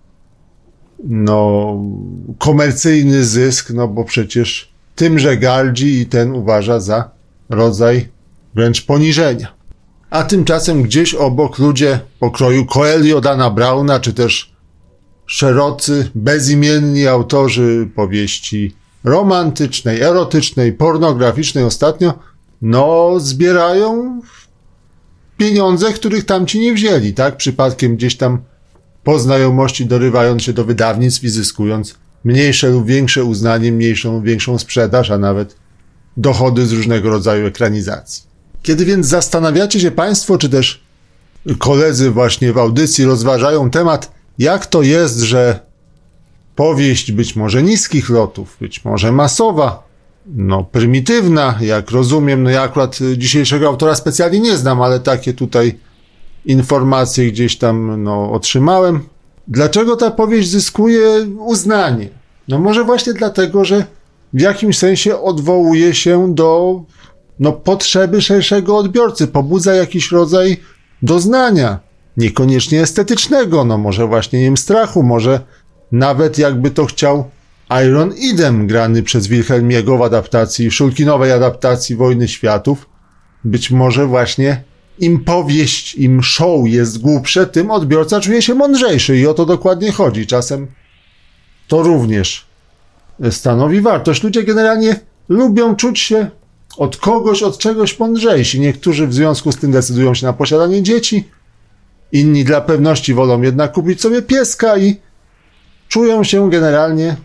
no komercyjny zysk, no bo przecież tymże gardzi i ten uważa za rodzaj wręcz poniżenia. A tymczasem gdzieś obok ludzie pokroju Coelho, Dana Browna, czy też szerocy, bezimienni autorzy powieści romantycznej, erotycznej, pornograficznej ostatnio, no zbierają pieniądze, których tamci nie wzięli, tak? Przypadkiem gdzieś tam po znajomości dorywając się do wydawnictw i zyskując mniejsze lub większe uznanie, mniejszą lub większą sprzedaż, a nawet dochody z różnego rodzaju ekranizacji. Kiedy więc zastanawiacie się państwo, czy też koledzy właśnie w audycji rozważają temat, jak to jest, że powieść być może niskich lotów, być może masowa, no prymitywna, jak rozumiem, no ja akurat dzisiejszego autora specjalnie nie znam, ale takie tutaj informacje gdzieś tam no otrzymałem. Dlaczego ta powieść zyskuje uznanie? No może właśnie dlatego, że w jakimś sensie odwołuje się do no, potrzeby szerszego odbiorcy, pobudza jakiś rodzaj doznania, niekoniecznie estetycznego, no może właśnie, nie wiem, strachu, może nawet jakby to chciał Iron Idem, grany przez Wilhelmiego w adaptacji, w szulkinowej adaptacji Wojny Światów. Być może właśnie im powieść, im show jest głupsze, tym odbiorca czuje się mądrzejszy i o to dokładnie chodzi. Czasem to również stanowi wartość. Ludzie generalnie lubią czuć się od kogoś, od czegoś mądrzejsi. Niektórzy w związku z tym decydują się na posiadanie dzieci, inni dla pewności wolą jednak kupić sobie pieska i czują się generalnie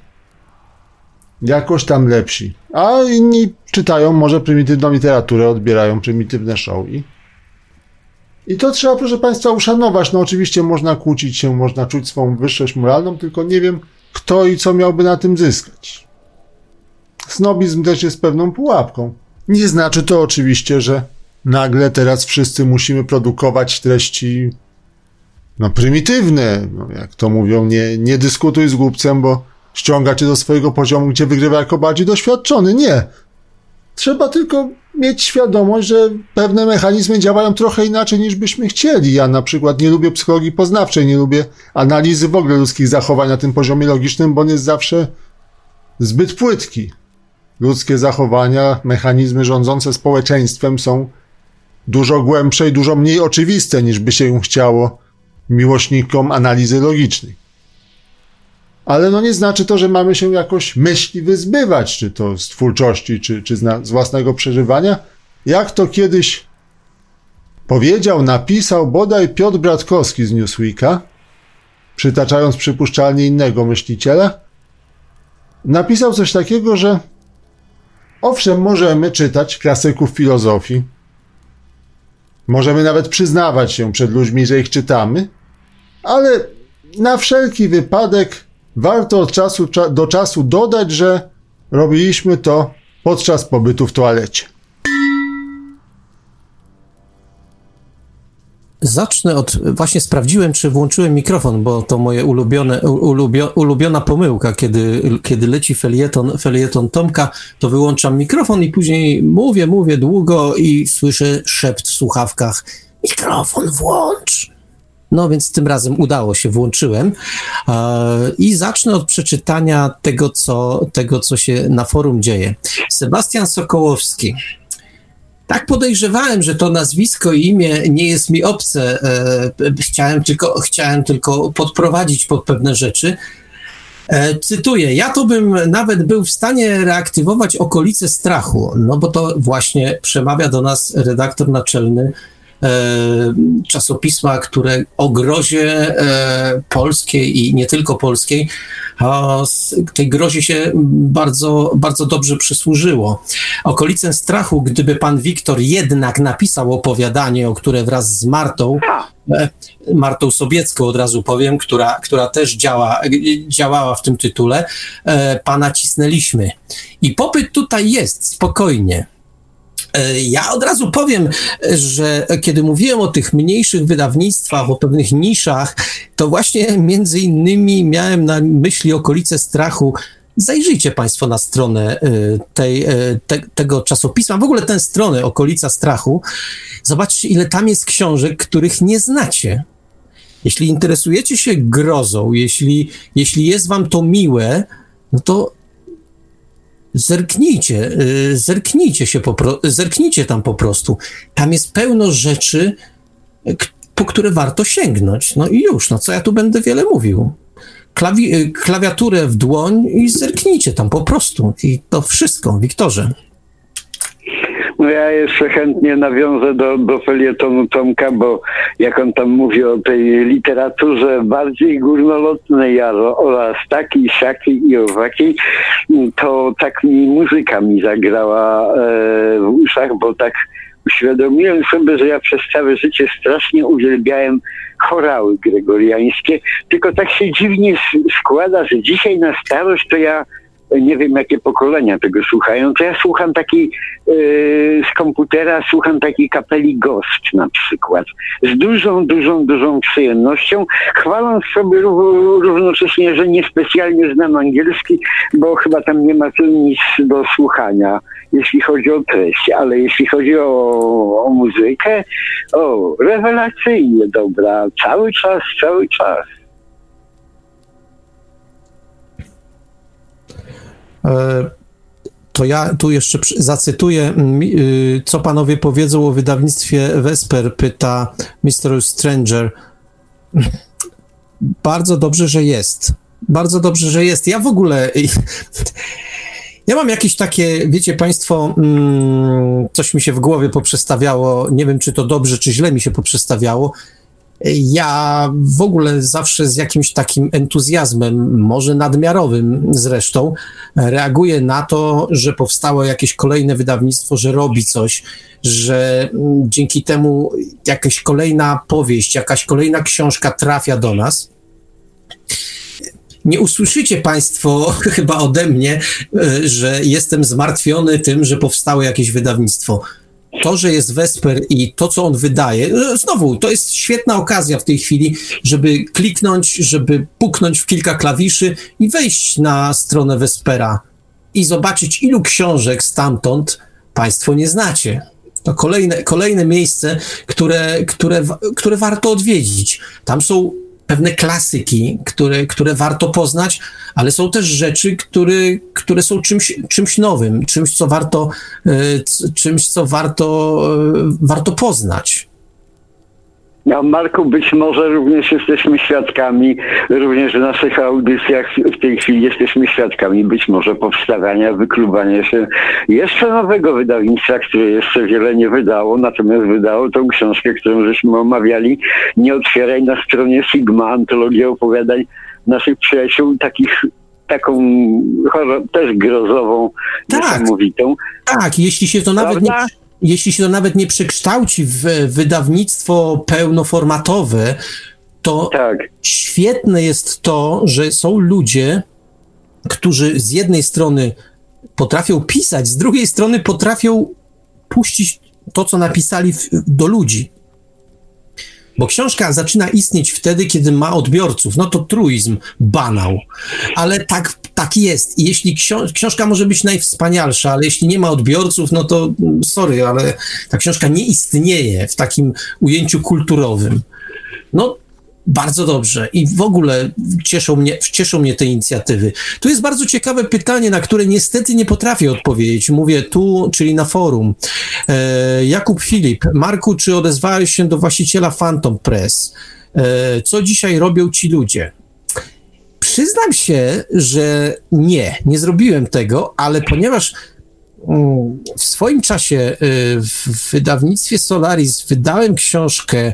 jakoś tam lepsi. A inni czytają może prymitywną literaturę, odbierają prymitywne show i, i to trzeba, proszę Państwa, uszanować. No oczywiście można kłócić się, można czuć swą wyższość moralną, tylko nie wiem, kto i co miałby na tym zyskać. Snobizm też jest pewną pułapką. Nie znaczy to oczywiście, że nagle teraz wszyscy musimy produkować treści no prymitywne. No, jak to mówią, nie, nie dyskutuj z głupcem, bo ściąga cię do swojego poziomu, gdzie wygrywa jako bardziej doświadczony. Nie. Trzeba tylko mieć świadomość, że pewne mechanizmy działają trochę inaczej niż byśmy chcieli. Ja na przykład nie lubię psychologii poznawczej, nie lubię analizy w ogóle ludzkich zachowań na tym poziomie logicznym, bo on jest zawsze zbyt płytki. Ludzkie zachowania, mechanizmy rządzące społeczeństwem są dużo głębsze i dużo mniej oczywiste, niż by się chciało miłośnikom analizy logicznej. Ale no nie znaczy to, że mamy się jakoś myśli wyzbywać, czy to z twórczości, czy, czy z, z własnego przeżywania. Jak to kiedyś powiedział, napisał bodaj Piotr Bratkowski z Newsweeka, przytaczając przypuszczalnie innego myśliciela, napisał coś takiego, że owszem, możemy czytać klasyków filozofii, możemy nawet przyznawać się przed ludźmi, że ich czytamy, ale na wszelki wypadek warto od czasu do czasu dodać, że robiliśmy to podczas pobytu w toalecie. Zacznę od... Właśnie sprawdziłem, czy włączyłem mikrofon, bo to moje ulubione, ulubio, ulubiona pomyłka, kiedy, kiedy leci felieton, felieton Tomka, to wyłączam mikrofon i później mówię, mówię długo i słyszę szept w słuchawkach. Mikrofon włącz! No więc tym razem udało się, włączyłem. I zacznę od przeczytania tego, co, tego, co się na forum dzieje. Sebastian Sokołowski. Tak podejrzewałem, że to nazwisko i imię nie jest mi obce. Chciałem tylko, chciałem tylko podprowadzić pod pewne rzeczy. Cytuję, ja to bym nawet był w stanie reaktywować okolice strachu, no bo to właśnie przemawia do nas redaktor naczelny czasopisma, które o grozie polskiej i nie tylko polskiej, tej grozie się bardzo, bardzo dobrze przysłużyło. Okolicę strachu, gdyby pan Wiktor jednak napisał opowiadanie, o które wraz z Martą, Martą Sobiecką od razu powiem, która, która też działa, działała w tym tytule, pana cisnęliśmy. I popyt tutaj jest, spokojnie. Ja od razu powiem, że kiedy mówiłem o tych mniejszych wydawnictwach, o pewnych niszach, to właśnie między innymi miałem na myśli okolice strachu. Zajrzyjcie Państwo na stronę tej, te, tego czasopisma, w ogóle tę stronę Okolica Strachu. Zobaczcie, ile tam jest książek, których nie znacie. Jeśli interesujecie się grozą, jeśli, jeśli jest wam to miłe, no to Zerknijcie, zerknijcie się po pro, zerknijcie tam po prostu. Tam jest pełno rzeczy, po które warto sięgnąć. No i już, no co ja tu będę wiele mówił. Klawi, klawiaturę w dłoń i zerknijcie tam po prostu. I to wszystko, Wiktorze. No ja jeszcze chętnie nawiążę do, do felietonu Tomka, bo jak on tam mówi o tej literaturze bardziej górnolotnej oraz takiej, siakiej i owakiej, to tak mi muzyka mi zagrała e, w uszach, bo tak uświadomiłem sobie, że ja przez całe życie strasznie uwielbiałem chorały gregoriańskie, tylko tak się dziwnie składa, że dzisiaj na starość to ja nie wiem jakie pokolenia tego słuchają, to ja słucham takiej yy, z komputera, słucham takiej kapeli Ghost na przykład. Z dużą, dużą, dużą przyjemnością, chwaląc sobie ró- równocześnie, że niespecjalnie znam angielski, bo chyba tam nie ma tu nic do słuchania, jeśli chodzi o treść, ale jeśli chodzi o, o muzykę, o, rewelacyjnie dobra, cały czas, cały czas. To ja tu jeszcze zacytuję, co panowie powiedzą o wydawnictwie Vesper, pyta mister Stranger. Bardzo dobrze, że jest. Bardzo dobrze, że jest. Ja w ogóle... Ja mam jakieś takie, wiecie państwo, coś mi się w głowie poprzestawiało, nie wiem, czy to dobrze, czy źle mi się poprzestawiało. Ja w ogóle zawsze z jakimś takim entuzjazmem, może nadmiarowym zresztą, reaguję na to, że powstało jakieś kolejne wydawnictwo, że robi coś, że dzięki temu jakaś kolejna powieść, jakaś kolejna książka trafia do nas. Nie usłyszycie państwo chyba ode mnie, że jestem zmartwiony tym, że powstało jakieś wydawnictwo. To, że jest Vesper i to, co on wydaje, znowu, to jest świetna okazja w tej chwili, żeby kliknąć, żeby puknąć w kilka klawiszy i wejść na stronę Vespera i zobaczyć, ilu książek stamtąd państwo nie znacie. To kolejne, kolejne miejsce, które, które, które warto odwiedzić. Tam są pewne klasyki, które, które warto poznać, ale są też rzeczy, które, które są czymś, czymś nowym, czymś, co warto, czymś, co warto, warto poznać. No, Marku, być może również jesteśmy świadkami, również w naszych audycjach w tej chwili jesteśmy świadkami być może powstawania, wykluwania się jeszcze nowego wydawnictwa, które jeszcze wiele nie wydało, natomiast wydało tą książkę, którą żeśmy omawiali, Nie otwieraj, na stronie Sigma, antologię opowiadań naszych przyjaciół, takich taką też grozową, tak, niesamowitą. Tak, jeśli się to nawet nie... Jeśli się to nawet nie przekształci w wydawnictwo pełnoformatowe, to tak. Świetne jest to, że są ludzie, którzy z jednej strony potrafią pisać, z drugiej strony potrafią puścić to, co napisali w, do ludzi. Bo książka zaczyna istnieć wtedy, kiedy ma odbiorców. No to truizm, banał. Ale tak, tak jest. I jeśli książ- książka może być najwspanialsza, ale jeśli nie ma odbiorców, no to sorry, ale ta książka nie istnieje w takim ujęciu kulturowym. No, bardzo dobrze. I w ogóle cieszą mnie, cieszą mnie te inicjatywy. Tu jest bardzo ciekawe pytanie, na które niestety nie potrafię odpowiedzieć. Mówię tu, czyli na forum. E, Jakub Filip. Marku, czy odezwałeś się do właściciela Phantom Press? E, co dzisiaj robią ci ludzie? Przyznam się, że nie, nie zrobiłem tego, ale ponieważ mm, w swoim czasie y, w wydawnictwie Solaris wydałem książkę.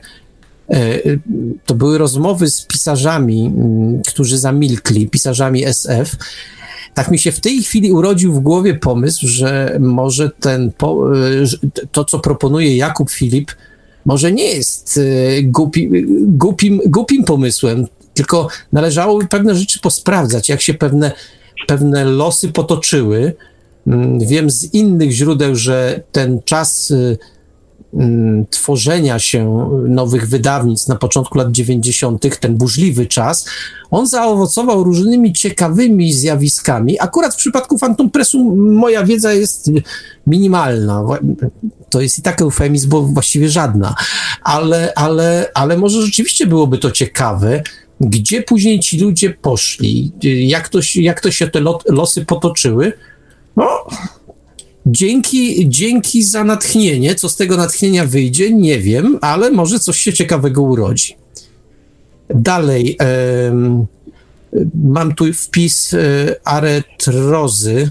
To były rozmowy z pisarzami, którzy zamilkli, pisarzami S F. Tak mi się w tej chwili urodził w głowie pomysł, że może ten, to, co proponuje Jakub Filip, może nie jest głupi, głupim, głupim pomysłem, tylko należałoby pewne rzeczy posprawdzać, jak się pewne, pewne losy potoczyły. Wiem z innych źródeł, że ten czas tworzenia się nowych wydawnictw na początku lat dziewięćdziesiątych, ten burzliwy czas, on zaowocował różnymi ciekawymi zjawiskami. Akurat w przypadku Phantom Pressu moja wiedza jest minimalna. To jest i tak eufemizm, bo właściwie żadna. Ale, ale, ale może rzeczywiście byłoby to ciekawe, gdzie później ci ludzie poszli, jak to, jak to się te losy potoczyły. No... Dzięki, dzięki za natchnienie. Co z tego natchnienia wyjdzie, nie wiem, ale może coś się ciekawego urodzi. Dalej, um, mam tu wpis um, Aretrozy.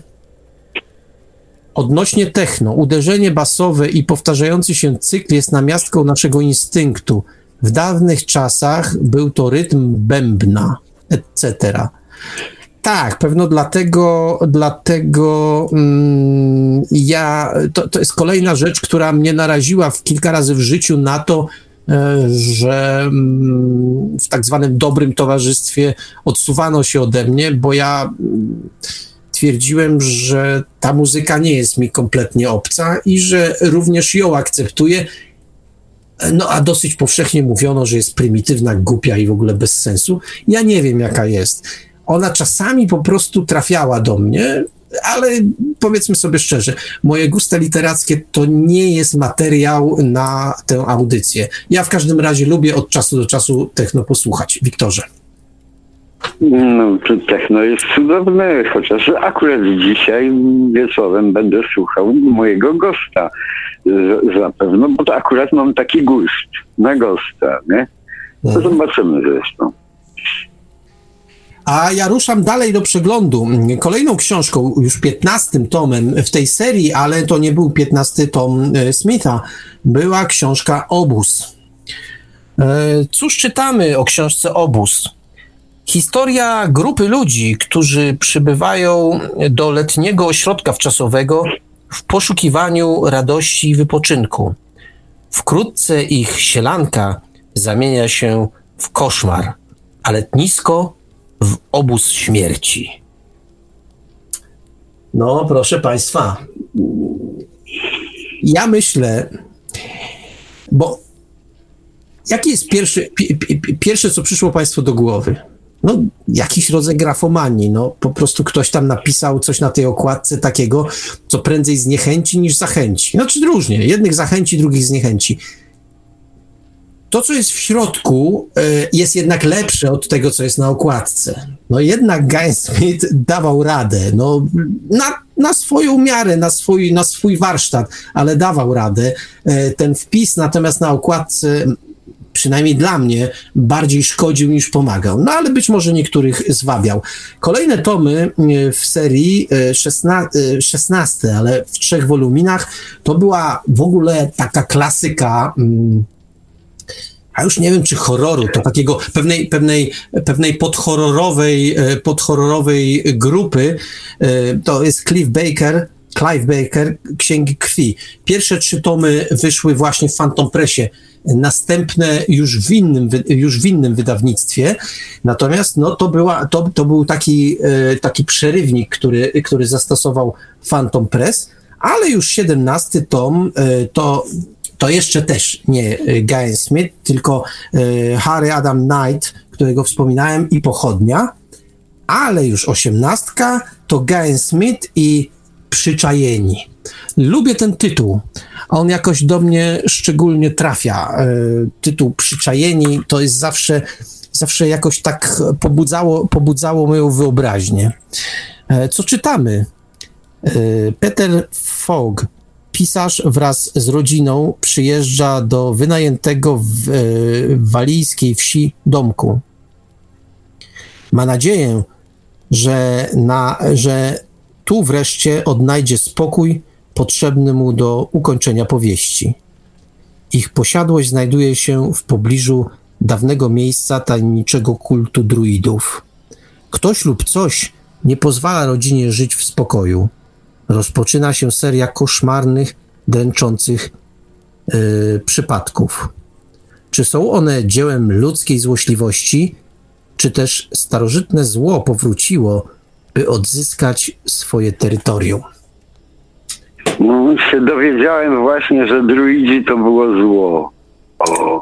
Odnośnie techno, uderzenie basowe i powtarzający się cykl jest namiastką naszego instynktu. W dawnych czasach był to rytm bębna, et cetera. Tak, pewno dlatego, dlatego mm, ja, to, to jest kolejna rzecz, która mnie naraziła w kilka razy w życiu na to, e, że mm, w tak zwanym dobrym towarzystwie odsuwano się ode mnie, bo ja mm, twierdziłem, że ta muzyka nie jest mi kompletnie obca i że również ją akceptuję. No a dosyć powszechnie mówiono, że jest prymitywna, głupia i w ogóle bez sensu. Ja nie wiem, jaka jest. Ona czasami po prostu trafiała do mnie, ale powiedzmy sobie szczerze, moje gusta literackie to nie jest materiał na tę audycję. Ja w każdym razie lubię od czasu do czasu techno posłuchać. Wiktorze. No, to techno jest cudowne, chociaż akurat dzisiaj wieczorem będę słuchał mojego gościa zapewne, bo to akurat mam taki gust na gościa, nie? To zobaczymy zresztą. A ja ruszam dalej do przeglądu. Kolejną książką, już piętnastym tomem w tej serii, ale to nie był piętnasty tom Smitha, była książka Obóz. Cóż czytamy o książce Obóz? Historia grupy ludzi, którzy przybywają do letniego ośrodka wczasowego w poszukiwaniu radości i wypoczynku. Wkrótce ich sielanka zamienia się w koszmar, a letnisko w obóz śmierci. No, proszę Państwa, ja myślę, bo jaki jest pierwszy, pi, pi, pierwsze, co przyszło Państwu do głowy? No, jakiś rodzaj grafomanii, no, po prostu ktoś tam napisał coś na tej okładce takiego, co prędzej zniechęci niż zachęci. Znaczy różnie, jednych zachęci, drugich zniechęci. To, co jest w środku, y, jest jednak lepsze od tego, co jest na okładce. No jednak Guy Smith dawał radę, no, na, na swoją miarę, na swój, na swój warsztat, ale dawał radę. Y, ten wpis natomiast na okładce, przynajmniej dla mnie, bardziej szkodził niż pomagał. No ale być może niektórych zwabiał. Kolejne tomy w serii, szesnaste, ale w trzech woluminach, to była w ogóle taka klasyka, a już nie wiem, czy horroru, to takiego pewnej, pewnej, pewnej podhorrorowej, podhorrorowej grupy. To jest Clive Baker, Clive Baker, Księgi Krwi. Pierwsze trzy tomy wyszły właśnie w Phantom Pressie, następne już w innym, już w innym wydawnictwie. Natomiast no, to, była, to, to był taki, taki przerywnik, który, który zastosował Phantom Press, ale już siedemnasty tom to, to jeszcze też nie Guy Smith, tylko Harry Adam Knight, którego wspominałem, i Pochodnia, ale już osiemnastka to Guy Smith i Przyczajeni. Lubię ten tytuł. On jakoś do mnie szczególnie trafia. Tytuł Przyczajeni to jest zawsze, zawsze jakoś tak pobudzało, pobudzało moją wyobraźnię. Co czytamy? Peter Fogg, pisarz, wraz z rodziną przyjeżdża do wynajętego w walijskiej wsi domku. Ma nadzieję, że, na, że tu wreszcie odnajdzie spokój potrzebny mu do ukończenia powieści. Ich posiadłość znajduje się w pobliżu dawnego miejsca tajemniczego kultu druidów. Ktoś lub coś nie pozwala rodzinie żyć w spokoju. Rozpoczyna się seria koszmarnych, dręczących yy, przypadków. Czy są one dziełem ludzkiej złośliwości, czy też starożytne zło powróciło, by odzyskać swoje terytorium? No, się dowiedziałem właśnie, że druidzi to było zło. O.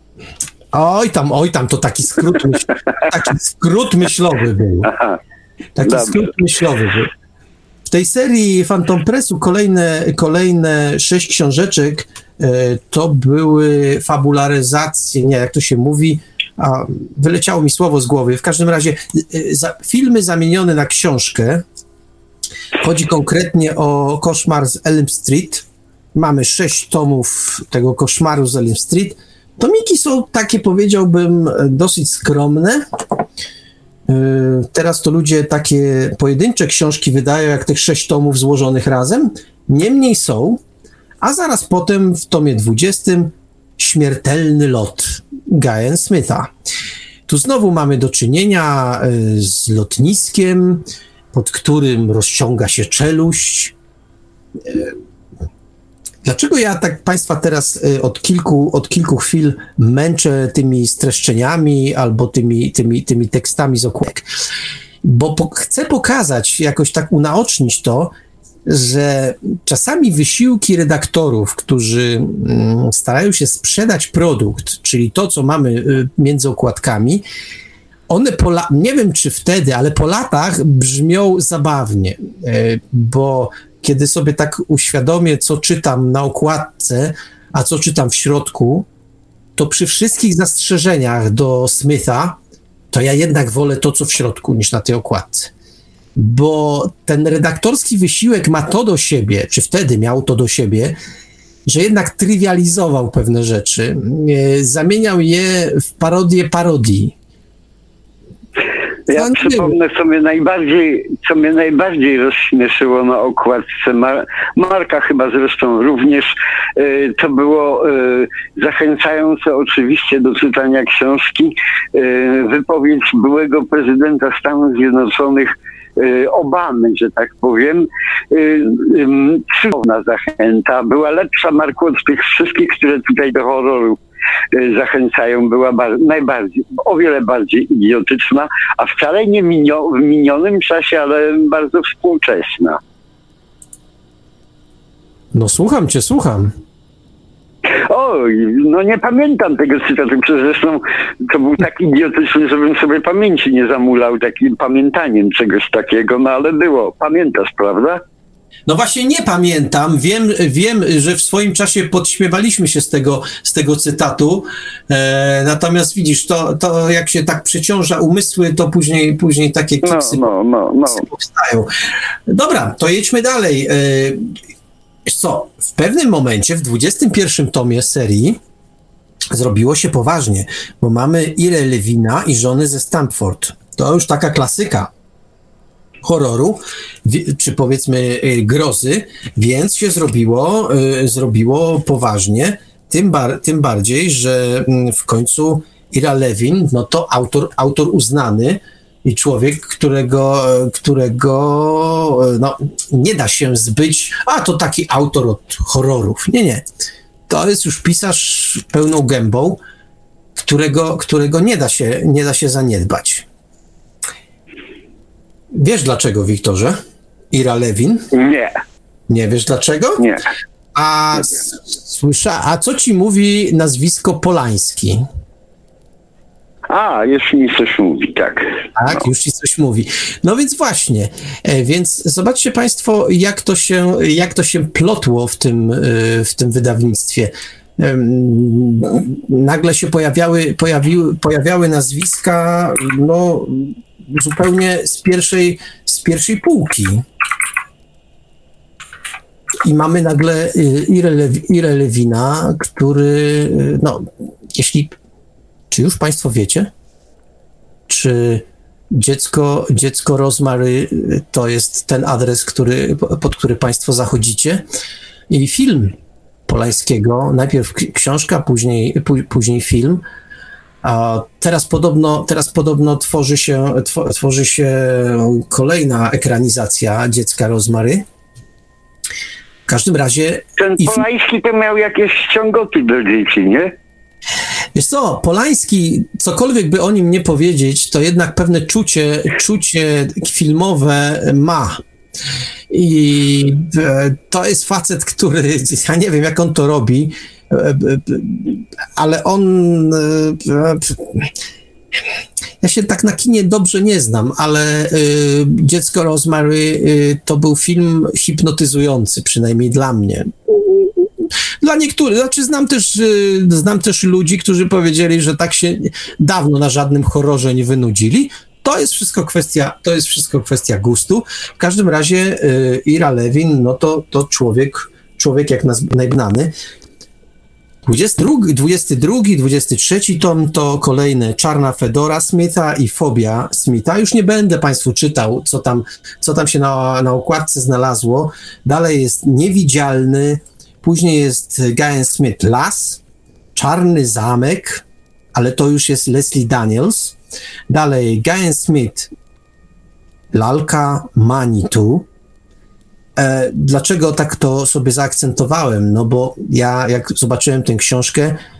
Oj tam, oj tam, to taki skrót, myśl, taki skrót myślowy był. Aha, taki dobrze. skrót myślowy był. W tej serii Phantom Pressu kolejne, kolejne sześć książeczek e, to były fabularyzacje, nie, jak to się mówi, a wyleciało mi słowo z głowy. W każdym razie e, za, filmy zamienione na książkę. Chodzi konkretnie o Koszmar z Elm Street. Mamy sześć tomów tego Koszmaru z Elm Street. Tomiki są takie, powiedziałbym, dosyć skromne. Teraz to ludzie takie pojedyncze książki wydają, jak tych sześć tomów złożonych razem. Niemniej są, a zaraz potem w tomie dwudziestym Śmiertelny lot Guy'a Smitha. Tu znowu mamy do czynienia z lotniskiem, pod którym rozciąga się czeluść. Dlaczego ja tak Państwa teraz od kilku, od kilku chwil męczę tymi streszczeniami albo tymi, tymi, tymi tekstami z okładek? bo po, chcę pokazać, jakoś tak unaocznić to, że czasami wysiłki redaktorów, którzy mm, starają się sprzedać produkt, czyli to, co mamy y, między okładkami, one, po la- nie wiem czy wtedy, ale po latach brzmią zabawnie, y, bo kiedy sobie tak uświadomię, co czytam na okładce, a co czytam w środku, to przy wszystkich zastrzeżeniach do Smitha, to ja jednak wolę to, co w środku, niż na tej okładce. Bo ten redaktorski wysiłek ma to do siebie, czy wtedy miał to do siebie, że jednak trywializował pewne rzeczy, e, zamieniał je w parodię parodii. Ja przypomnę, co mnie najbardziej, co mnie najbardziej rozśmieszyło na okładce Mar- Marka chyba zresztą również, y, to było y, zachęcające oczywiście do czytania książki, y, wypowiedź byłego prezydenta Stanów Zjednoczonych y, Obamy, że tak powiem. Y, y, cudowna zachęta. Była lepsza, Marku, od tych wszystkich, które tutaj do horroru zachęcają, była bar- najbardziej, o wiele bardziej idiotyczna, a wcale nie minio- w minionym czasie, ale bardzo współczesna. No słucham cię, słucham. Oj, no nie pamiętam tego cytatu, zresztą to był tak idiotyczny, żebym sobie pamięci nie zamulał takim pamiętaniem czegoś takiego, no ale było. Pamiętasz, prawda? No właśnie nie pamiętam, wiem, wiem, że w swoim czasie podśmiewaliśmy się z tego, z tego cytatu, e, natomiast widzisz, to, to jak się tak przeciąża umysły, to później, później takie kiksy no, no, no, no. powstają. Dobra, to jedźmy dalej. E, wiesz co, w pewnym momencie, w dwudziestym pierwszym tomie serii zrobiło się poważnie, bo mamy Irę Lewina i Żony ze Stamford. To już taka klasyka horroru, czy powiedzmy grozy, więc się zrobiło, zrobiło poważnie, tym, bar, tym bardziej, że w końcu Ira Lewin, no to autor, autor uznany i człowiek, którego, którego no, nie da się zbyć, a to taki autor od horrorów. Nie, nie. To jest już pisarz pełną gębą, którego, którego nie da się, nie da się zaniedbać. Wiesz dlaczego, Wiktorze? Ira Lewin? Nie. Nie wiesz dlaczego? Nie. A s- słysza, a co ci mówi nazwisko Polański? A, już mi coś mówi, tak. Tak, No. już ci coś mówi. No więc właśnie, e, więc zobaczcie państwo, jak to się, jak to się plotło w tym, e, w tym wydawnictwie. Em, Nagle się pojawiały, pojawiły, pojawiały nazwiska, no zupełnie z pierwszej, z pierwszej półki. I mamy nagle y, Irę, Lew- Irę Lewina, który, y, no, jeśli, czy już państwo wiecie, czy dziecko, dziecko Rosemary y, to jest ten adres, który, pod który państwo zachodzicie? I film Polańskiego, najpierw k- książka, później, pó- później film. A teraz podobno, teraz podobno tworzy się, tw- tworzy się kolejna ekranizacja Dziecka Rosemary. W każdym razie... Ten i fi- Polański to miał jakieś ściągoty do dzieci, nie? Wiesz co, Polański, cokolwiek by o nim nie powiedzieć, to jednak pewne czucie, czucie filmowe ma. I e, to jest facet, który, ja nie wiem jak on to robi, e, e, ale on... e, Ja się tak na kinie dobrze nie znam, ale y, Dziecko Rosemary y, to był film hipnotyzujący, przynajmniej dla mnie. Dla niektórych, znaczy znam też, y, znam też ludzi, którzy powiedzieli, że tak się dawno na żadnym horrorze nie wynudzili. To jest wszystko kwestia, to jest wszystko kwestia gustu. W każdym razie y, Ira Lewin, no to, to człowiek, człowiek jak nas najgnany. dwudziesty drugi, dwudziesty drugi, dwudziesty trzeci tom to kolejne Czarna Fedora Smitha i Fobia Smitha. Już nie będę państwu czytał, co tam, co tam się na, na okładce znalazło. Dalej jest Niewidzialny, później jest Gajan Smith Las, Czarny Zamek, ale to już jest Leslie Daniels. Dalej Gajan Smith Lalka Manitou. E, dlaczego tak to sobie zaakcentowałem? No bo ja, jak zobaczyłem tę książkę,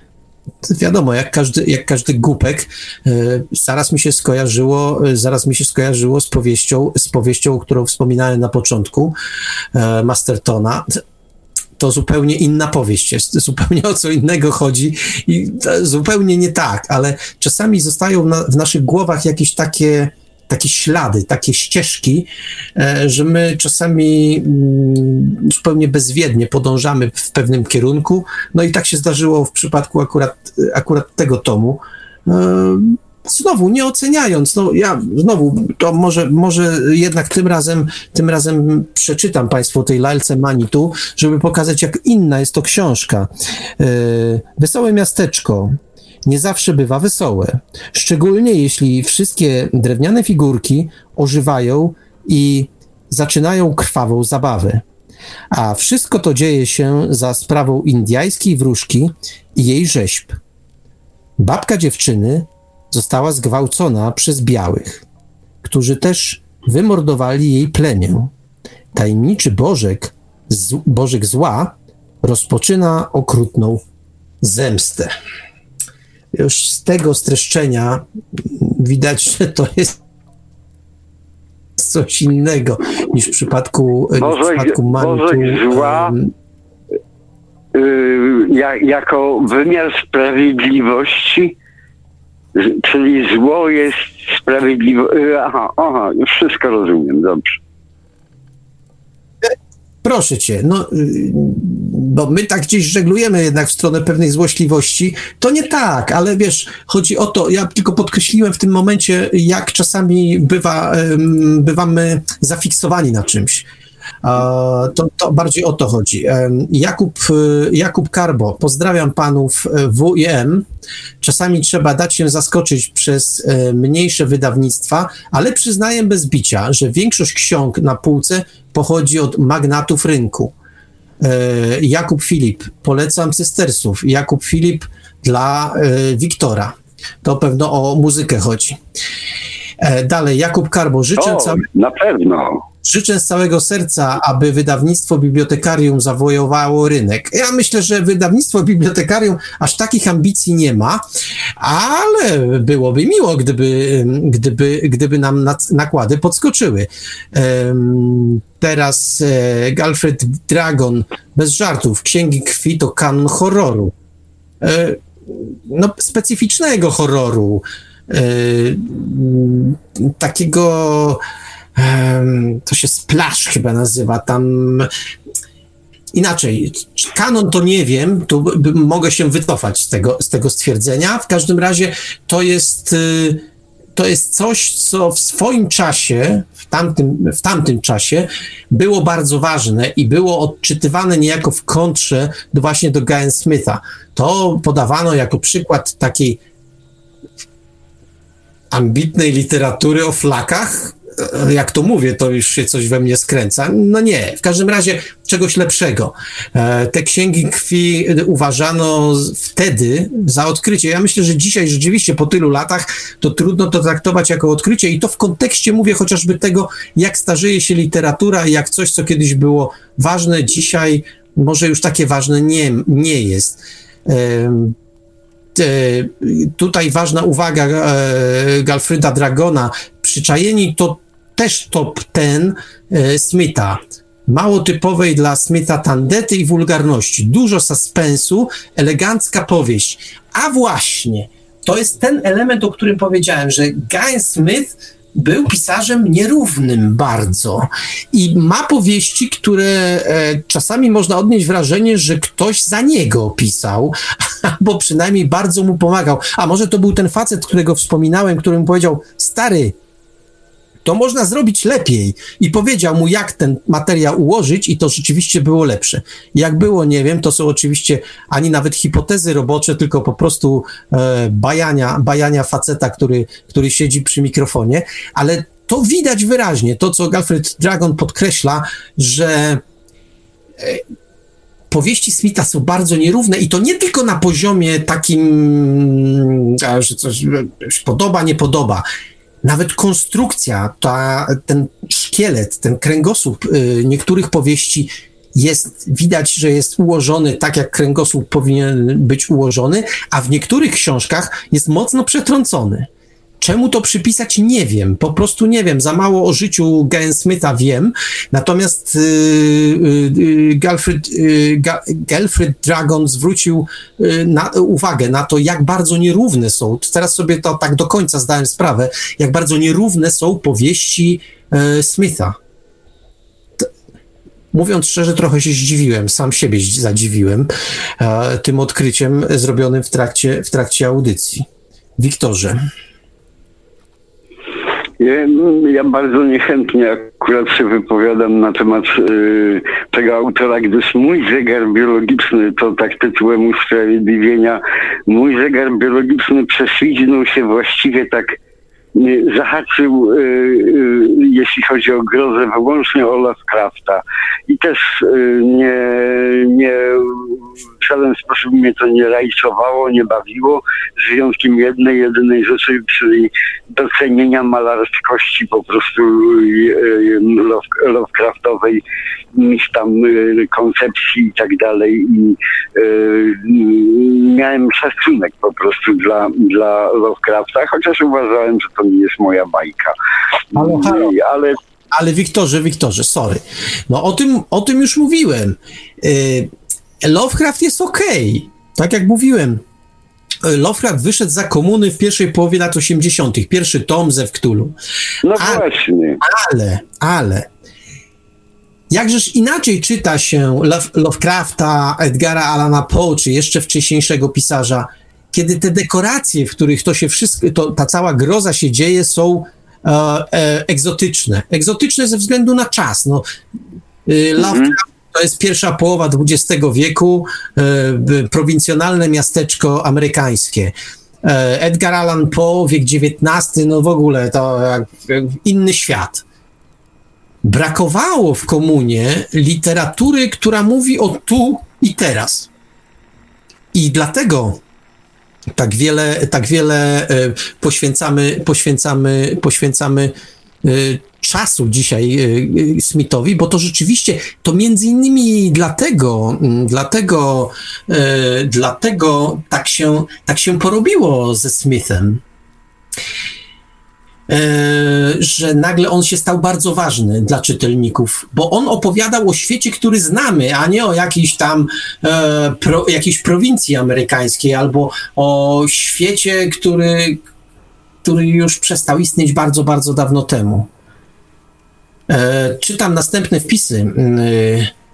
wiadomo, jak każdy, jak każdy głupek, zaraz mi się skojarzyło, zaraz mi się skojarzyło z powieścią, z powieścią, którą wspominałem na początku, Mastertona. To zupełnie inna powieść jest, zupełnie o co innego chodzi i zupełnie nie tak, ale czasami zostają na, w naszych głowach jakieś takie, takie ślady, takie ścieżki, że my czasami mm, zupełnie bezwiednie podążamy w pewnym kierunku. No i tak się zdarzyło w przypadku akurat, akurat tego tomu. Znowu, nie oceniając, no ja znowu, to może, może jednak tym razem, tym razem przeczytam Państwu o tej lalce Manitu, żeby pokazać, jak inna jest to książka. Wesołe miasteczko nie zawsze bywa wesołe, szczególnie jeśli wszystkie drewniane figurki ożywają i zaczynają krwawą zabawę. A wszystko to dzieje się za sprawą indyjskiej wróżki i jej rzeźb. Babka dziewczyny została zgwałcona przez białych, którzy też wymordowali jej plemię. Tajemniczy Bożek, z, Bożek zła rozpoczyna okrutną zemstę. Już z tego streszczenia widać, że to jest coś innego niż w przypadku, Bożek, w przypadku Manitu. Bożek zła y, jak, jako wymiar sprawiedliwości, czyli zło jest sprawiedliwość. Aha, aha, już wszystko rozumiem, dobrze. Proszę cię, no, bo my tak gdzieś żeglujemy jednak w stronę pewnej złośliwości. To nie tak, ale wiesz, chodzi o to, ja tylko podkreśliłem w tym momencie, jak czasami bywa, bywamy zafiksowani na czymś. To, to bardziej o to chodzi. Jakub, Jakub Karbo, pozdrawiam panów W i M. Czasami trzeba dać się zaskoczyć przez mniejsze wydawnictwa, ale przyznaję bez bicia, że większość ksiąg na półce pochodzi od magnatów rynku. Jakub Filip, polecam Cystersów. Jakub Filip dla Wiktora. To pewno o muzykę chodzi. Dalej, Jakub Karbo, życzę o, całe... na pewno. Życzę z całego serca, aby wydawnictwo Bibliotekarium zawojowało rynek. Ja myślę, że wydawnictwo Bibliotekarium aż takich ambicji nie ma, ale byłoby miło, gdyby, gdyby, gdyby nam nakłady podskoczyły. Um, teraz e, Galfred Dragon, bez żartów, Księgi Krwi to kanon horroru. E, no, specyficznego horroru. E, takiego... to się Splash chyba nazywa, tam inaczej, kanon to nie wiem, tu mogę się wycofać z tego, z tego stwierdzenia, w każdym razie to jest, to jest coś, co w swoim czasie, w tamtym, w tamtym czasie było bardzo ważne i było odczytywane niejako w kontrze do właśnie do Guya Smitha. To podawano jako przykład takiej ambitnej literatury o flakach. Jak to mówię, to już się coś we mnie skręca. No nie, w każdym razie czegoś lepszego. Te księgi krwi uważano wtedy za odkrycie. Ja myślę, że dzisiaj rzeczywiście po tylu latach to trudno to traktować jako odkrycie i to w kontekście, mówię, chociażby tego, jak starzeje się literatura i jak coś, co kiedyś było ważne, dzisiaj może już takie ważne nie, nie jest. Tutaj ważna uwaga Galfreda Dragona. Przyczajeni to też top ten Smitha. Mało typowej dla Smitha tandety i wulgarności. Dużo suspensu, elegancka powieść. A właśnie, to jest ten element, o którym powiedziałem, że Guy Smith był pisarzem nierównym bardzo i ma powieści, które e, czasami można odnieść wrażenie, że ktoś za niego pisał, albo przynajmniej bardzo mu pomagał. A może to był ten facet, którego wspominałem, który mu powiedział: stary, to można zrobić lepiej. I powiedział mu, jak ten materiał ułożyć i to rzeczywiście było lepsze. Jak było, nie wiem, to są oczywiście ani nawet hipotezy robocze, tylko po prostu e, bajania, bajania faceta, który, który siedzi przy mikrofonie, ale to widać wyraźnie, to co Galfred Dragon podkreśla, że e, powieści Smitha są bardzo nierówne i to nie tylko na poziomie takim, że coś się podoba, nie podoba. Nawet konstrukcja, ta, ten szkielet, ten kręgosłup y, niektórych powieści jest, widać, że jest ułożony tak, jak kręgosłup powinien być ułożony, a w niektórych książkach jest mocno przetrącony. Czemu to przypisać? Nie wiem. Po prostu nie wiem. Za mało o życiu Gaen Smitha wiem. Natomiast yy, yy, Galfred, yy, Galfred Dragon zwrócił yy, na, uwagę na to, jak bardzo nierówne są, teraz sobie to tak do końca zdałem sprawę, jak bardzo nierówne są powieści yy, Smitha. T- Mówiąc szczerze, trochę się zdziwiłem, sam siebie zadziwiłem yy, tym odkryciem zrobionym w trakcie, w trakcie audycji. Wiktorze. Ja, ja bardzo niechętnie akurat się wypowiadam na temat y, tego autora, gdyż mój zegar biologiczny, to tak tytułem usprawiedliwienia, mój zegar biologiczny prześliznął się właściwie tak, y, zahaczył, y, y, jeśli chodzi o grozę, wyłącznie o Lovecrafta. I też y, nie, nie w żaden sposób mnie to nie rajcowało, nie bawiło, z wyjątkiem jednej, jedynej rzeczy, czyli docenienia malarskości po prostu Lovecraftowej, niż tam koncepcji i tak dalej. I miałem szacunek po prostu dla, dla Lovecrafta, chociaż uważałem, że to nie jest moja bajka. Ale, ale Ale Wiktorze, Wiktorze, sorry. No o tym, o tym już mówiłem. Yy, Lovecraft jest okej. Okay. Tak jak mówiłem. Lovecraft wyszedł za komuny w pierwszej połowie lat osiemdziesiątych. Pierwszy tom ze Cthulhu. No ale, właśnie. Ale, ale. Jakżeż inaczej czyta się Lovecrafta, Edgara Allana Poe, czy jeszcze wcześniejszego pisarza, kiedy te dekoracje, w których to się wszystko, to, ta cała groza się dzieje, są E, e, egzotyczne. Egzotyczne ze względu na czas. No, y, Lovecraft to jest pierwsza połowa dwudziestego wieku, e, prowincjonalne miasteczko amerykańskie. E, Edgar Allan Poe, wiek dziewiętnasty, no w ogóle to jak, jak inny świat. Brakowało w komunie literatury, która mówi o tu i teraz. I dlatego tak wiele, tak wiele y, poświęcamy, poświęcamy, poświęcamy y, czasu dzisiaj y, Smithowi, bo to rzeczywiście, to między innymi dlatego, y, dlatego, y, dlatego tak się, tak się porobiło ze Smithem, y, że nagle on się stał bardzo ważny dla czytelników, bo on opowiadał o świecie, który znamy, a nie o jakiejś tam e, pro, jakiejś prowincji amerykańskiej, albo o świecie, który, który już przestał istnieć bardzo, bardzo dawno temu. E, czytam następne wpisy. E,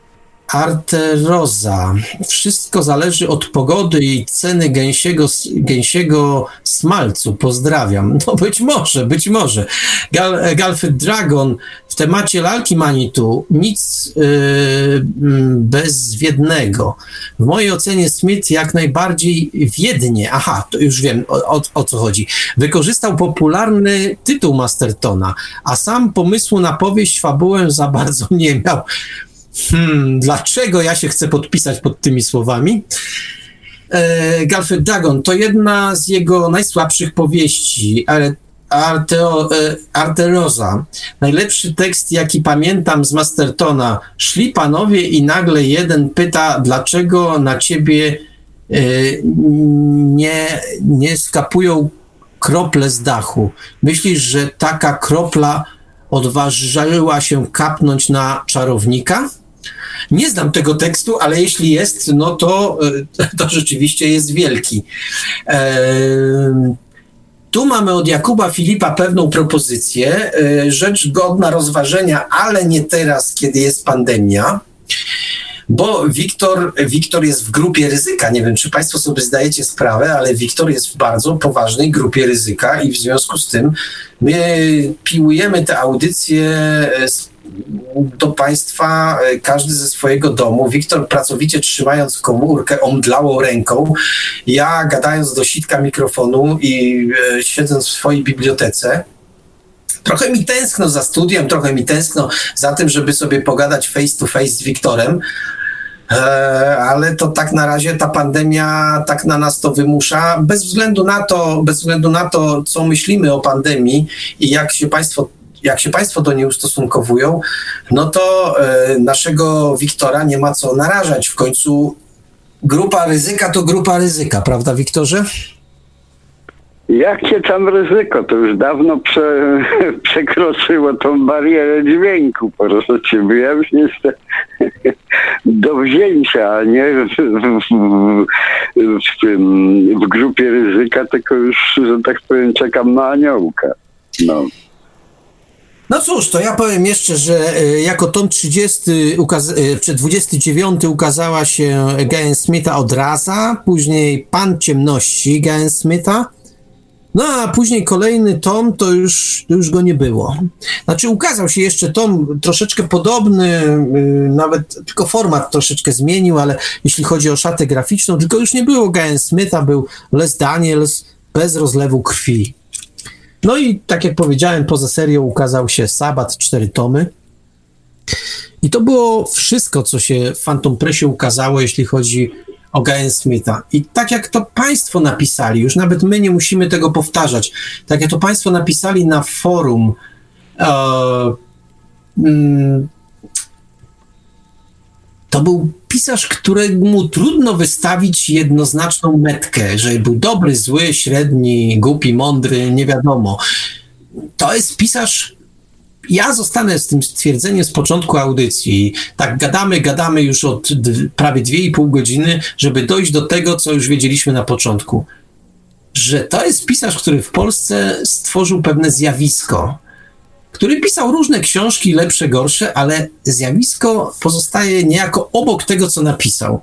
Arteroza. Wszystko zależy od pogody i ceny gęsiego, gęsiego smalcu. Pozdrawiam. No być może, być może. Gal, Galfred Dragon w temacie lalki Manitu nic yy, bezwiednego. W mojej ocenie Smith jak najbardziej wiednie. Aha, to już wiem o, o, o co chodzi. Wykorzystał popularny tytuł Mastertona, a sam pomysłu na powieść, fabułę za bardzo nie miał. Hmm, dlaczego ja się chcę podpisać pod tymi słowami? E, Galfred Dragon to jedna z jego najsłabszych powieści, ale Arteo, e, Arteroza. Najlepszy tekst, jaki pamiętam z Mastertona. Szli panowie i nagle jeden pyta, dlaczego na ciebie e, nie, nie skapują krople z dachu. Myślisz, że taka kropla odważyła się kapnąć na czarownika? Nie znam tego tekstu, ale jeśli jest, no to, to rzeczywiście jest wielki. Eee, tu mamy od Jakuba Filipa pewną propozycję, e, rzecz godna rozważenia, ale nie teraz, kiedy jest pandemia, bo Wiktor, Wiktor jest w grupie ryzyka. Nie wiem, czy państwo sobie zdajecie sprawę, ale Wiktor jest w bardzo poważnej grupie ryzyka i w związku z tym my piłujemy te audycje do państwa, każdy ze swojego domu. Wiktor pracowicie trzymając komórkę, omdlałą ręką, ja gadając do sitka mikrofonu i e, siedząc w swojej bibliotece. Trochę mi tęskno za studiem, trochę mi tęskno za tym, żeby sobie pogadać face to face z Wiktorem, e, ale to tak na razie ta pandemia tak na nas to wymusza. Bez względu na to, bez względu na to, co myślimy o pandemii i jak się państwo jak się państwo do niej ustosunkowują, no to e, naszego Wiktora nie ma co narażać. W końcu grupa ryzyka to grupa ryzyka, prawda, Wiktorze? Jakie tam ryzyko? To już dawno prze, przekroczyło tą barierę dźwięku. Proszę ciebie, ja już jestem do wzięcia, a nie w, w, w, w, w grupie ryzyka, tylko już, że tak powiem, czekam na aniołka. No. No cóż, to ja powiem jeszcze, że e, jako tom trzydziesty, ukaz- e, czy dwudziesty dziewiąty ukazała się Gaen Smitha Odraza, później Pan Ciemności Gaen Smitha, no a później kolejny tom, to już, to już go nie było. Znaczy ukazał się jeszcze tom troszeczkę podobny, yy, nawet tylko format troszeczkę zmienił, ale jeśli chodzi o szatę graficzną, tylko już nie było Gaen Smitha, był Les Daniels bez rozlewu krwi. No i tak jak powiedziałem, poza serią ukazał się Sabat, cztery tomy. I to było wszystko, co się w Phantom Pressie ukazało, jeśli chodzi o Gaen Smitha. I tak jak to państwo napisali, już nawet my nie musimy tego powtarzać, tak jak to państwo napisali na forum, e, mm, to był pisarz, któremu trudno wystawić jednoznaczną metkę, że był dobry, zły, średni, głupi, mądry, nie wiadomo. To jest pisarz. Ja zostanę z tym stwierdzeniem z początku audycji. Tak gadamy, gadamy już od d- prawie dwie i pół godziny, żeby dojść do tego, co już wiedzieliśmy na początku. Że to jest pisarz, który w Polsce stworzył pewne zjawisko, który pisał różne książki, lepsze, gorsze, ale zjawisko pozostaje niejako obok tego, co napisał.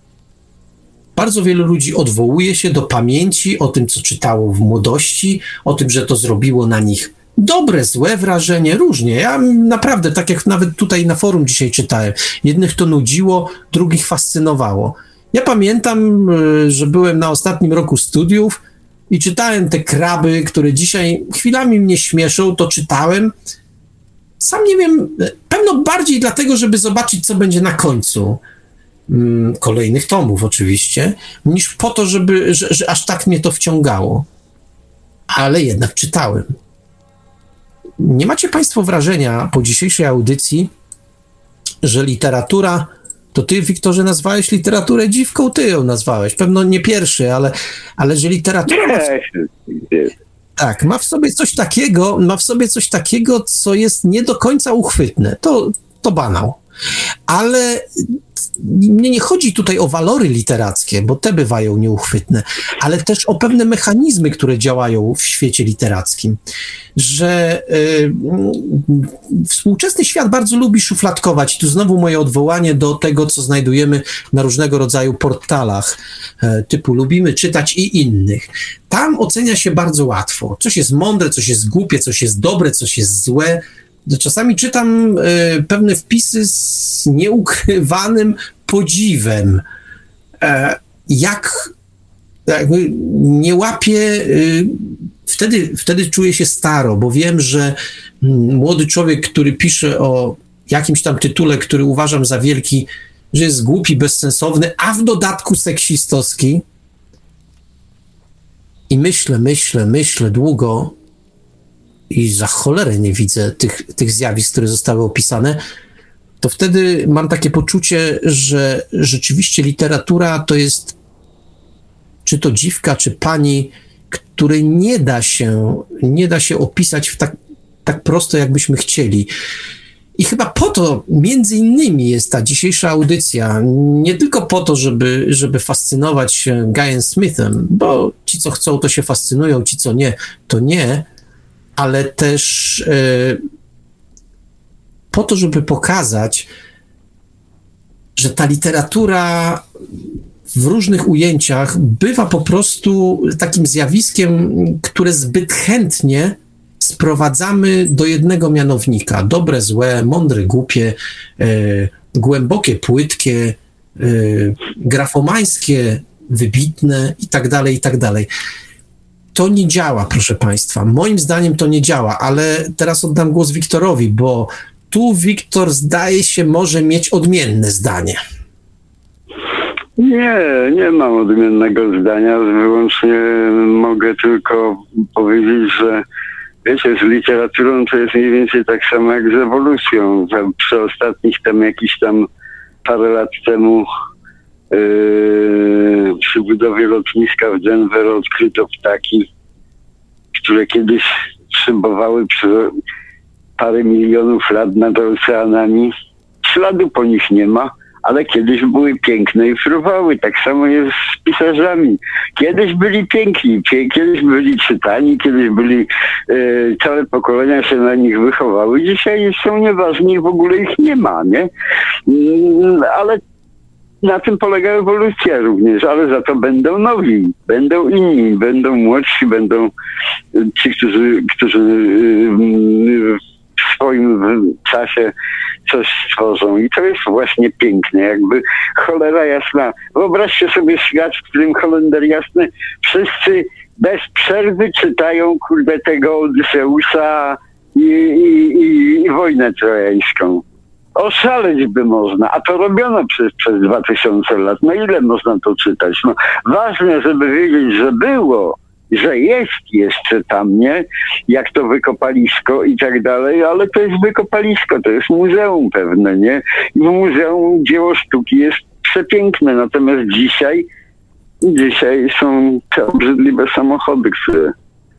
Bardzo wielu ludzi odwołuje się do pamięci o tym, co czytało w młodości, o tym, że to zrobiło na nich dobre, złe wrażenie, różnie. Ja naprawdę, tak jak nawet tutaj na forum dzisiaj czytałem, jednych to nudziło, drugich fascynowało. Ja pamiętam, że byłem na ostatnim roku studiów i czytałem te kraby, które dzisiaj chwilami mnie śmieszą, to czytałem. Sam nie wiem, pewno bardziej dlatego, żeby zobaczyć, co będzie na końcu. Kolejnych tomów oczywiście, niż po to, żeby, że, że aż tak mnie to wciągało. Ale jednak czytałem. Nie macie państwo wrażenia po dzisiejszej audycji, że literatura, to ty, Wiktorze, nazwałeś literaturę dziwką, ty ją nazwałeś, pewno nie pierwszy, ale, ale że literatura ma w, tak, ma w sobie coś takiego, ma w sobie coś takiego, co jest nie do końca uchwytne. To, to banał. Ale mnie nie chodzi tutaj o walory literackie, bo te bywają nieuchwytne, ale też o pewne mechanizmy, które działają w świecie literackim. Że y, współczesny świat bardzo lubi szufladkować. I tu znowu moje odwołanie do tego, co znajdujemy na różnego rodzaju portalach, y, typu Lubimy Czytać i innych. Tam ocenia się bardzo łatwo. Coś jest mądre, coś jest głupie, coś jest dobre, coś jest złe. Czasami czytam y, pewne wpisy z nieukrywanym podziwem. E, jak jakby nie łapię, y, wtedy, wtedy czuję się staro, bo wiem, że y, młody człowiek, który pisze o jakimś tam tytule, który uważam za wielki, że jest głupi, bezsensowny, a w dodatku seksistowski. I myślę, myślę, myślę długo, i za cholerę nie widzę tych, tych zjawisk, które zostały opisane, to wtedy mam takie poczucie, że rzeczywiście literatura to jest czy to dziwka, czy pani, której nie da się, nie da się opisać w tak, tak prosto, jakbyśmy chcieli. I chyba po to, między innymi, jest ta dzisiejsza audycja. Nie tylko po to, żeby, żeby fascynować się Gaen Smithem, bo ci, co chcą, to się fascynują, ci, co nie, to nie, ale też y, po to, żeby pokazać, że ta literatura w różnych ujęciach bywa po prostu takim zjawiskiem, które zbyt chętnie sprowadzamy do jednego mianownika. Dobre, złe, mądre, głupie, y, głębokie, płytkie, y, grafomańskie, wybitne i tak dalej, i tak dalej. To nie działa, proszę państwa. Moim zdaniem to nie działa, ale teraz oddam głos Wiktorowi, bo tu Wiktor, zdaje się, może mieć odmienne zdanie. Nie, nie mam odmiennego zdania. Wyłącznie mogę tylko powiedzieć, że wiecie, z literaturą to jest mniej więcej tak samo jak z ewolucją. Przy ostatnich tam jakiś tam parę lat temu yy, przy budowie lotniska w Denver odkryto ptaki, które kiedyś szybowały przez parę milionów lat nad oceanami. Śladu po nich nie ma, ale kiedyś były piękne i fruwały. Tak samo jest z pisarzami. Kiedyś byli piękni, pie- kiedyś byli czytani, kiedyś byli, e, całe pokolenia się na nich wychowały. Dzisiaj są nieważni i w ogóle ich nie ma, nie? Mm, ale na tym polega ewolucja również, ale za to będą nowi, będą inni, będą młodsi, będą ci, którzy, którzy w swoim czasie coś stworzą. I to jest właśnie piękne, jakby cholera jasna. Wyobraźcie sobie świat, w którym Holender jasny wszyscy bez przerwy czytają, kurde, tego Odyseusza i, i, i, i wojnę trojańską. Oszaleć by można, a to robiono przez, przez dwa tysiące lat. No ile można to czytać? No, ważne, żeby wiedzieć, że było, że jest jeszcze tam, nie? Jak to wykopalisko i tak dalej, ale to jest wykopalisko, to jest muzeum pewne, nie? I w muzeum dzieło sztuki jest przepiękne, natomiast dzisiaj, dzisiaj są te obrzydliwe samochody, które,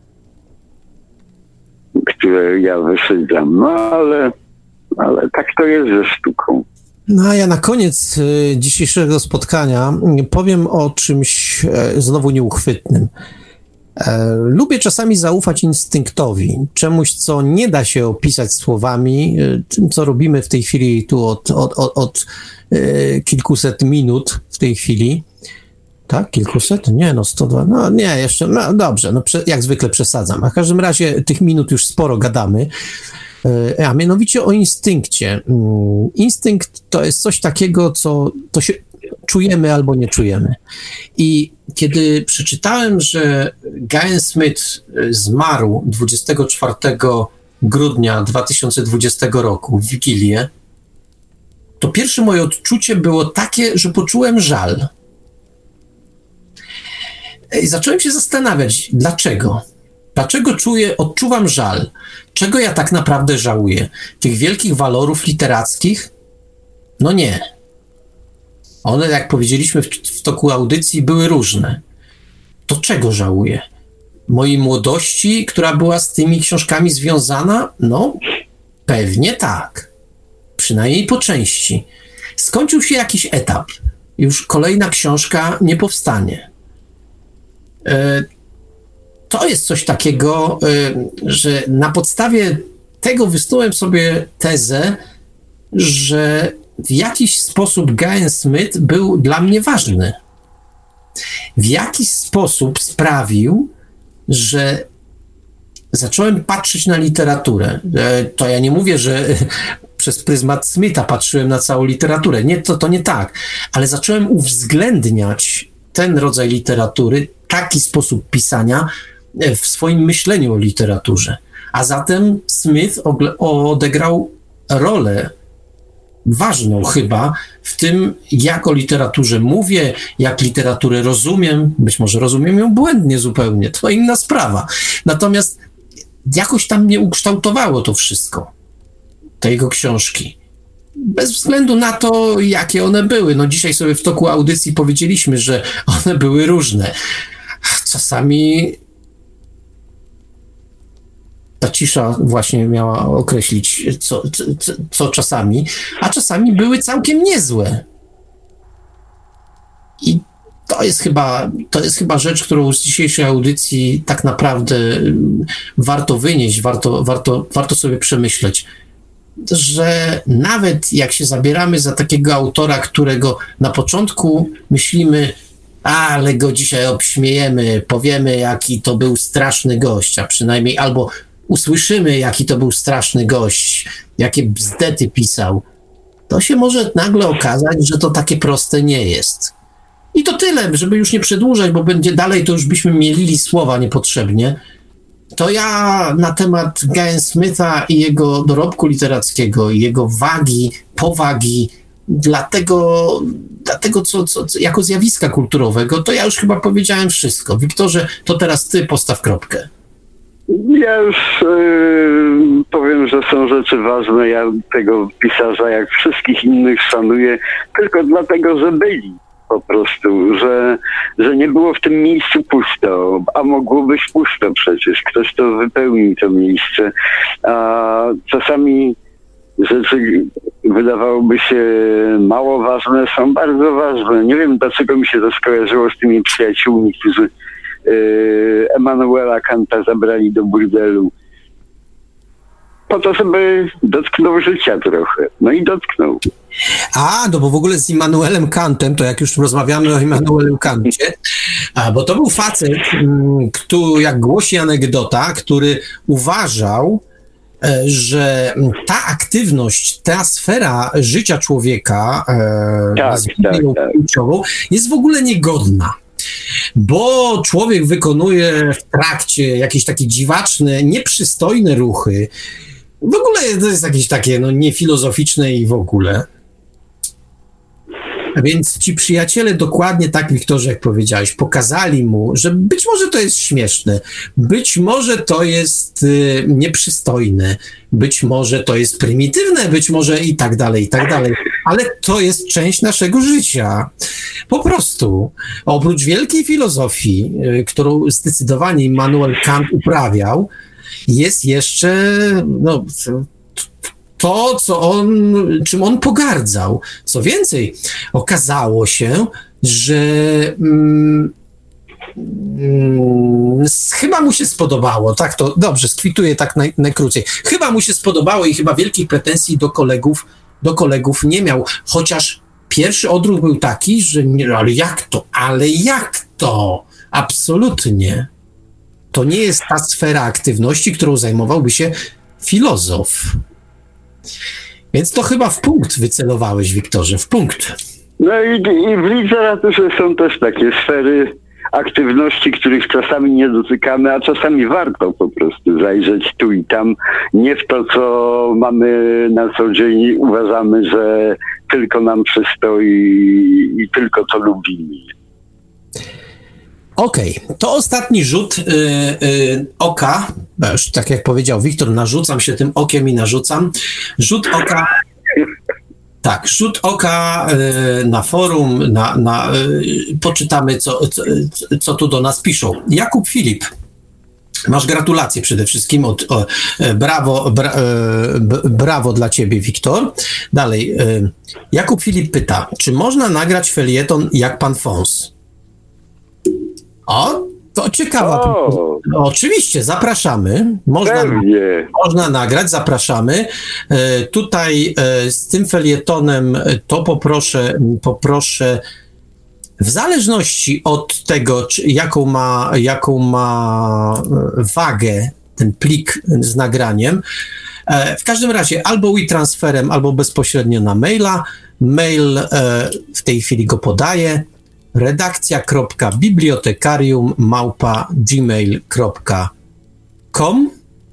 które ja wyszydzam. No ale... Ale tak to jest ze sztuką. No a ja na koniec y, dzisiejszego spotkania powiem o czymś e, znowu nieuchwytnym. E, lubię czasami zaufać instynktowi, czemuś, co nie da się opisać słowami, y, tym, co robimy w tej chwili tu od, od, od, od y, kilkuset minut w tej chwili. Tak? Kilkuset? Nie, no sto dwa. No nie, jeszcze, no dobrze, no prze, jak zwykle przesadzam. A w każdym razie tych minut już sporo gadamy. A mianowicie o instynkcie. Instynkt to jest coś takiego, co to się czujemy albo nie czujemy. I kiedy przeczytałem, że Gajen Smith zmarł dwudziestego czwartego grudnia dwa tysiące dwudziestego roku w Wigilię, to pierwsze moje odczucie było takie, że poczułem żal. I zacząłem się zastanawiać, dlaczego? Dlaczego czuję, odczuwam żal? Czego ja tak naprawdę żałuję? Tych wielkich walorów literackich? No nie. One, jak powiedzieliśmy w, w toku audycji, były różne. To czego żałuję? Mojej młodości, która była z tymi książkami związana? No, pewnie tak. Przynajmniej po części. Skończył się jakiś etap. Już kolejna książka nie powstanie. E, To jest coś takiego, że na podstawie tego wysnułem sobie tezę, że w jakiś sposób Gajen Smith był dla mnie ważny. W jakiś sposób sprawił, że zacząłem patrzeć na literaturę. To ja nie mówię, że przez pryzmat Smitha patrzyłem na całą literaturę. Nie, to, to nie tak. Ale zacząłem uwzględniać ten rodzaj literatury, taki sposób pisania, w swoim myśleniu o literaturze. A zatem Smith odegrał rolę ważną chyba w tym, jak o literaturze mówię, jak literaturę rozumiem. Być może rozumiem ją błędnie zupełnie, to inna sprawa. Natomiast jakoś tam mnie ukształtowało to wszystko, te jego książki. Bez względu na to, jakie one były. No dzisiaj sobie w toku audycji powiedzieliśmy, że one były różne. Czasami ta cisza właśnie miała określić, co, co, co czasami, a czasami były całkiem niezłe. I to jest chyba, to jest chyba rzecz, którą z dzisiejszej audycji tak naprawdę warto wynieść, warto, warto, warto sobie przemyśleć, że nawet jak się zabieramy za takiego autora, którego na początku myślimy, ale go dzisiaj obśmiejemy, powiemy, jaki to był straszny gość, a przynajmniej albo usłyszymy, jaki to był straszny gość, jakie bzdety pisał, to się może nagle okazać, że to takie proste nie jest. I to tyle, żeby już nie przedłużać, bo będzie dalej, to już byśmy mielili słowa niepotrzebnie. To ja na temat Gajen Smitha i jego dorobku literackiego, i jego wagi, powagi, dlatego, dlatego co, co, co, jako zjawiska kulturowego, to ja już chyba powiedziałem wszystko. Wiktorze, to teraz ty postaw kropkę. Ja już yy, powiem, że są rzeczy ważne. Ja tego pisarza, jak wszystkich innych, szanuję tylko dlatego, że byli po prostu, że, że nie było w tym miejscu pusto, a mogło być pusto przecież. Ktoś to wypełnił, to miejsce. A czasami rzeczy wydawałoby się mało ważne, są bardzo ważne. Nie wiem, dlaczego mi się to skojarzyło z tymi przyjaciółmi, którzy Emanuela Kanta zabrali do burdelu po to, żeby dotknął życia trochę. No i dotknął. A, no bo w ogóle z Immanuelem Kantem, to jak już rozmawiamy o Immanuelem Kancie, a, bo to był facet, który, jak głosi anegdota, który uważał, że ta aktywność, ta sfera życia człowieka tak, tak, tak. płciową jest w ogóle niegodna. Bo człowiek wykonuje w trakcie jakieś takie dziwaczne, nieprzystojne ruchy. W ogóle to jest jakieś takie no, niefilozoficzne i w ogóle. Więc ci przyjaciele dokładnie tak, Wiktorze, jak powiedziałeś, pokazali mu, że być może to jest śmieszne, być może to jest y, nieprzystojne, być może to jest prymitywne, być może i tak dalej, i tak dalej, ale to jest część naszego życia. Po prostu. Oprócz wielkiej filozofii, y, którą zdecydowanie Immanuel Kant uprawiał, jest jeszcze no, to, co on, czym on pogardzał. Co więcej, okazało się, że mm, mm, chyba mu się spodobało, tak to dobrze, skwituję tak naj, najkrócej. Chyba mu się spodobało i chyba wielkich pretensji do kolegów, do kolegów nie miał, chociaż pierwszy odruch był taki, że nie, ale jak to, ale jak to? Absolutnie. To nie jest ta sfera aktywności, którą zajmowałby się filozof. Więc to chyba w punkt wycelowałeś, Wiktorze, w punkt. No i, i w literaturze są też takie sfery aktywności, których czasami nie dotykamy, a czasami warto po prostu zajrzeć tu i tam. Nie w to, co mamy na co dzień, uważamy, że tylko nam przystoi i tylko to lubimy. Okej, okay. To ostatni rzut y, y, oka, już tak jak powiedział Wiktor, narzucam się tym okiem i narzucam. Rzut oka, tak, rzut oka y, na forum, na, na, y, poczytamy, co, co, co tu do nas piszą. Jakub Filip, masz gratulacje przede wszystkim, od, o, brawo, bra, y, brawo dla ciebie, Wiktor. Dalej, y, Jakub Filip pyta, czy można nagrać felieton jak pan Fons? O, to ciekawa. O. Oczywiście, zapraszamy. Można, można nagrać, zapraszamy. E, tutaj e, z tym felietonem to poproszę, poproszę w zależności od tego, czy, jaką ma, jaką ma wagę ten plik z nagraniem. E, w każdym razie albo WeTransferem, albo bezpośrednio na maila. Mail e, w tej chwili go podaję. redakcja.bibliotekarium małpa gmail kropka com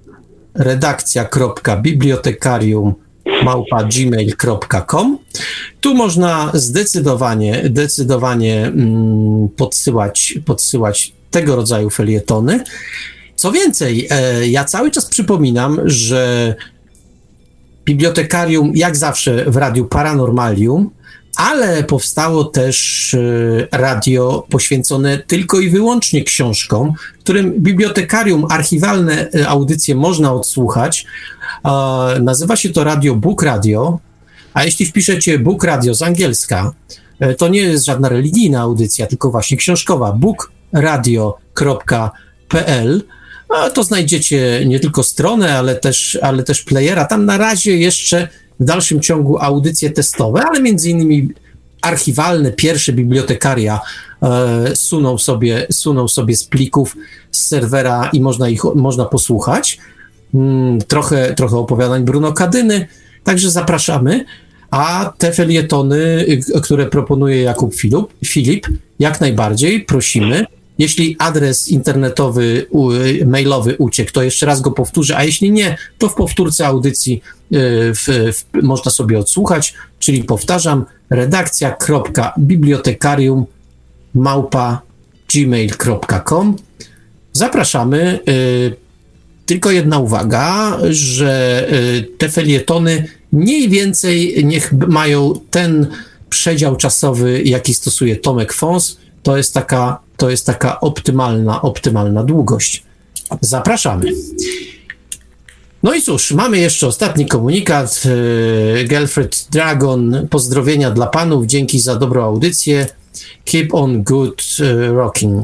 redakcja.bibliotekarium małpa gmail kropka com. Tu można zdecydowanie, zdecydowanie mm, podsyłać, podsyłać tego rodzaju felietony. Co więcej, e, ja cały czas przypominam, że Bibliotekarium, jak zawsze w Radiu Paranormalium, ale powstało też radio poświęcone tylko i wyłącznie książkom, w którym Bibliotekarium, archiwalne audycje można odsłuchać. Nazywa się to Radio Book Radio, a jeśli wpiszecie Book Radio z angielska, to nie jest żadna religijna audycja, tylko właśnie książkowa, book radio kropka p l. To znajdziecie nie tylko stronę, ale też, ale też playera. Tam na razie jeszcze w dalszym ciągu audycje testowe, ale między innymi archiwalne, pierwsze bibliotekaria e, suną, sobie, suną sobie z plików z serwera i można ich można posłuchać. Mm, trochę, trochę opowiadań Bruno Kadyny, także zapraszamy. A te felietony, które proponuje Jakub Filip, Filip, jak najbardziej prosimy. Jeśli adres internetowy, mailowy uciekł, to jeszcze raz go powtórzę, a jeśli nie, to w powtórce audycji w, w, można sobie odsłuchać, czyli powtarzam, redakcja.bibliotekarium małpa gmail kropka com. Zapraszamy. tylko jedna uwaga, że te felietony mniej więcej niech mają ten przedział czasowy, jaki stosuje Tomek Fons. To jest taka, to jest taka optymalna, optymalna długość. Zapraszamy. No i cóż, mamy jeszcze ostatni komunikat. Gelfred Dragon, pozdrowienia dla panów, dzięki za dobrą audycję. Keep on good rocking.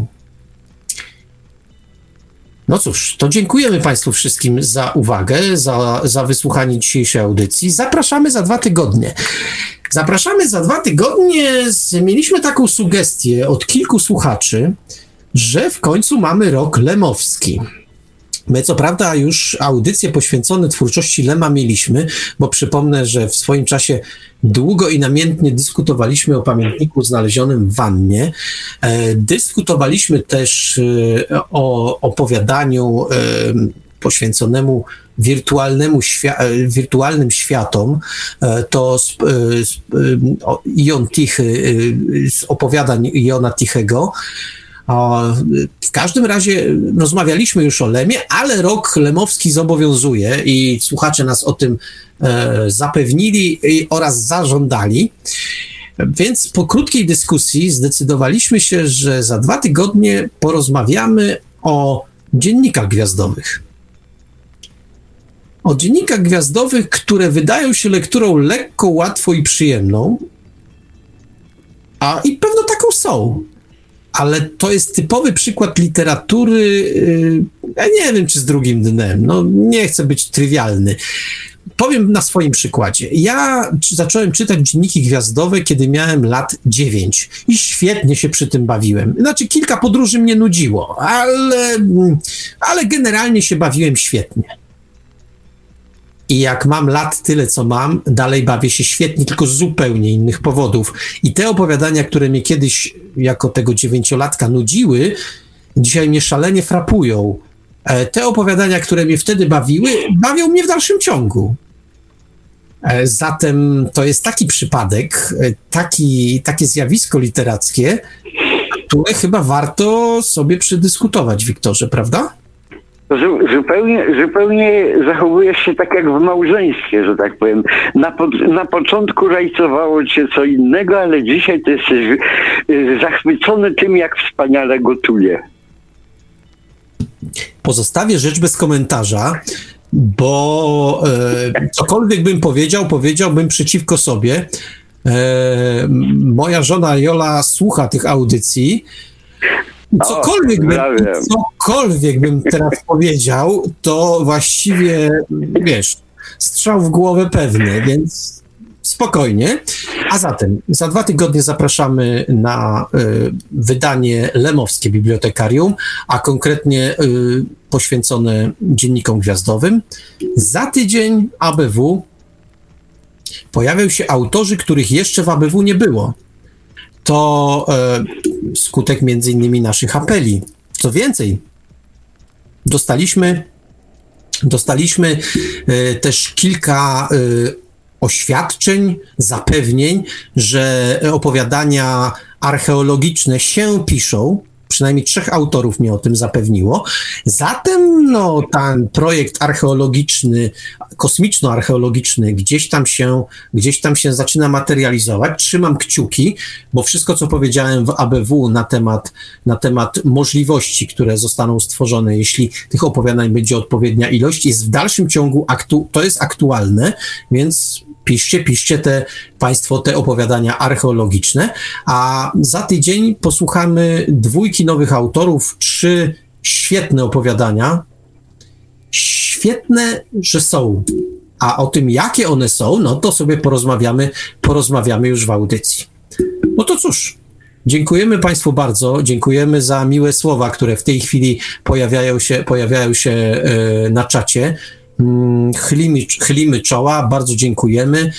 No cóż, to dziękujemy państwu wszystkim za uwagę, za, za wysłuchanie dzisiejszej audycji. Zapraszamy za dwa tygodnie. Zapraszamy za dwa tygodnie. Mieliśmy taką sugestię od kilku słuchaczy, że w końcu mamy rok lemowski. My co prawda już audycje poświęcone twórczości Lema mieliśmy, bo przypomnę, że w swoim czasie długo i namiętnie dyskutowaliśmy o pamiętniku znalezionym w wannie. E, dyskutowaliśmy też e, o opowiadaniu e, poświęconemu wirtualnemu świa- e, wirtualnym światom. E, to z, e, z, e, Ion Tichy, e, z opowiadań Iona Tichego. W każdym razie rozmawialiśmy już o Lemie, ale rok lemowski zobowiązuje i słuchacze nas o tym e, zapewnili i, oraz zażądali. Więc po krótkiej dyskusji zdecydowaliśmy się, że za dwa tygodnie porozmawiamy o dziennikach gwiazdowych. O dziennikach gwiazdowych, które wydają się lekturą lekko, łatwo i przyjemną, a i pewno taką są. Ale to jest typowy przykład literatury, yy, ja nie wiem, czy z drugim dnem, no nie chcę być trywialny. Powiem na swoim przykładzie. Ja zacząłem czytać dzienniki gwiazdowe, kiedy miałem lat dziewięć i świetnie się przy tym bawiłem. Znaczy, kilka podróży mnie nudziło, ale, ale generalnie się bawiłem świetnie. I jak mam lat tyle, co mam, dalej bawię się świetnie, tylko z zupełnie innych powodów. I te opowiadania, które mnie kiedyś jako tego dziewięciolatka nudziły, dzisiaj mnie szalenie frapują. Te opowiadania, które mnie wtedy bawiły, bawią mnie w dalszym ciągu. Zatem to jest taki przypadek, taki, takie zjawisko literackie, które chyba warto sobie przedyskutować, Wiktorze, prawda? Zupełnie, zupełnie zachowujesz się tak jak w małżeństwie, że tak powiem. Na, po, na początku rajcowało cię co innego, ale dzisiaj to jesteś zachwycony tym, jak wspaniale gotuje. Pozostawię rzecz bez komentarza, bo e, cokolwiek bym powiedział, powiedziałbym przeciwko sobie. E, moja żona Jola słucha tych audycji. Cokolwiek, o, bym, cokolwiek bym teraz powiedział, to właściwie, wiesz, strzał w głowę pewny, więc spokojnie. A zatem za dwa tygodnie zapraszamy na y, wydanie lemowskie Bibliotekarium, a konkretnie y, poświęcone dziennikom gwiazdowym. Za tydzień A B W pojawią się autorzy, których jeszcze w A B W nie było. To e, skutek między innymi naszych apeli. Co więcej, dostaliśmy, dostaliśmy e, też kilka e, oświadczeń, zapewnień, że opowiadania archeologiczne się piszą. Przynajmniej trzech autorów mnie o tym zapewniło. Zatem no, ten projekt archeologiczny, kosmiczno-archeologiczny gdzieś tam się, gdzieś tam się zaczyna materializować. Trzymam kciuki, bo wszystko, co powiedziałem w A B W na temat, na temat możliwości, które zostaną stworzone, jeśli tych opowiadań będzie odpowiednia ilość, jest w dalszym ciągu, aktu- to jest aktualne, więc piszcie, piszcie te państwo te opowiadania archeologiczne, a za tydzień posłuchamy dwójki nowych autorów, trzy świetne opowiadania. Świetne, że są. A o tym, jakie one są, no to sobie porozmawiamy, porozmawiamy już w audycji. No to cóż, dziękujemy państwu bardzo, dziękujemy za miłe słowa, które w tej chwili pojawiają się, pojawiają się yy, na czacie. Chylimy, chylimy czoła, bardzo dziękujemy.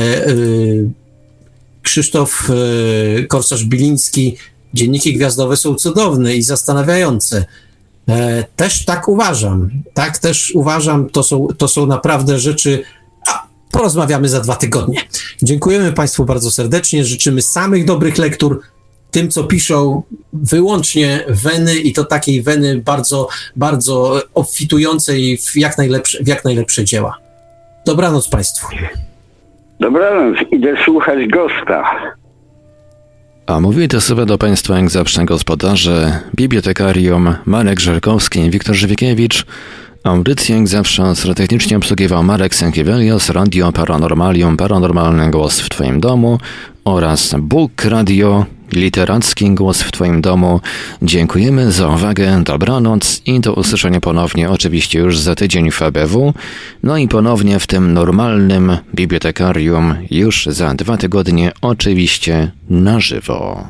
Krzysztof Korsarz-Biliński, dzienniki gwiazdowe są cudowne i zastanawiające. Też tak uważam. Tak też uważam. To są, to są naprawdę rzeczy. A, porozmawiamy za dwa tygodnie. Dziękujemy państwu bardzo serdecznie. Życzymy samych dobrych lektur tym, co piszą, wyłącznie weny i to takiej weny bardzo, bardzo obfitującej w jak najlepsze, w jak najlepsze dzieła. Dobranoc Państwu. Dobranoc, idę słuchać Ghosta. A mówili te słowa do Państwa jak zawsze gospodarze, bibliotekarium Marek Żelkowski i Wiktor Żywikiewicz. Audycję jak zawsze strategicznie obsługiwał Marek Sękiewelios, Radio Paranormalium, Paranormalny Głos w Twoim Domu oraz Bóg Radio, Literacki Głos w Twoim Domu. Dziękujemy za uwagę, dobranoc i do usłyszenia ponownie oczywiście już za tydzień w A B W, no i ponownie w tym normalnym bibliotekarium już za dwa tygodnie oczywiście na żywo.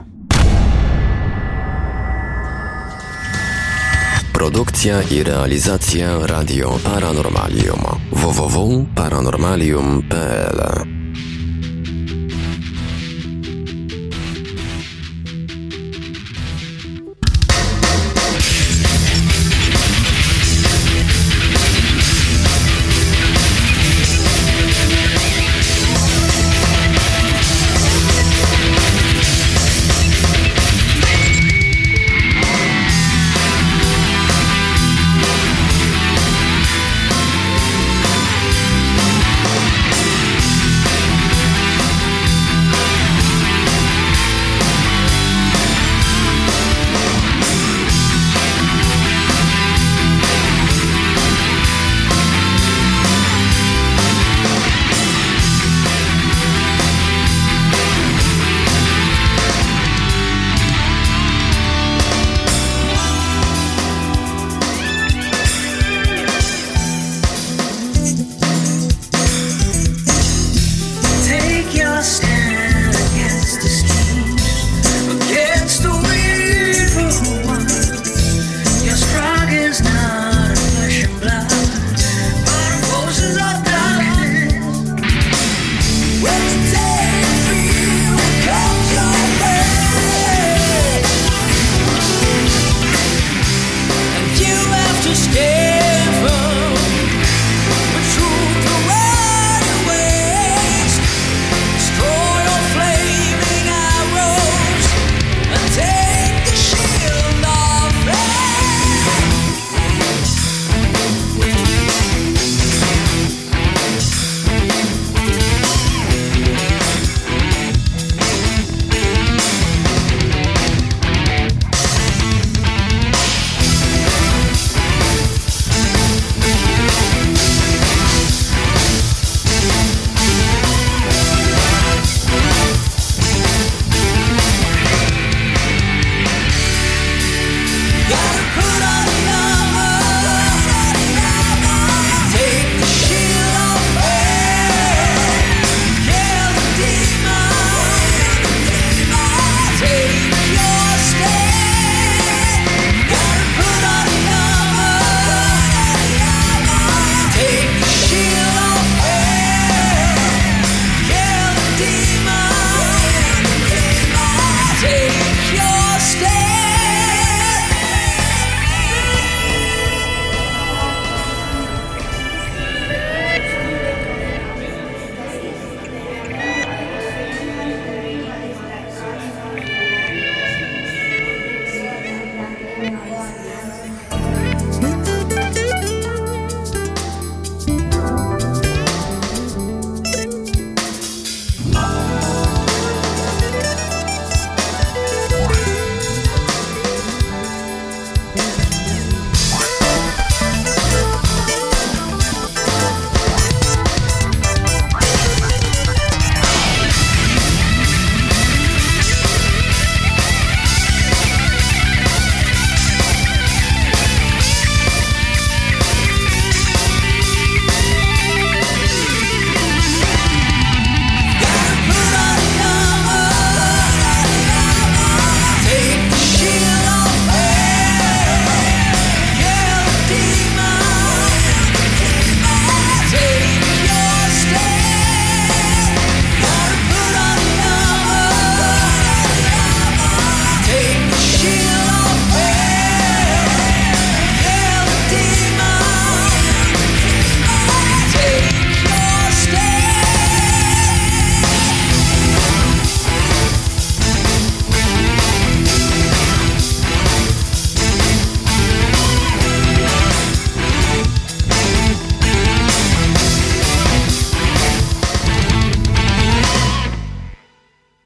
Produkcja i realizacja Radio Paranormalium. w w w kropka paranormalium kropka p l